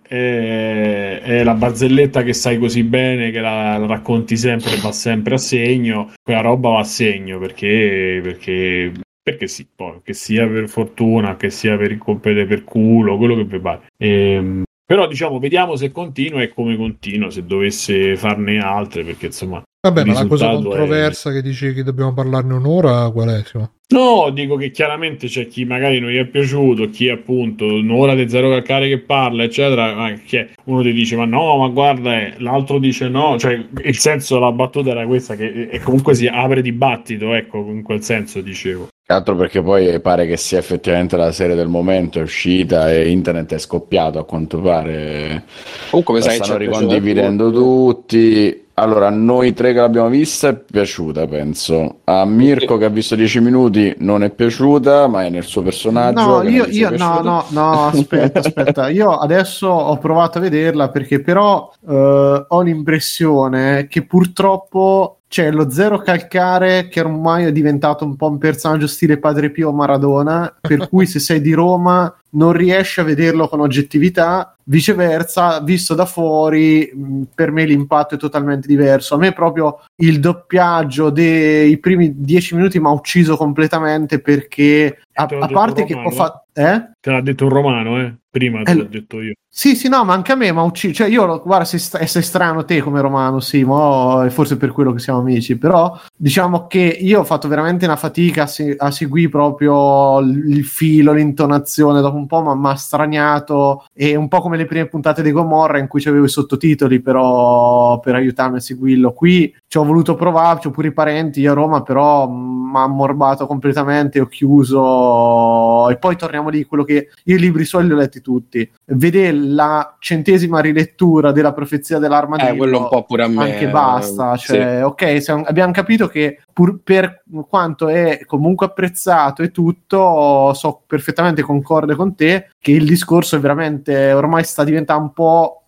è la barzelletta che sai così bene, che la racconti sempre, va sempre a segno, quella roba va a segno, perché sì, poi, che sia per fortuna, che sia per culo, quello che vi pare. Però diciamo, vediamo se continua e come continua, se dovesse farne altre, perché insomma... Vabbè, ma la cosa controversa che dici che dobbiamo parlarne un'ora, qual è? No, dico che chiaramente c'è chi magari non gli è piaciuto, chi appunto un'ora di Zero Calcare che parla, eccetera, ma che uno ti dice ma no, ma guarda, l'altro dice no, cioè il senso della battuta era questa, che comunque si apre dibattito, ecco, in quel senso dicevo. Altro perché poi pare che sia effettivamente la serie del momento, è uscita e internet è scoppiato a quanto pare. Comunque la stanno ricondividendo tutti. Allora, a noi tre che l'abbiamo vista è piaciuta, penso. A Mirko che ha visto 10 minuti non è piaciuta, ma è nel suo personaggio. No, aspetta. Io adesso ho provato a vederla perché però ho l'impressione che purtroppo c'è lo Zero Calcare che ormai è diventato un po' un personaggio stile Padre Pio Maradona, per cui se sei di Roma non riesci a vederlo con oggettività, viceversa, visto da fuori per me l'impatto è totalmente diverso. A me proprio il doppiaggio dei primi 10 minuti mi ha ucciso completamente, perché a parte che ho fatto... Te l'ha detto un romano, prima te l'ho detto io. Sì, no, ma anche a me mi ha ucciso. Cioè, io, guarda, sei strano te come romano, sì, ma forse per quello che siamo amici, però diciamo che io ho fatto veramente una fatica a seguire proprio il filo, l'intonazione, dopo un po' mi ha straniato, e un po' come le prime puntate di Gomorra in cui c'avevo i sottotitoli però per aiutarmi a seguirlo. Qui ci ho voluto provare, c'ho pure i parenti io a Roma, però mi ha ammorbato completamente, ho chiuso. E poi torniamo lì, quello che io i libri suoi li ho letti tutti, vedere la 100ª rilettura della Profezia dell'Armadillo, quello un po' pure a me anche basta, cioè sì. Ok, abbiamo capito che pur per quanto è comunque apprezzato e tutto, so perfettamente, concorde con te, che il discorso è veramente, ormai sta diventando un po'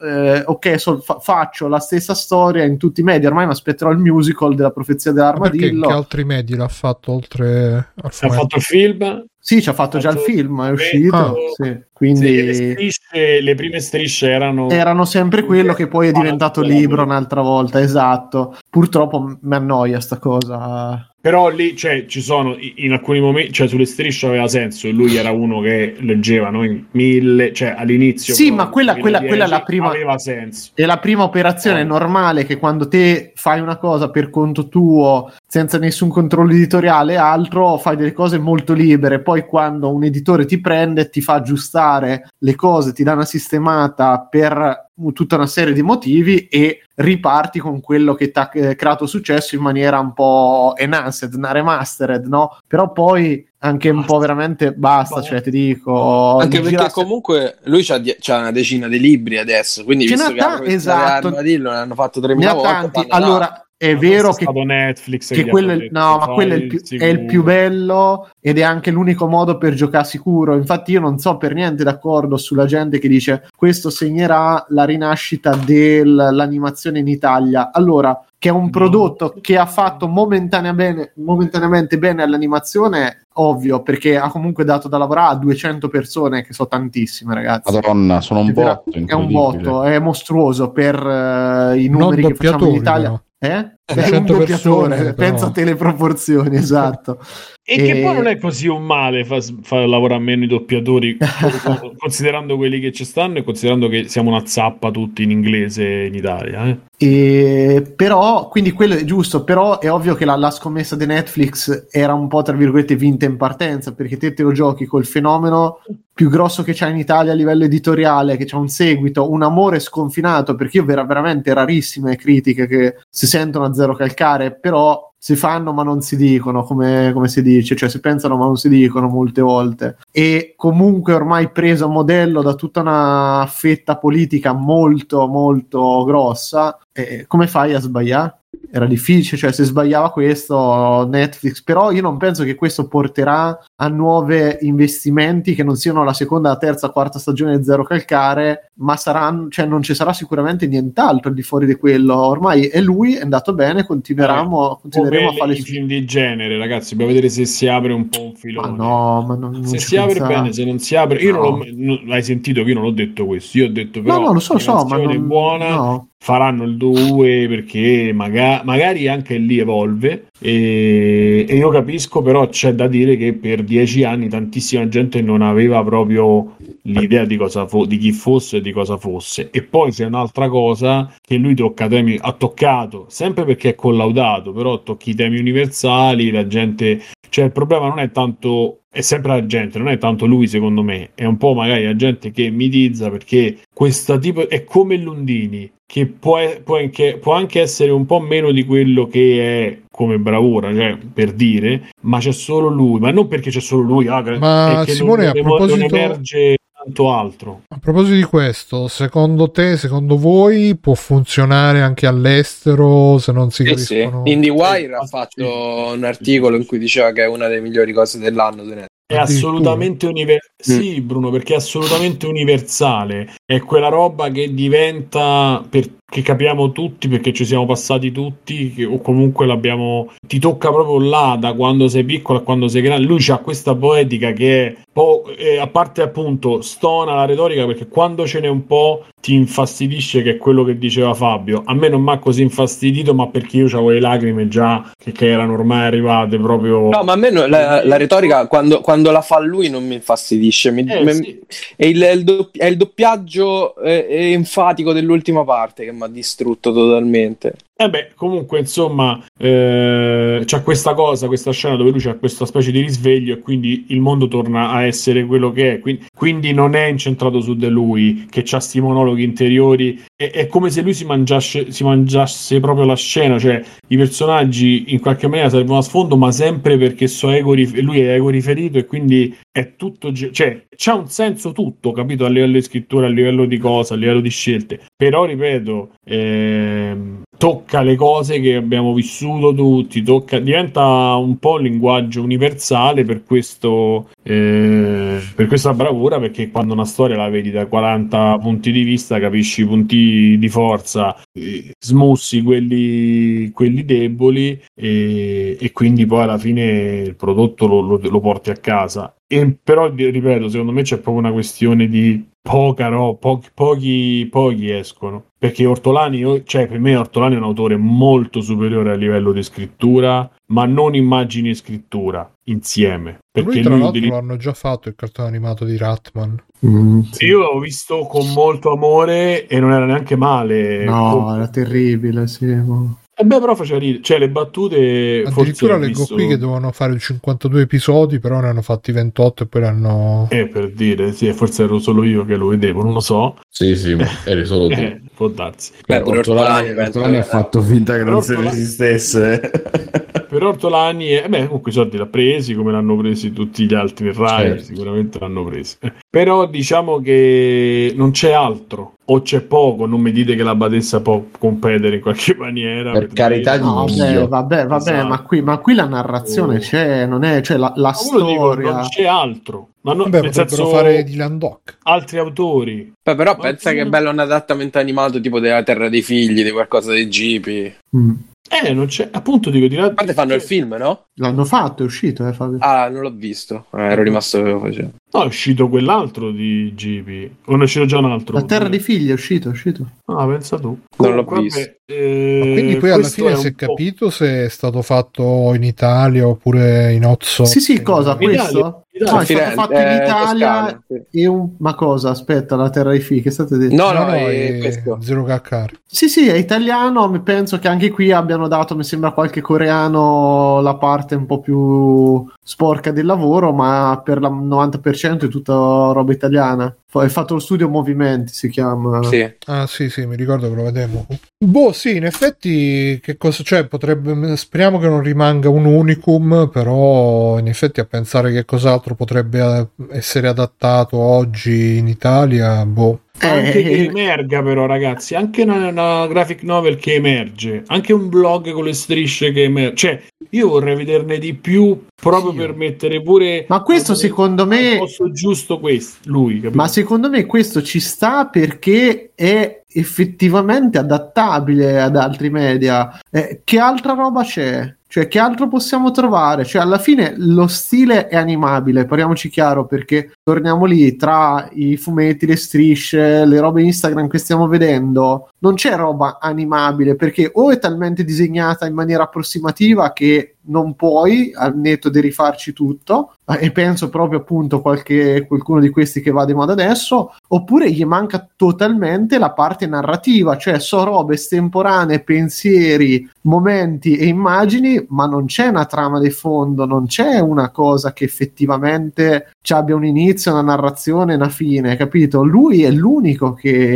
faccio la stessa storia in tutti i media, ormai mi aspetterò il musical della Profezia dell'Armadillo. Perché che altri media l'ha fatto oltre al fumetto? Ha fatto il film? Sì, ci ha fatto già il film, è uscito. Sì. Quindi le prime strisce erano sempre quello che poi è diventato libro un'altra volta, esatto. Purtroppo mi annoia sta cosa. Però lì, cioè, ci sono in alcuni momenti, cioè sulle strisce aveva senso, e lui era uno che leggeva noi 1000, cioè all'inizio. Sì, ma quella è la prima, aveva senso. È la prima operazione normale, che quando te fai una cosa per conto tuo, senza nessun controllo editoriale e altro, fai delle cose molto libere. Poi quando un editore ti prende, ti fa aggiustare le cose, ti dà una sistemata per tutta una serie di motivi e riparti con quello che ti ha creato successo in maniera un po' enhanced, una remastered, no? Però poi anche un po' veramente basta, cioè ti dico, anche perché comunque lui c'ha una decina di libri adesso, quindi visto che esatto, Armadillo ne hanno fatto 3.000 volte, allora è vero che Netflix che quello è il più bello, ed è anche l'unico modo per giocare sicuro. Infatti io non so per niente d'accordo sulla gente che dice questo segnerà la rinascita dell'animazione in Italia. Allora, che è un prodotto che ha fatto momentaneamente bene all'animazione, ovvio, perché ha comunque dato da lavorare a 200 persone, che sono tantissime, ragazzi. Madonna, sono un botto. È un botto, è mostruoso per i numeri che facciamo in Italia. No? È un doppiatore, pensa a te le proporzioni, esatto. E che poi non è così un male fa lavorare meno i doppiatori, considerando quelli che ci stanno e considerando che siamo una zappa tutti in inglese in Italia. Però, quindi quello è giusto, però è ovvio che la scommessa di Netflix era un po' tra virgolette vinta in partenza, perché te lo giochi col fenomeno più grosso che c'è in Italia a livello editoriale, che c'ha un seguito, un amore sconfinato, perché io veramente rarissime critiche che si sentono a Zero Calcare, però si fanno ma non si dicono, come si dice, cioè si pensano ma non si dicono molte volte, e comunque ormai preso a modello da tutta una fetta politica molto molto grossa. Come fai a sbagliare? Era difficile, cioè se sbagliava questo Netflix, però io non penso che questo porterà a nuovi investimenti che non siano la seconda, la terza, quarta stagione di Zero Calcare, ma saranno, cioè non ci sarà sicuramente nient'altro al di fuori di quello. Ormai è lui, è andato bene, continueremo a fare i film di genere, ragazzi. Dobbiamo vedere se si apre un po' un filone. Ma non se si apre bene, se non si apre, io l'hai sentito che io non ho detto questo, io ho detto però no, lo so, ma non è buona. No. Faranno il 2 perché magari anche lì evolve, e io capisco, però c'è da dire che per 10 anni tantissima gente non aveva proprio l'idea di chi fosse e di cosa fosse. E poi c'è un'altra cosa, che lui ha toccato, sempre perché è collaudato, però tocchi i temi universali, la gente, cioè il problema non è tanto, è sempre la gente, non è tanto lui, secondo me, è un po' magari la gente che mitizza, perché questo tipo è come Lundini, che può anche essere un po' meno di quello che è come bravura, cioè, per dire, ma c'è solo lui, ma non perché c'è solo lui, ma è che Simone, non emerge quanto altro. A proposito di questo, secondo voi può funzionare anche all'estero se non si capiscono? Sì. IndieWire ha fatto un articolo in cui diceva che è una delle migliori cose dell'anno. È assolutamente sì, Bruno, perché è assolutamente universale. È quella roba che diventa che capiamo tutti perché ci siamo passati tutti, o comunque l'abbiamo. Ti tocca proprio là, da quando sei piccolo a quando sei grande. Lui c'ha questa poetica che è a parte appunto stona la retorica, perché quando ce n'è un po' ti infastidisce, che è quello che diceva Fabio. A me non mi ha così infastidito, ma perché io avevo le lacrime già che erano ormai arrivate proprio. No, ma a me la retorica quando la fa lui non mi infastidisce. Sì. È il doppiaggio enfatico dell'ultima parte che mi ha distrutto totalmente. Comunque insomma c'è questa scena dove lui c'ha questa specie di risveglio e quindi il mondo torna a essere quello che è, quindi non è incentrato su di lui, che c'ha sti monologhi interiori, è come se lui si mangiasse proprio la scena, cioè i personaggi in qualche maniera servono a sfondo, ma sempre perché lui è ego riferito e quindi è tutto, cioè c'ha un senso tutto, capito, a livello di scrittura, a livello di cosa, a livello di scelte, però ripeto, tocca le cose che abbiamo vissuto tutti, diventa un po' un linguaggio universale per questa bravura, perché quando una storia la vedi da 40 punti di vista capisci i punti di forza, smussi quelli deboli e quindi poi alla fine il prodotto lo porti a casa. Però ripeto, secondo me c'è proprio una questione di pochi escono, perché Ortolani, cioè per me Ortolani è un autore molto superiore a livello di scrittura, ma non immagini e scrittura insieme, perché lui tra l'altro l'hanno già fatto il cartone animato di Ratman. Sì. Io l'ho visto con molto amore e non era neanche male. No, era terribile, sì. Però faceva ridere, cioè le battute. Addirittura leggo qui che dovevano fare 52 episodi, però ne hanno fatti 28 e poi l'hanno. Per dire, sì, forse ero solo io che lo vedevo, non lo so. Sì, ma eri solo tu. Può darsi. Ortolani ha fatto finta che non se ne esistesse. Per Ortolani, comunque i soldi l'ha presi come l'hanno presi tutti gli altri nel Rai, certo. Sicuramente l'hanno presi. Però diciamo che non c'è altro, o c'è poco, non mi dite che la Badessa può competere in qualche maniera. Per carità di Dio. Vabbè, esatto. ma qui la narrazione c'è, non è, cioè la storia. Dico, non c'è altro. Ma non, potrebbero fare Dylan Dog. Altri autori. Però pensa che è bello un adattamento animato tipo della Terra dei Figli, di qualcosa dei Gipi. Non c'è, appunto dico di là. A parte fanno il film, no? L'hanno fatto, è uscito, Fabio. Ah, non l'ho visto. Ero rimasto dove lo facevo. No, è uscito quell'altro di Gibi. O ne è uscito già un altro? La Terra dei Figli è uscito. Ah, pensa tu. Non l'ho visto. Quindi poi alla fine si è capito se è stato fatto in Italia oppure in Ozzo. Sì, cosa? Questo? No, è stato fatto in Italia ma cosa? Aspetta, la Terra dei Figli, che state dicendo? No, è questo. Zero Caccar. Sì, è italiano, penso che anche qui abbiano dato, mi sembra, qualche coreano la parte un po' più sporca del lavoro, ma per il 90% è tutta roba italiana. È fatto lo studio Movimenti, si chiama. Sì. Ah, sì, mi ricordo che lo vedevo. Sì, in effetti, che cosa c'è? Speriamo che non rimanga un unicum, però in effetti a pensare che cos'altro potrebbe essere adattato oggi in Italia, Anche che emerga, però, ragazzi, anche una graphic novel che emerge, anche un blog con le strisce che emerge. Cioè, io vorrei vederne di più, proprio per mettere pure. Ma questo secondo me. Posto giusto lui. Capito? Ma secondo me questo ci sta perché è effettivamente adattabile ad altri media. Che altra roba c'è? Cioè, che altro possiamo trovare? Cioè, alla fine lo stile è animabile, parliamoci chiaro, perché torniamo lì, tra i fumetti, le strisce, le robe Instagram che stiamo vedendo, non c'è roba animabile, perché o è talmente disegnata in maniera approssimativa che non puoi, al netto di rifarci tutto, e penso proprio appunto qualcuno di questi che va di moda adesso, oppure gli manca totalmente la parte narrativa, cioè robe estemporanee, pensieri, momenti e immagini, ma non c'è una trama di fondo, non c'è una cosa che effettivamente ci abbia un inizio, una narrazione, una fine, capito? Lui è l'unico che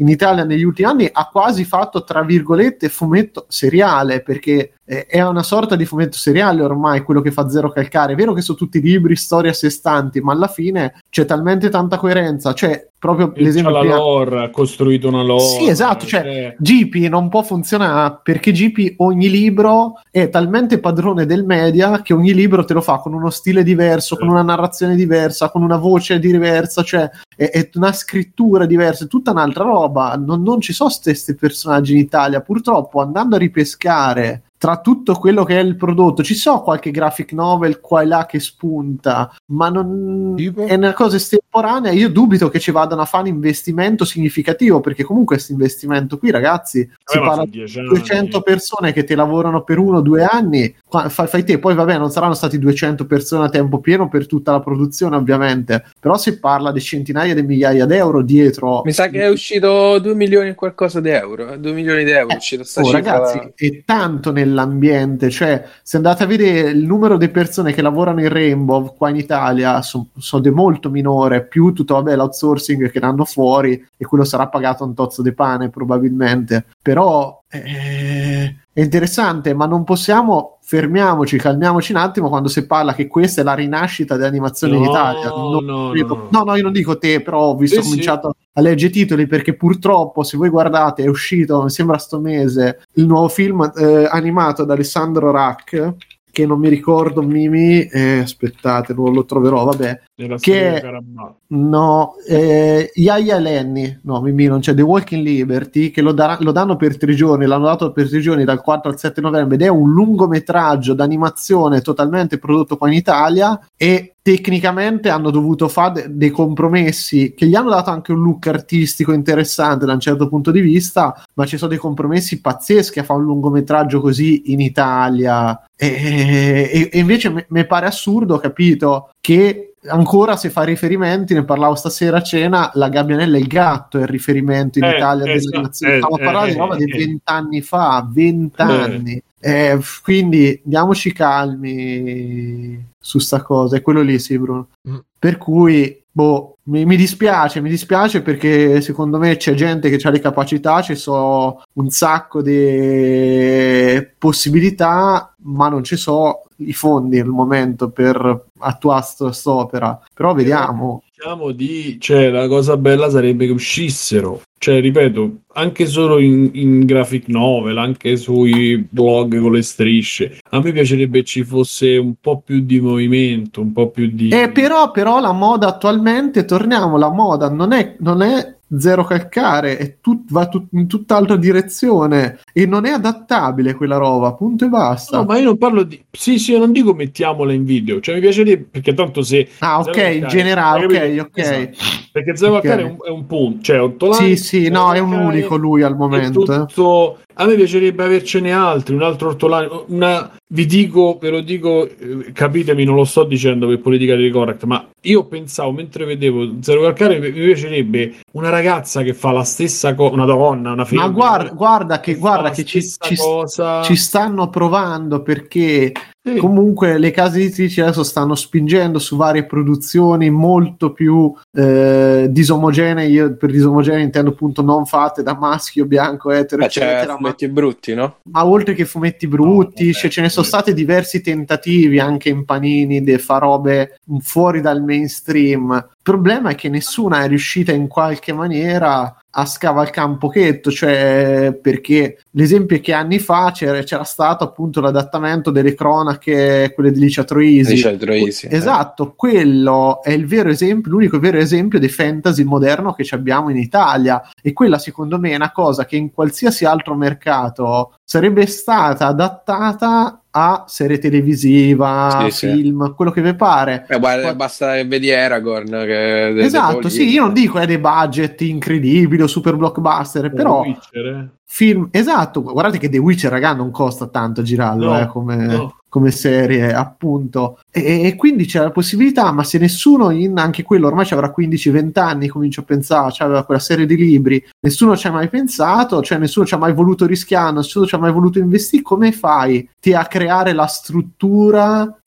in Italia negli ultimi anni ha quasi fatto, tra virgolette, fumetto seriale, perché è una sorta di fumetto seriale ormai quello che fa Zero Calcare. È vero che sono tutti libri, storie a sé stanti, ma alla fine c'è talmente tanta coerenza, cioè proprio l'esempio c'ha la lore, ha costruito una lore. Sì, esatto, cioè GP non può funzionare perché GP ogni libro è talmente padrone del media che ogni libro te lo fa con uno stile diverso, con una narrazione diversa, con una voce diversa, cioè è una scrittura diversa, è tutta un'altra roba. Non ci sono stessi personaggi in Italia, purtroppo. Andando a ripescare tra tutto quello che è il prodotto, ci so qualche graphic novel qua e là che spunta, ma non è una cosa estemporanea. Io dubito che ci vadano a fare un investimento significativo, perché comunque questo investimento qui, ragazzi, si parla di 200 persone che ti lavorano per 1 o 2 anni, fai te, poi vabbè, non saranno stati 200 persone a tempo pieno per tutta la produzione ovviamente, però si parla di centinaia di migliaia di euro dietro. Mi sa che è uscito 2 milioni e qualcosa di euro, 2 milioni di euro è uscito sta cifra. Ragazzi, è tanto nell'ambiente, cioè se andate a vedere il numero di persone che lavorano in Rainbow qua in Italia sono molto minore, più tutto vabbè l'outsourcing che danno fuori, e quello sarà pagato un tozzo di pane probabilmente, però è interessante, ma non possiamo, fermiamoci, calmiamoci un attimo quando si parla che questa è la rinascita dell'animazione in Italia. No, io non dico te, però ho visto, cominciato a leggere i titoli, perché purtroppo se voi guardate è uscito, mi sembra sto mese, il nuovo film animato da Alessandro Rack, che non mi ricordo, Mimi, aspettate, lo troverò, vabbè, che Yaya Lenny, no, Mimi non c'è, The Walking Liberty, che lo danno per 3 giorni, l'hanno dato per 3 giorni dal 4 al 7 novembre, ed è un lungometraggio d'animazione totalmente prodotto qua in Italia, e tecnicamente hanno dovuto fare dei compromessi che gli hanno dato anche un look artistico interessante da un certo punto di vista, ma ci sono dei compromessi pazzeschi a fare un lungometraggio così in Italia, e invece mi pare assurdo, capito, che ancora si fa riferimenti, ne parlavo stasera a cena, la Gabbianella e il gatto è il riferimento in Italia dell'animazione. Stiamo parlando di roba di 20 anni fa, 20 anni. Quindi diamoci calmi su sta cosa, è quello lì, sì, Bruno. Per cui mi dispiace perché secondo me c'è gente che ha le capacità, ci sono un sacco di possibilità, ma non ci sono i fondi al momento per attuare quest'opera. Però vediamo. Cioè, la cosa bella sarebbe che uscissero, cioè, ripeto, anche solo in graphic novel, anche sui blog con le strisce. A me piacerebbe ci fosse un po' più di movimento, un po' più di... Però la moda attualmente, torniamo, la moda non è Zero Calcare, va in tutt'altra direzione e non è adattabile quella roba, punto e basta. No, ma io non parlo di... Sì, io non dico mettiamola in video, cioè mi piacerebbe, perché tanto se... in generale, ok. Esatto. Perché Zero Calcare è un punto, cioè Ortolani... Sì, no, è un unico lui al momento. Tutto... A me piacerebbe avercene altri, un altro Ortolani, ve lo dico, capitemi, non lo sto dicendo per politica di correct, ma io pensavo, mentre vedevo Zero Calcare, mi piacerebbe una ragazza che fa la stessa cosa, una donna, una figlia. Ma guarda che ci stanno provando, perché comunque le case editrici adesso stanno spingendo su varie produzioni molto più disomogenee. Io per disomogenee intendo appunto non fatte da maschio, bianco, etero, eccetera, fumetti brutti, no? Ma oltre che fumetti brutti, ce ne sono stati diversi tentativi anche in Panini di fare robe fuori dal mainstream. Il problema è che nessuna è riuscita in qualche maniera a scavalcare un pochetto, cioè, perché l'esempio è che anni fa c'era stato appunto l'adattamento delle cronache, quelle di Licia Troisi. Esatto, quello è il vero esempio, l'unico vero esempio di fantasy moderno che abbiamo in Italia, e quella secondo me è una cosa che in qualsiasi altro mercato sarebbe stata adattata a serie televisiva, film, quello che vi pare. Guarda, basta che vedi Aragorn. Esatto, sì, io non dico dei budget incredibili o super blockbuster, però film, esatto, guardate che The Witcher, raga, non costa tanto girarlo, come serie, appunto, e quindi c'è la possibilità, ma se nessuno anche quello ormai ci avrà 15-20 anni, comincio a pensare, aveva quella serie di libri, nessuno ci ha mai pensato, cioè nessuno ci ha mai voluto rischiare, nessuno ci ha mai voluto investire, come fai a creare la struttura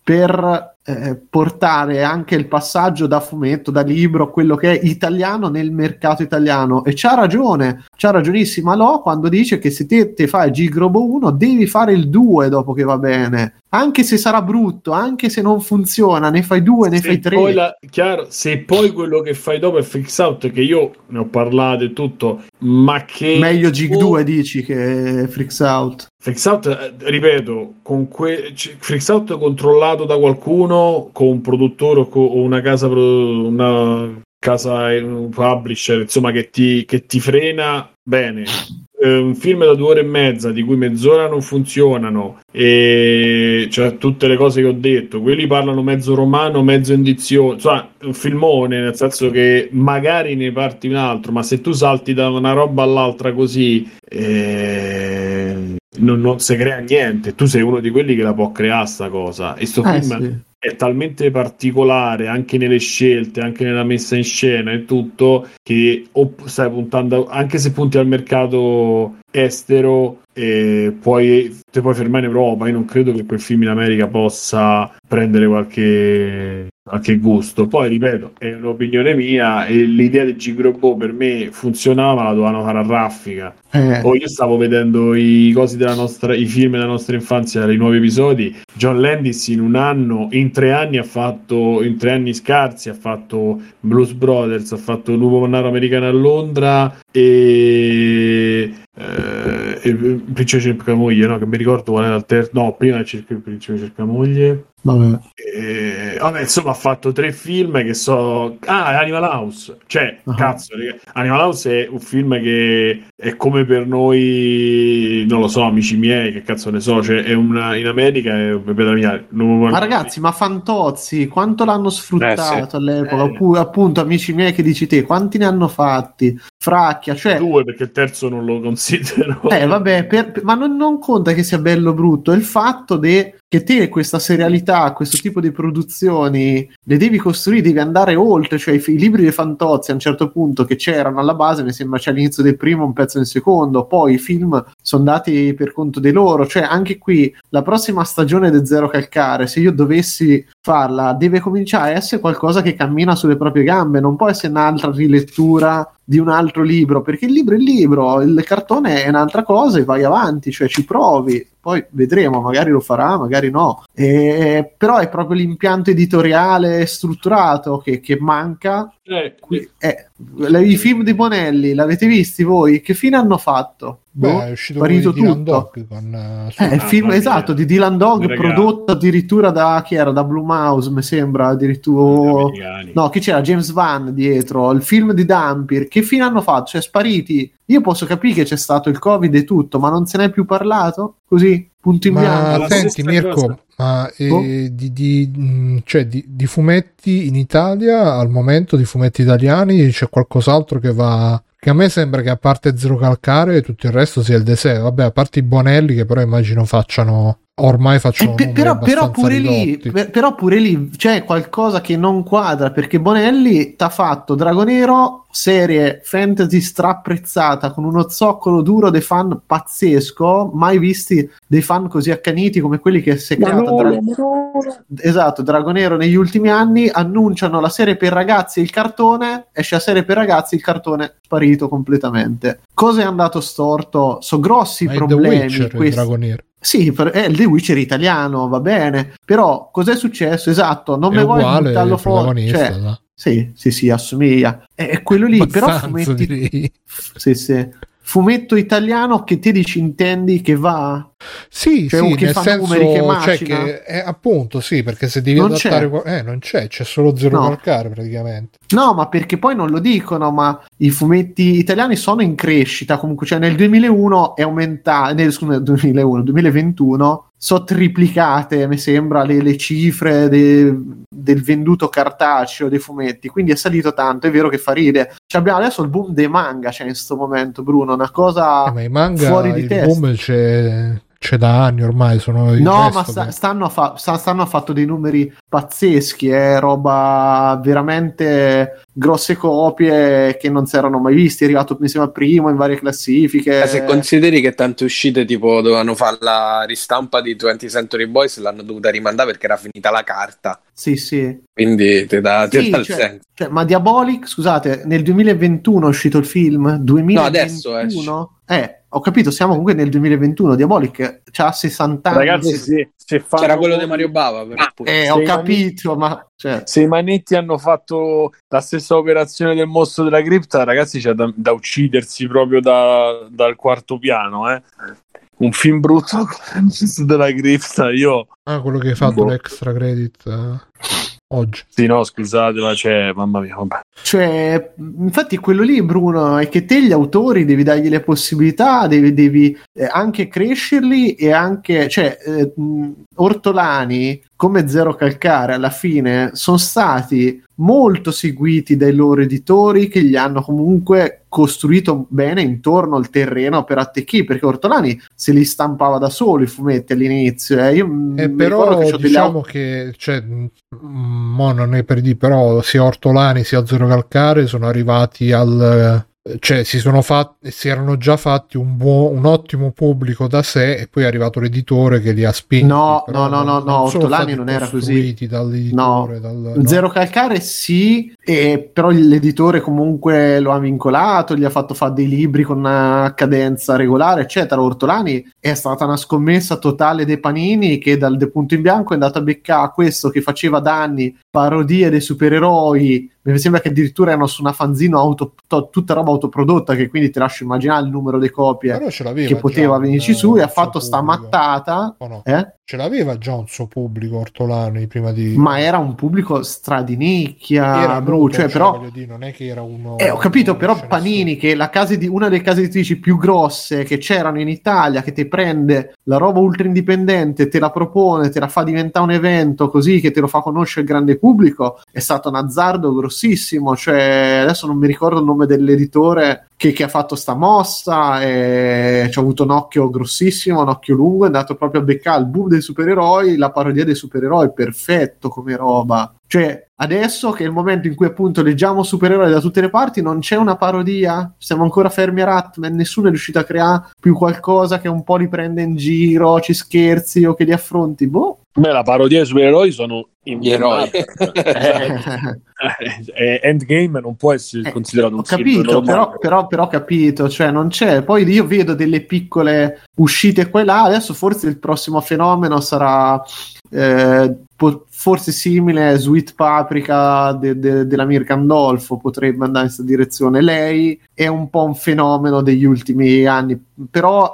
per portare anche il passaggio da fumetto, da libro, quello che è italiano nel mercato italiano. E c'ha ragionissima Lo quando dice che se te fai Gigrobo 1 devi fare il 2 dopo che va bene, anche se sarà brutto, anche se non funziona, ne fai 2, ne fai 3. Chiaro, se poi quello che fai dopo è Freaks Out, che io ne ho parlato e tutto, ma che meglio Gig 2 dici che Freaks Out. Freaks Out, ripeto, Freaks Out controllato da qualcuno, con un produttore o una casa un publisher, insomma, che ti frena bene. Un film da 2 ore e mezza, di cui mezz'ora non funzionano, e cioè tutte le cose che ho detto, quelli parlano mezzo romano, mezzo indizione, insomma un filmone, nel senso che magari ne parti un altro, ma se tu salti da una roba all'altra così non si crea niente. Tu sei uno di quelli che la può creare sta cosa, e sto film sì. È talmente particolare anche nelle scelte, anche nella messa in scena e tutto, che o stai puntando, anche se punti al mercato estero, te puoi fermare in Europa. Io non credo che quel film in America possa prendere qualche gusto. Poi ripeto, è un'opinione mia, e l'idea del Gigrobo per me funzionava, la dovevano fare a raffica. Io stavo vedendo i film della nostra infanzia, i nuovi episodi. John Landis in 3 anni scarsi ha fatto Blues Brothers, ha fatto Lupo Mannaro Americano a Londra e il Principe cerca moglie, no? Che mi ricordo qual era il terzo. No, prima il Principe cerca moglie. Vabbè, insomma, ha fatto 3 film che Animal House, cioè cazzo, Animal House è un film che è come per noi, non lo so, amici miei, che cazzo ne so, cioè in America è ma ragazzi, ma Fantozzi quanto l'hanno sfruttato all'epoca, oppure appunto amici miei che dici te, quanti ne hanno fatti? Fracchia, cioè 2, perché il terzo non lo considero. Vabbè, ma non conta che sia bello o brutto, è il fatto che te questa serialità, questo tipo di produzioni le devi costruire, devi andare oltre, cioè i libri di Fantozzi a un certo punto che c'erano alla base, mi sembra c'è all'inizio del primo, un pezzo del secondo, poi i film sono andati per conto di loro, cioè anche qui la prossima stagione del Zero Calcare, se io dovessi farla, deve cominciare a essere qualcosa che cammina sulle proprie gambe, non può essere un'altra rilettura di un altro libro, perché il libro è il libro, il cartone è un'altra cosa e vai avanti, cioè ci provi, poi vedremo, magari lo farà, magari no, però è proprio l'impianto editoriale strutturato che manca. I film di Bonelli l'avete visti voi? Che fine hanno fatto? È uscito quello di Dylan Dog il film esatto di Dylan Dog, prodotto addirittura da chi era? Da Blumhouse, mi sembra, addirittura no, chi c'era? James Van dietro, il film di Dampir. Che fine hanno fatto? Cioè spariti. Io posso capire che c'è stato il Covid e tutto, ma non se n'è più parlato? Così, punto in bianco. Ma senti Mirko, ma di fumetti in Italia al momento, di fumetti italiani, c'è qualcos'altro che va? Che a me sembra che a parte Zero Calcare tutto il resto sia il deserto, vabbè, a parte i Bonelli che però immagino ormai facciano però pure lì c'è qualcosa che non quadra, perché Bonelli t'ha fatto Dragonero, serie fantasy strapprezzata con uno zoccolo duro dei fan pazzesco, mai visti dei fan così accaniti come quelli che si è creato esatto, Dragonero negli ultimi anni. Annunciano la serie per ragazzi, il cartone esce, la serie per ragazzi, il cartone sparito completamente. Cosa è andato storto? So grossi problemi. The Witcher, il Dragonero. Sì, è il The Witcher italiano, va bene, però cos'è successo? Esatto, non è me vuoi uguale, buttarlo fuori, cioè, no? sì, assomiglia, è quello lì. Abbastanza, però fumetti, sì, fumetto italiano che te dici, intendi che va? Sì, cioè, sì, che nel fa senso, numeri, che cioè che appunto sì, perché se devi adattare non c'è solo Zero Calcare praticamente. No, ma perché poi non lo dicono, ma i fumetti italiani sono in crescita comunque, cioè nel 2001 è aumentato, nel 2021 sono triplicate, mi sembra, le cifre del venduto cartaceo dei fumetti, quindi è salito tanto. È vero che fa ride. Abbiamo adesso il boom dei manga, c'è in questo momento, Bruno, una cosa ma i manga, fuori di il testa. boom c'è c'è da anni ormai, sono no, ma stanno ha fatto dei numeri pazzeschi, roba veramente grosse copie che non si erano mai visti, è arrivato mi sembra primo in varie classifiche. Se consideri che tante uscite tipo dovevano fare la ristampa di 20th Century Boys, l'hanno dovuta rimandare perché era finita la carta. Sì. Quindi te dà il senso. Cioè, ma Diabolic, scusate, nel 2021 è uscito il film? 2021? No, adesso esce. Ho capito, siamo comunque nel 2021. Diabolic c'ha 60 anni. Ragazzi, se c'era quello di Mario Bava. Ho capito, ma se i manetti hanno fatto la stessa operazione del mostro della cripta, ragazzi, c'è da uccidersi proprio dal quarto piano, Un film brutto come il mostro della cripta, io... quello che hai fatto l'extra credit oggi. Sì, no, scusate, ma mamma mia, vabbè. Cioè, infatti quello lì, Bruno, è che te gli autori devi dargli le possibilità, devi anche crescerli e anche, Ortolani come Zero Calcare alla fine sono stati molto seguiti dai loro editori che gli hanno comunque costruito bene intorno al terreno per attecchire, perché Ortolani se li stampava da solo i fumetti all'inizio. Però diciamo che mo non è per dire, però sia Ortolani sia Zero Calcare sono arrivati si erano già fatti un ottimo pubblico da sé e poi è arrivato l'editore che li ha spinti. No, Ortolani non era così. Dall'editore, Zero Calcare sì, però l'editore comunque lo ha vincolato, gli ha fatto fare dei libri con una cadenza regolare, eccetera. Ortolani è stata una scommessa totale dei Panini, che dal De Punto in Bianco è andato a beccare questo che faceva da anni parodie dei supereroi. Mi sembra che addirittura erano su una fanzino tutta roba autoprodotta, che quindi ti lascio immaginare il numero di copie che poteva venirci su, e ha fatto sta mattata. No? Ce l'aveva già un suo pubblico Ortolani prima di... Ma era un pubblico stradinicchia, era però voglio dire, non è che era uno... ho capito, però Panini, che è una delle case editrici più grosse che c'erano in Italia, che ti prende la roba ultra indipendente, te la propone, te la fa diventare un evento così, che te lo fa conoscere il grande pubblico, è stato un azzardo grossissimo. Cioè, adesso non mi ricordo il nome dell'editore che ha fatto sta mossa, e ci ha avuto un occhio grossissimo, un occhio lungo, è andato proprio a beccare il boom dei supereroi, la parodia dei supereroi, perfetto come roba. Cioè, adesso che è il momento in cui appunto leggiamo supereroi da tutte le parti, non c'è una parodia, siamo ancora fermi a Ratman, nessuno è riuscito a creare più qualcosa che un po' li prende in giro, ci scherzi o che li affronti. Beh, la parodia dei supereroi sono gli eroi. Endgame non può essere considerato un capito, però ho capito, cioè non c'è. Poi io vedo delle piccole uscite qua e là. Adesso forse il prossimo fenomeno sarà forse simile a Sweet Paprika dell'Amir Gandolfo, potrebbe andare in questa direzione. Lei è un po' un fenomeno degli ultimi anni, però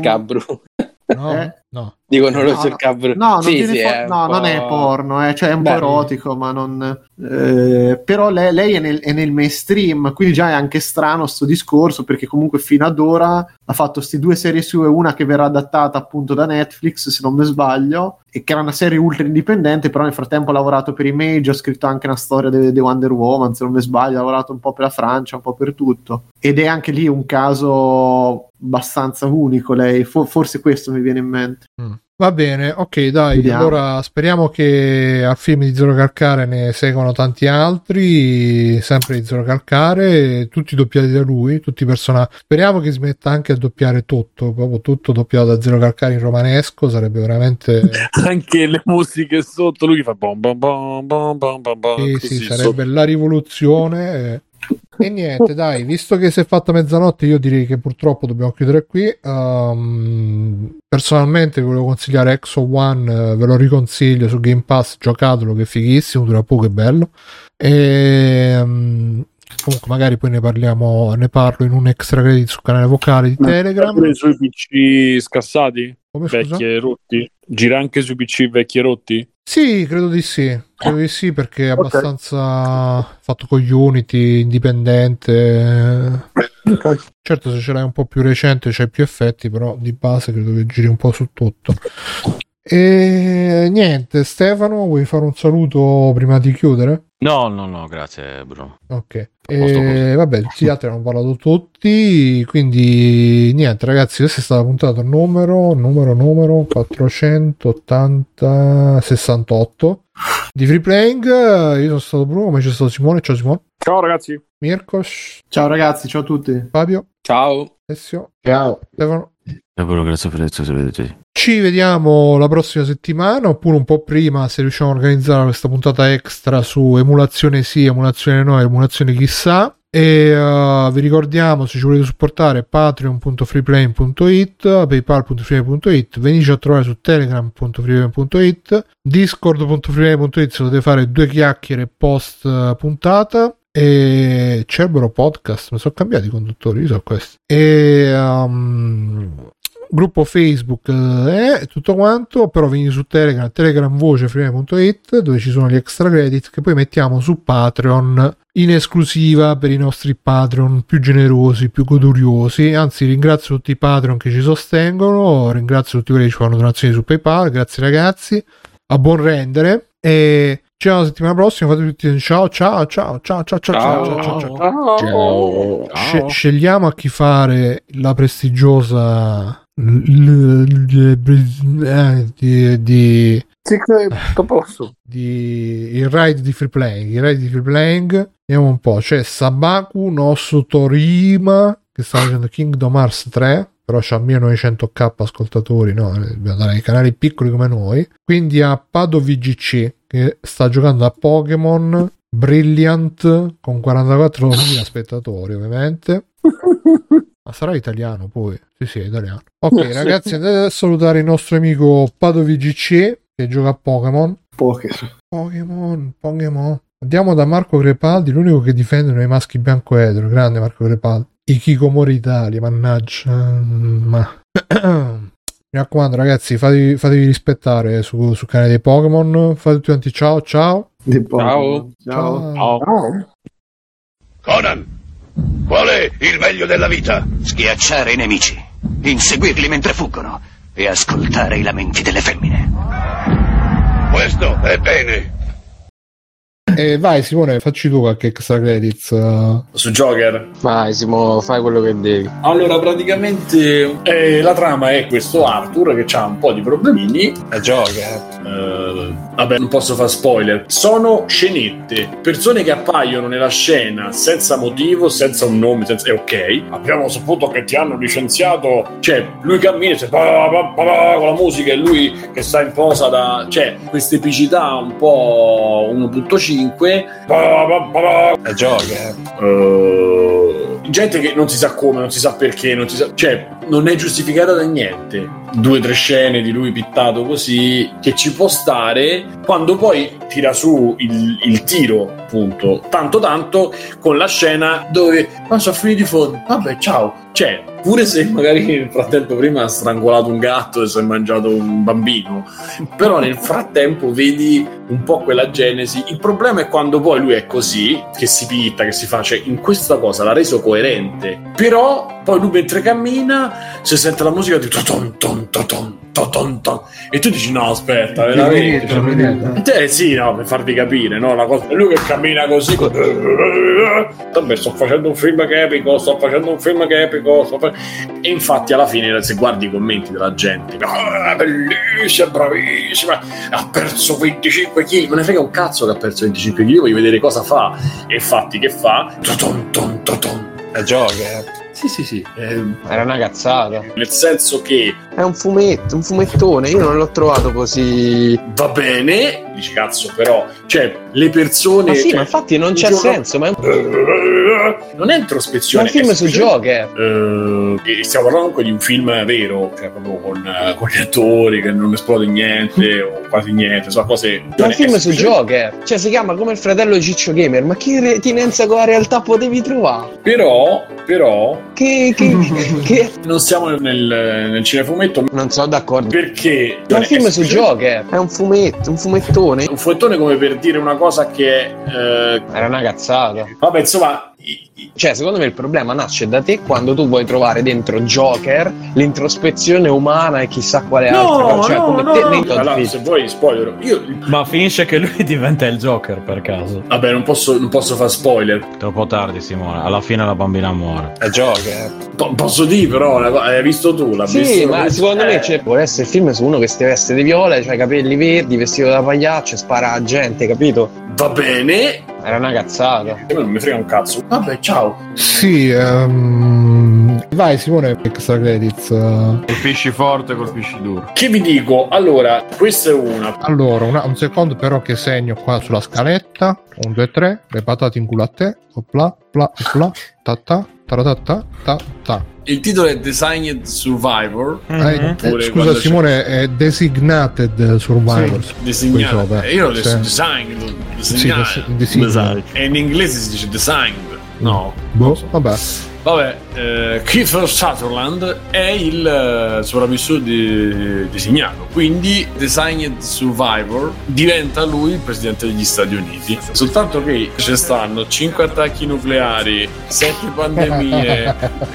no. Dico, non lo cercavo. Non è porno, cioè è un po' erotico, ma non. Però lei è nel mainstream, quindi già è anche strano sto discorso, perché comunque fino ad ora ha fatto queste 2 serie sue, una che verrà adattata appunto da Netflix, se non mi sbaglio, e che era una serie ultra indipendente, però nel frattempo ha lavorato per Image, ha scritto anche una storia di Wonder Woman, se non mi sbaglio, ha lavorato un po' per la Francia, un po' per tutto, ed è anche lì un caso abbastanza unico lei, forse questo mi viene in mente. Va bene, ok, dai, vediamo. Allora speriamo che al film di Zero Calcare ne seguano tanti altri, sempre di Zero Calcare, tutti doppiati da lui, tutti personaggi. Speriamo che smetta anche a doppiare tutto, proprio tutto doppiato da Zero Calcare in romanesco, sarebbe veramente... anche le musiche sotto, lui fa bom bom bom bom bom bom bom. Sì, sarebbe la rivoluzione. E niente, dai, visto che si è fatta mezzanotte, io direi che purtroppo dobbiamo chiudere qui. Personalmente vi volevo consigliare Exo One, ve lo riconsiglio su Game Pass, giocatelo che è fighissimo, dura poco e bello. E comunque magari poi ne parlo in un extra credit sul canale vocale di Telegram. Pure sui PC scassati? Come, vecchi e rotti? Gira anche sui PC vecchi e rotti? Sì, credo di sì, perché è abbastanza fatto con Unity, indipendente. Okay. Certo, se ce l'hai un po' più recente c'hai più effetti, però di base credo che giri un po' su tutto. E niente, Stefano, vuoi fare un saluto prima di chiudere? No, grazie Bruno. Ok. E vabbè, tutti gli altri hanno parlato tutti, quindi niente ragazzi, questa è stata la puntata numero 468 di Free Playing. Io sono stato Bruno, ma c'è stato Simone. Ciao Simone. Ciao ragazzi. Mirkos. Ciao ragazzi, ciao a tutti. Fabio. Ciao. Alessio. Ciao. Stefano. Grazie per il Ci vediamo la prossima settimana, oppure un po' prima se riusciamo a organizzare questa puntata extra su emulazione sì, emulazione no, emulazione chissà. E vi ricordiamo, se ci volete supportare, patreon.freeplane.it, paypal.freeplane.it, venite a trovare su telegram.freeplane.it, discord.freeplane.it se volete fare 2 chiacchiere post puntata, e Cerbero Podcast, mi sono cambiati i conduttori, io so questi, e gruppo Facebook e tutto quanto. Però venite su Telegram voce freeplane.it, dove ci sono gli extra credit che poi mettiamo su Patreon in esclusiva per i nostri Patreon più generosi, più goduriosi. Anzi, ringrazio tutti i Patreon che ci sostengono, ringrazio tutti quelli che ci fanno donazioni su PayPal. Grazie ragazzi, a buon rendere, e ci vediamo la settimana prossima. Fate tutti ciao. Scegliamo a chi fare la prestigiosa il ride di Free Playing. Vediamo un po', c'è Sabaku Nosso Torima che sta facendo Kingdom Hearts 3, però c'ha 1900k ascoltatori, no? Dobbiamo andare ai canali piccoli come noi. Quindi a Pado VGC che sta giocando a Pokémon Brilliant con 44.000 spettatori, ovviamente. Ma sarà italiano poi? Sì, è italiano. Ok ragazzi, andate a salutare il nostro amico Pado VGC che gioca a Pokémon. Andiamo da Marco Crepaldi, l'unico che difende i maschi bianco etero. Grande Marco Crepaldi. I Kikomori Italia, mannaggia. Mi raccomando ragazzi, fatevi rispettare sul canale dei Pokémon. Fate tutti quanti ciao. Ciao. Conan, qual è il meglio della vita? Schiacciare i nemici, inseguirli mentre fuggono e ascoltare i lamenti delle femmine. Questo è bene. Vai Simone, facci tu qualche extra credits su Joker. Vai Simo, fai quello che devi. Allora praticamente la trama è questo Arthur che ha un po' di problemini. Joker. Vabbè, non posso fare spoiler. Sono scenette, persone che appaiono nella scena senza motivo, senza un nome, senza... ok. Abbiamo saputo che ti hanno licenziato. Cioè, lui cammina con la musica e lui che sta in posa da... Cioè, questa epicità un po' 1.5. Joker. Gente che non si sa come, non si sa perché, non si sa... Cioè, non è giustificata da niente. 2 o 3 scene di lui pittato così che ci può stare, quando poi tira su il tiro, appunto, tanto con la scena dove ma sono finiti i fondi, vabbè ciao. Cioè, pure se magari nel frattempo prima ha strangolato un gatto e si è mangiato un bambino, però nel frattempo vedi un po' quella genesi. Il problema è quando poi lui è così, che si pitta, che si fa, cioè in questa cosa l'ha reso coerente, però poi lui mentre cammina si sente la musica di ton ton ton ton ton ton e tu dici no aspetta veramente sì, no, per farvi capire, no, la cosa è lui che cammina così vabbè, sto facendo un film che è epico, e infatti alla fine se guardi i commenti della gente, bellissima, bravissima, ha perso 25 kg, me ne frega un cazzo che ha perso 25 kg, voglio vedere cosa fa. E infatti che fa? È Joker. Sì. Era una cazzata. Nel senso che è un fumettone, io non l'ho trovato così. Va bene, dici cazzo, però, cioè, le persone. Ma sì, ma infatti non c'è senso, ma è non è introspezione. È un film su Joker. Stiamo parlando comunque di un film vero, cioè proprio con gli attori che non esplode niente o quasi niente, sono cose. È un film su Joker, cioè si chiama come il fratello di Ciccio Gamer, ma che retinenza con la realtà potevi trovare? Però che non siamo nel cinefumetto. Non sono d'accordo. Perché è un film su Joker, è un fumettone. Un fumettone come per dire una cosa che era una cazzata. Vabbè, insomma, Cioè, secondo me il problema nasce da te quando tu vuoi trovare dentro Joker l'introspezione umana e chissà quale altra. Cioè, come te nei allora, se vuoi spoiler. Ma finisce che lui diventa il Joker per caso. Vabbè, non posso fare spoiler. Troppo tardi, Simone. Alla fine la bambina muore. È Joker. Posso dire, però, hai visto tu? Sì, ma secondo me vuole essere il film su uno che si veste di viola, c'ha i capelli verdi, vestito da pagliaccio e spara a gente, capito? Va bene. Era una cazzata. Non mi frega un cazzo. Vabbè, ciao. Sì, vai Simone, extra credits. Colpisci forte, colpisci duro. Che vi dico? Allora, questa è una. Allora, un secondo però che segno qua sulla scaletta. 1, 2, 3, le patate in culo a te. Opla, pla, opla, ta ta, ta ta ta. Il titolo è Designed Survivor. Scusa Simone, è Designated Survivor. Sì, designato. Io l'ho detto Designed. Designato. E in inglese si dice Designed. No. Vabbè. Kiefer Sutherland è il sopravvissuto designato, quindi Designed Survivor diventa lui il presidente degli Stati Uniti. Soltanto che ci stanno 5 attacchi nucleari, 7 pandemie,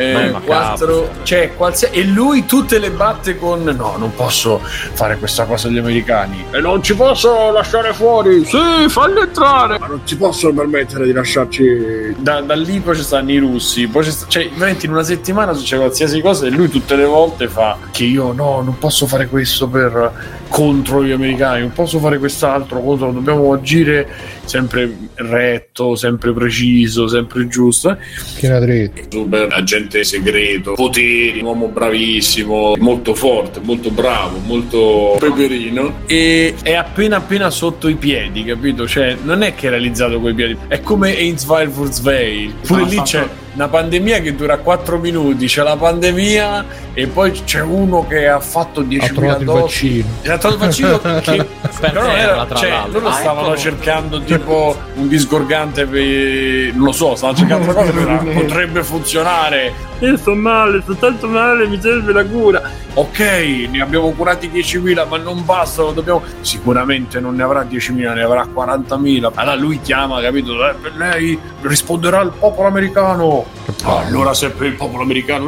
4, cioè e lui tutte le batte con no, non posso fare questa cosa agli americani e non ci posso lasciare fuori, sì, falli entrare, ma non ci possono permettere di lasciarci. Da lì poi ci stanno i russi, poi cioè veramente in una settimana succede qualsiasi cosa e lui tutte le volte fa che io no, non posso fare questo contro gli americani, non posso fare quest'altro contro, dobbiamo agire sempre retto, sempre preciso, sempre giusto. Piena dritta. Super agente segreto, poteri, un uomo bravissimo, molto forte, molto bravo, molto peperino e è appena sotto i piedi, capito? Cioè non è che è realizzato coi piedi, è come Ainsville Wurzweil. Pure lì c'è una pandemia che dura 4 minuti, c'è la pandemia e poi c'è uno che ha fatto 10.000 dosi. Ha trovato il vaccino che però non era, cioè, loro stavano cercando tipo un disgorgante per, non lo so, stavano cercando una cosa che potrebbe funzionare. Io sto tanto male, mi serve la cura. Ok, ne abbiamo curati 10.000, ma non basta, sicuramente non ne avrà 10.000, ne avrà 40.000. Allora lui chiama, capito? Per lei risponderà il popolo americano. Allora se per il popolo americano,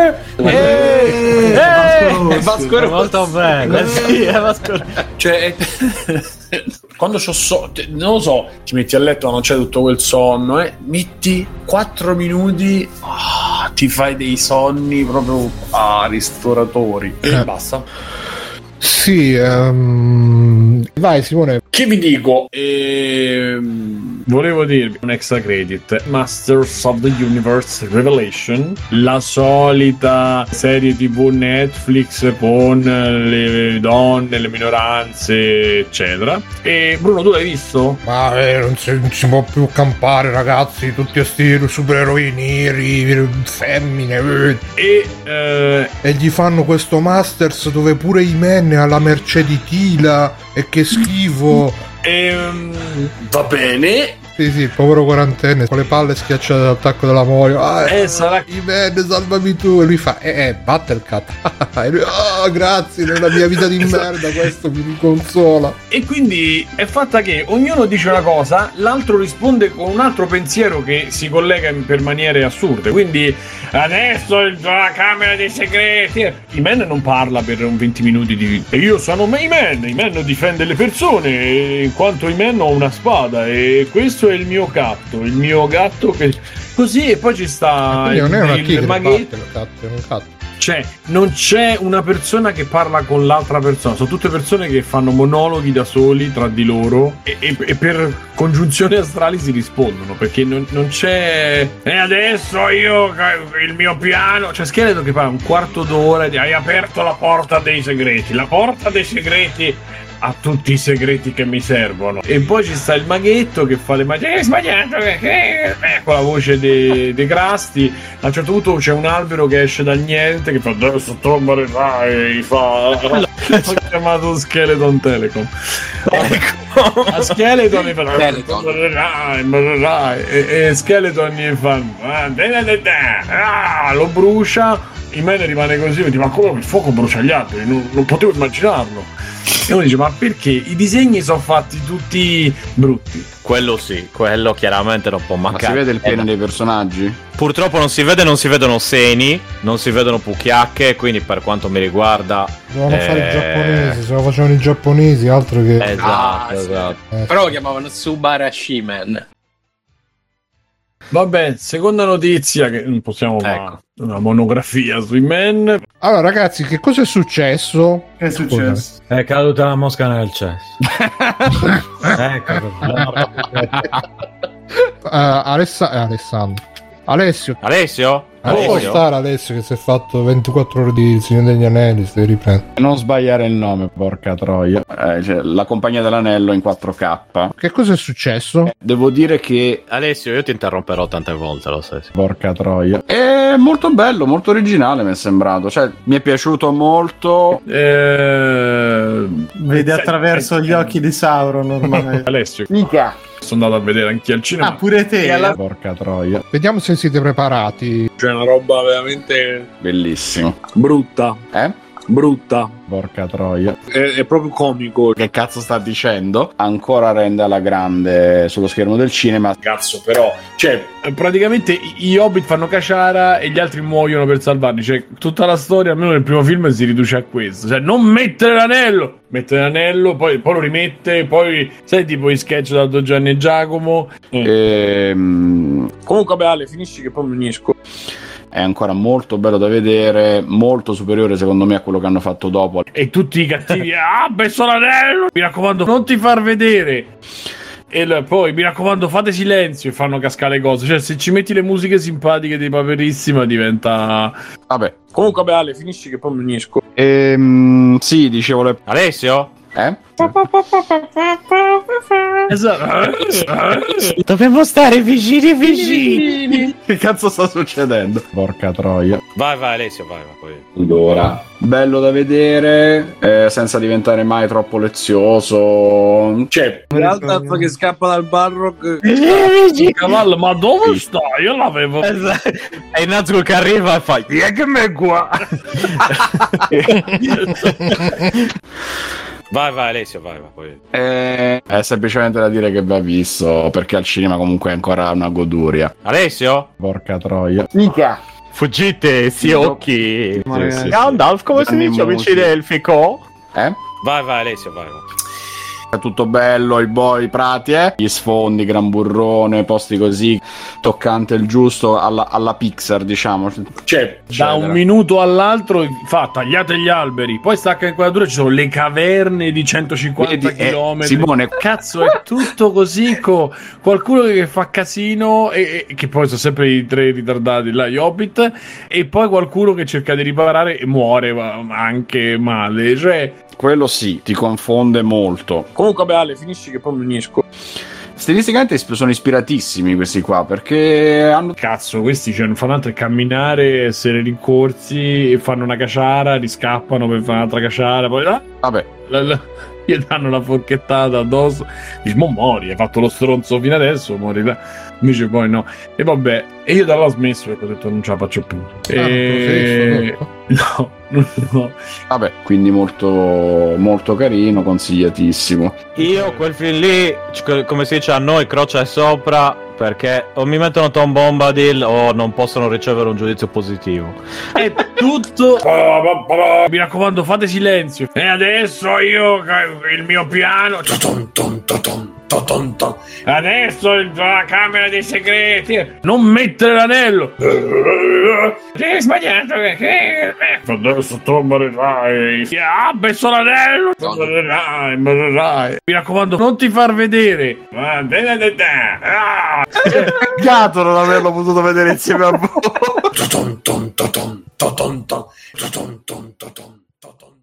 Vasco è molto bello. Sì, è Vasco. Cioè quando non lo so, ti metti a letto, non c'è tutto quel sonno, metti 4 minuti, ti fai dei sonni proprio ristoratori e basta. Sì, vai Simone. Che vi dico? Volevo dirvi un extra credit: Masters of the Universe Revelation, la solita serie TV Netflix con le donne, le minoranze, eccetera. E Bruno, tu l'hai visto? Ma non si può più campare, ragazzi, tutti questi supereroi neri, femmine. E gli fanno questo Masters dove pure i men alla mercé di Tila e che schifo. Va bene. Sì, il povero quarantenne con le palle schiacciate dall'attacco dell'amore. Sarà i men, salvami tu. E lui fa Battlecat. E lui, grazie, nella mia vita di merda questo mi consola. E quindi è fatta che ognuno dice una cosa, l'altro risponde con un altro pensiero che si collega per maniere assurde. Quindi adesso la camera dei segreti, i men non parla per un 20 minuti e io sono i men difende le persone, in quanto i men ho una spada e questo è il mio gatto che così, e poi ci sta il maghetto. Cioè non c'è una persona che parla con l'altra persona, sono tutte persone che fanno monologhi da soli tra di loro e per congiunzioni astrali si rispondono, perché non c'è adesso io il mio piano, cioè Skeleton che parla un quarto d'ora di hai aperto la porta dei segreti a tutti i segreti che mi servono, e poi ci sta il maghetto che fa le magie, sbagliato, con la voce dei Crasti. A un certo punto c'è un albero che esce dal niente che fa adesso tromberai, ho chiamato Skeleton Telecom. A Skeleton mi fa e Skeleton gli fa lo brucia, il men rimane così, ma come il fuoco brucia gli altri, non potevo immaginarlo. E uno dice, ma perché i disegni sono fatti tutti brutti? Quello sì, quello chiaramente non può mancare. Ma si vede il pene dei personaggi? Purtroppo non si vedono seni, non si vedono pucchiacche, quindi per quanto mi riguarda... Dovevano fare i giapponesi, se lo facevano i giapponesi, altro che... Esatto, sì. esatto. Però lo chiamavano Subarashi-man. Vabbè, seconda notizia che non possiamo fare una monografia sui men. Allora ragazzi, che cosa è successo? Che è successo? È caduta la mosca nel cesso. Ecco. Alessandro. Alessio? Può stare Alessio che si è fatto 24 ore di Signore degli Anelli, si riprende. Non sbagliare il nome, porca troia. Cioè, la Compagnia dell'Anello in 4K. Che cosa è successo? Devo dire che... Alessio, io ti interromperò tante volte, lo sai. Porca troia. È molto bello, molto originale mi è sembrato. Cioè, mi è piaciuto molto. Vede attraverso gli occhi di Sauron ormai. Alessio. Mica. Sono andato a vedere anche al cinema. Ah, pure te? Porca troia. Vediamo se siete preparati. C'è una roba veramente Bellissimo. brutta. Brutta. Porca troia. È proprio comico. Che cazzo sta dicendo? Ancora rende alla grande sullo schermo del cinema. Cazzo, però, cioè, praticamente i Hobbit fanno caciara e gli altri muoiono per salvarli. Cioè, tutta la storia, almeno nel primo film, si riduce a questo. Cioè, non mettere l'anello! Mette l'anello, poi lo rimette, poi, sai, tipo i sketch da Don Gianni e Giacomo. Comunque, beh, Ale, finisci che poi mi unisco. È ancora molto bello da vedere, molto superiore secondo me a quello che hanno fatto dopo. E tutti i cattivi, messo l'anello! Mi raccomando, non ti far vedere! E poi, mi raccomando, fate silenzio e fanno cascare le cose. Cioè, se ci metti le musiche simpatiche di Paperissima diventa... Vabbè. Comunque, beh, Ale, finisci che poi mi unisco. Sì, dicevo... Alessio? Dobbiamo stare vicini. Che cazzo sta succedendo? Porca troia. Vai Alessio, vai. Allora, bello da vedere, senza diventare mai troppo lezioso. Cioè, Gandalf che scappa dal Balrog. Il cavallo, ma dove sta? Io l'avevo... Esatto. E Nazgûl che arriva e fa che me qua. Vai Alessio, vai. È semplicemente da dire che va visto, perché al cinema comunque è ancora una goduria. Alessio? Porca troia. Mica. Fuggite, occhi. Sì. Gandalf, come si dice amici delfico? Vai Alessio, vai. È tutto bello, i prati, gli sfondi, gran burrone, posti così, toccante il giusto alla Pixar, diciamo. Cioè, da un minuto all'altro fa tagliate gli alberi, poi stacca inquadratura, ci sono le caverne di 150 km. Simone, cazzo, è tutto così, qualcuno che fa casino e che poi sono sempre i tre ritardati là, gli Hobbit, e poi qualcuno che cerca di riparare e muore, ma anche male, cioè... Quello sì, ti confonde molto. Comunque, beh, Ale, finisci che poi mi unisco. Stilisticamente sono ispiratissimi questi qua, perché hanno... Cazzo, questi non fanno altro che camminare, essere rincorsi, fanno una caciara, riscappano per fare un'altra caciara, poi... Vabbè. Gli danno la forchettata addosso. Dici, mo muori, hai fatto lo stronzo fino adesso, muori là. Invece poi no. E vabbè, e io da là ho smesso perché ho detto non ce la faccio più. No. Vabbè, quindi molto molto carino, consigliatissimo. Io quel film lì, come si dice a noi, croce sopra, perché o mi mettono Tom Bombadil o non possono ricevere un giudizio positivo. È tutto... Mi raccomando, fate silenzio. E adesso io il mio piano... Adesso la camera dei segreti. Non mettere l'anello. Hai sbagliato. Adesso tu morirai. Messo l'anello. Morirai. Mi raccomando, non ti far vedere. Peccato non averlo potuto vedere insieme a voi.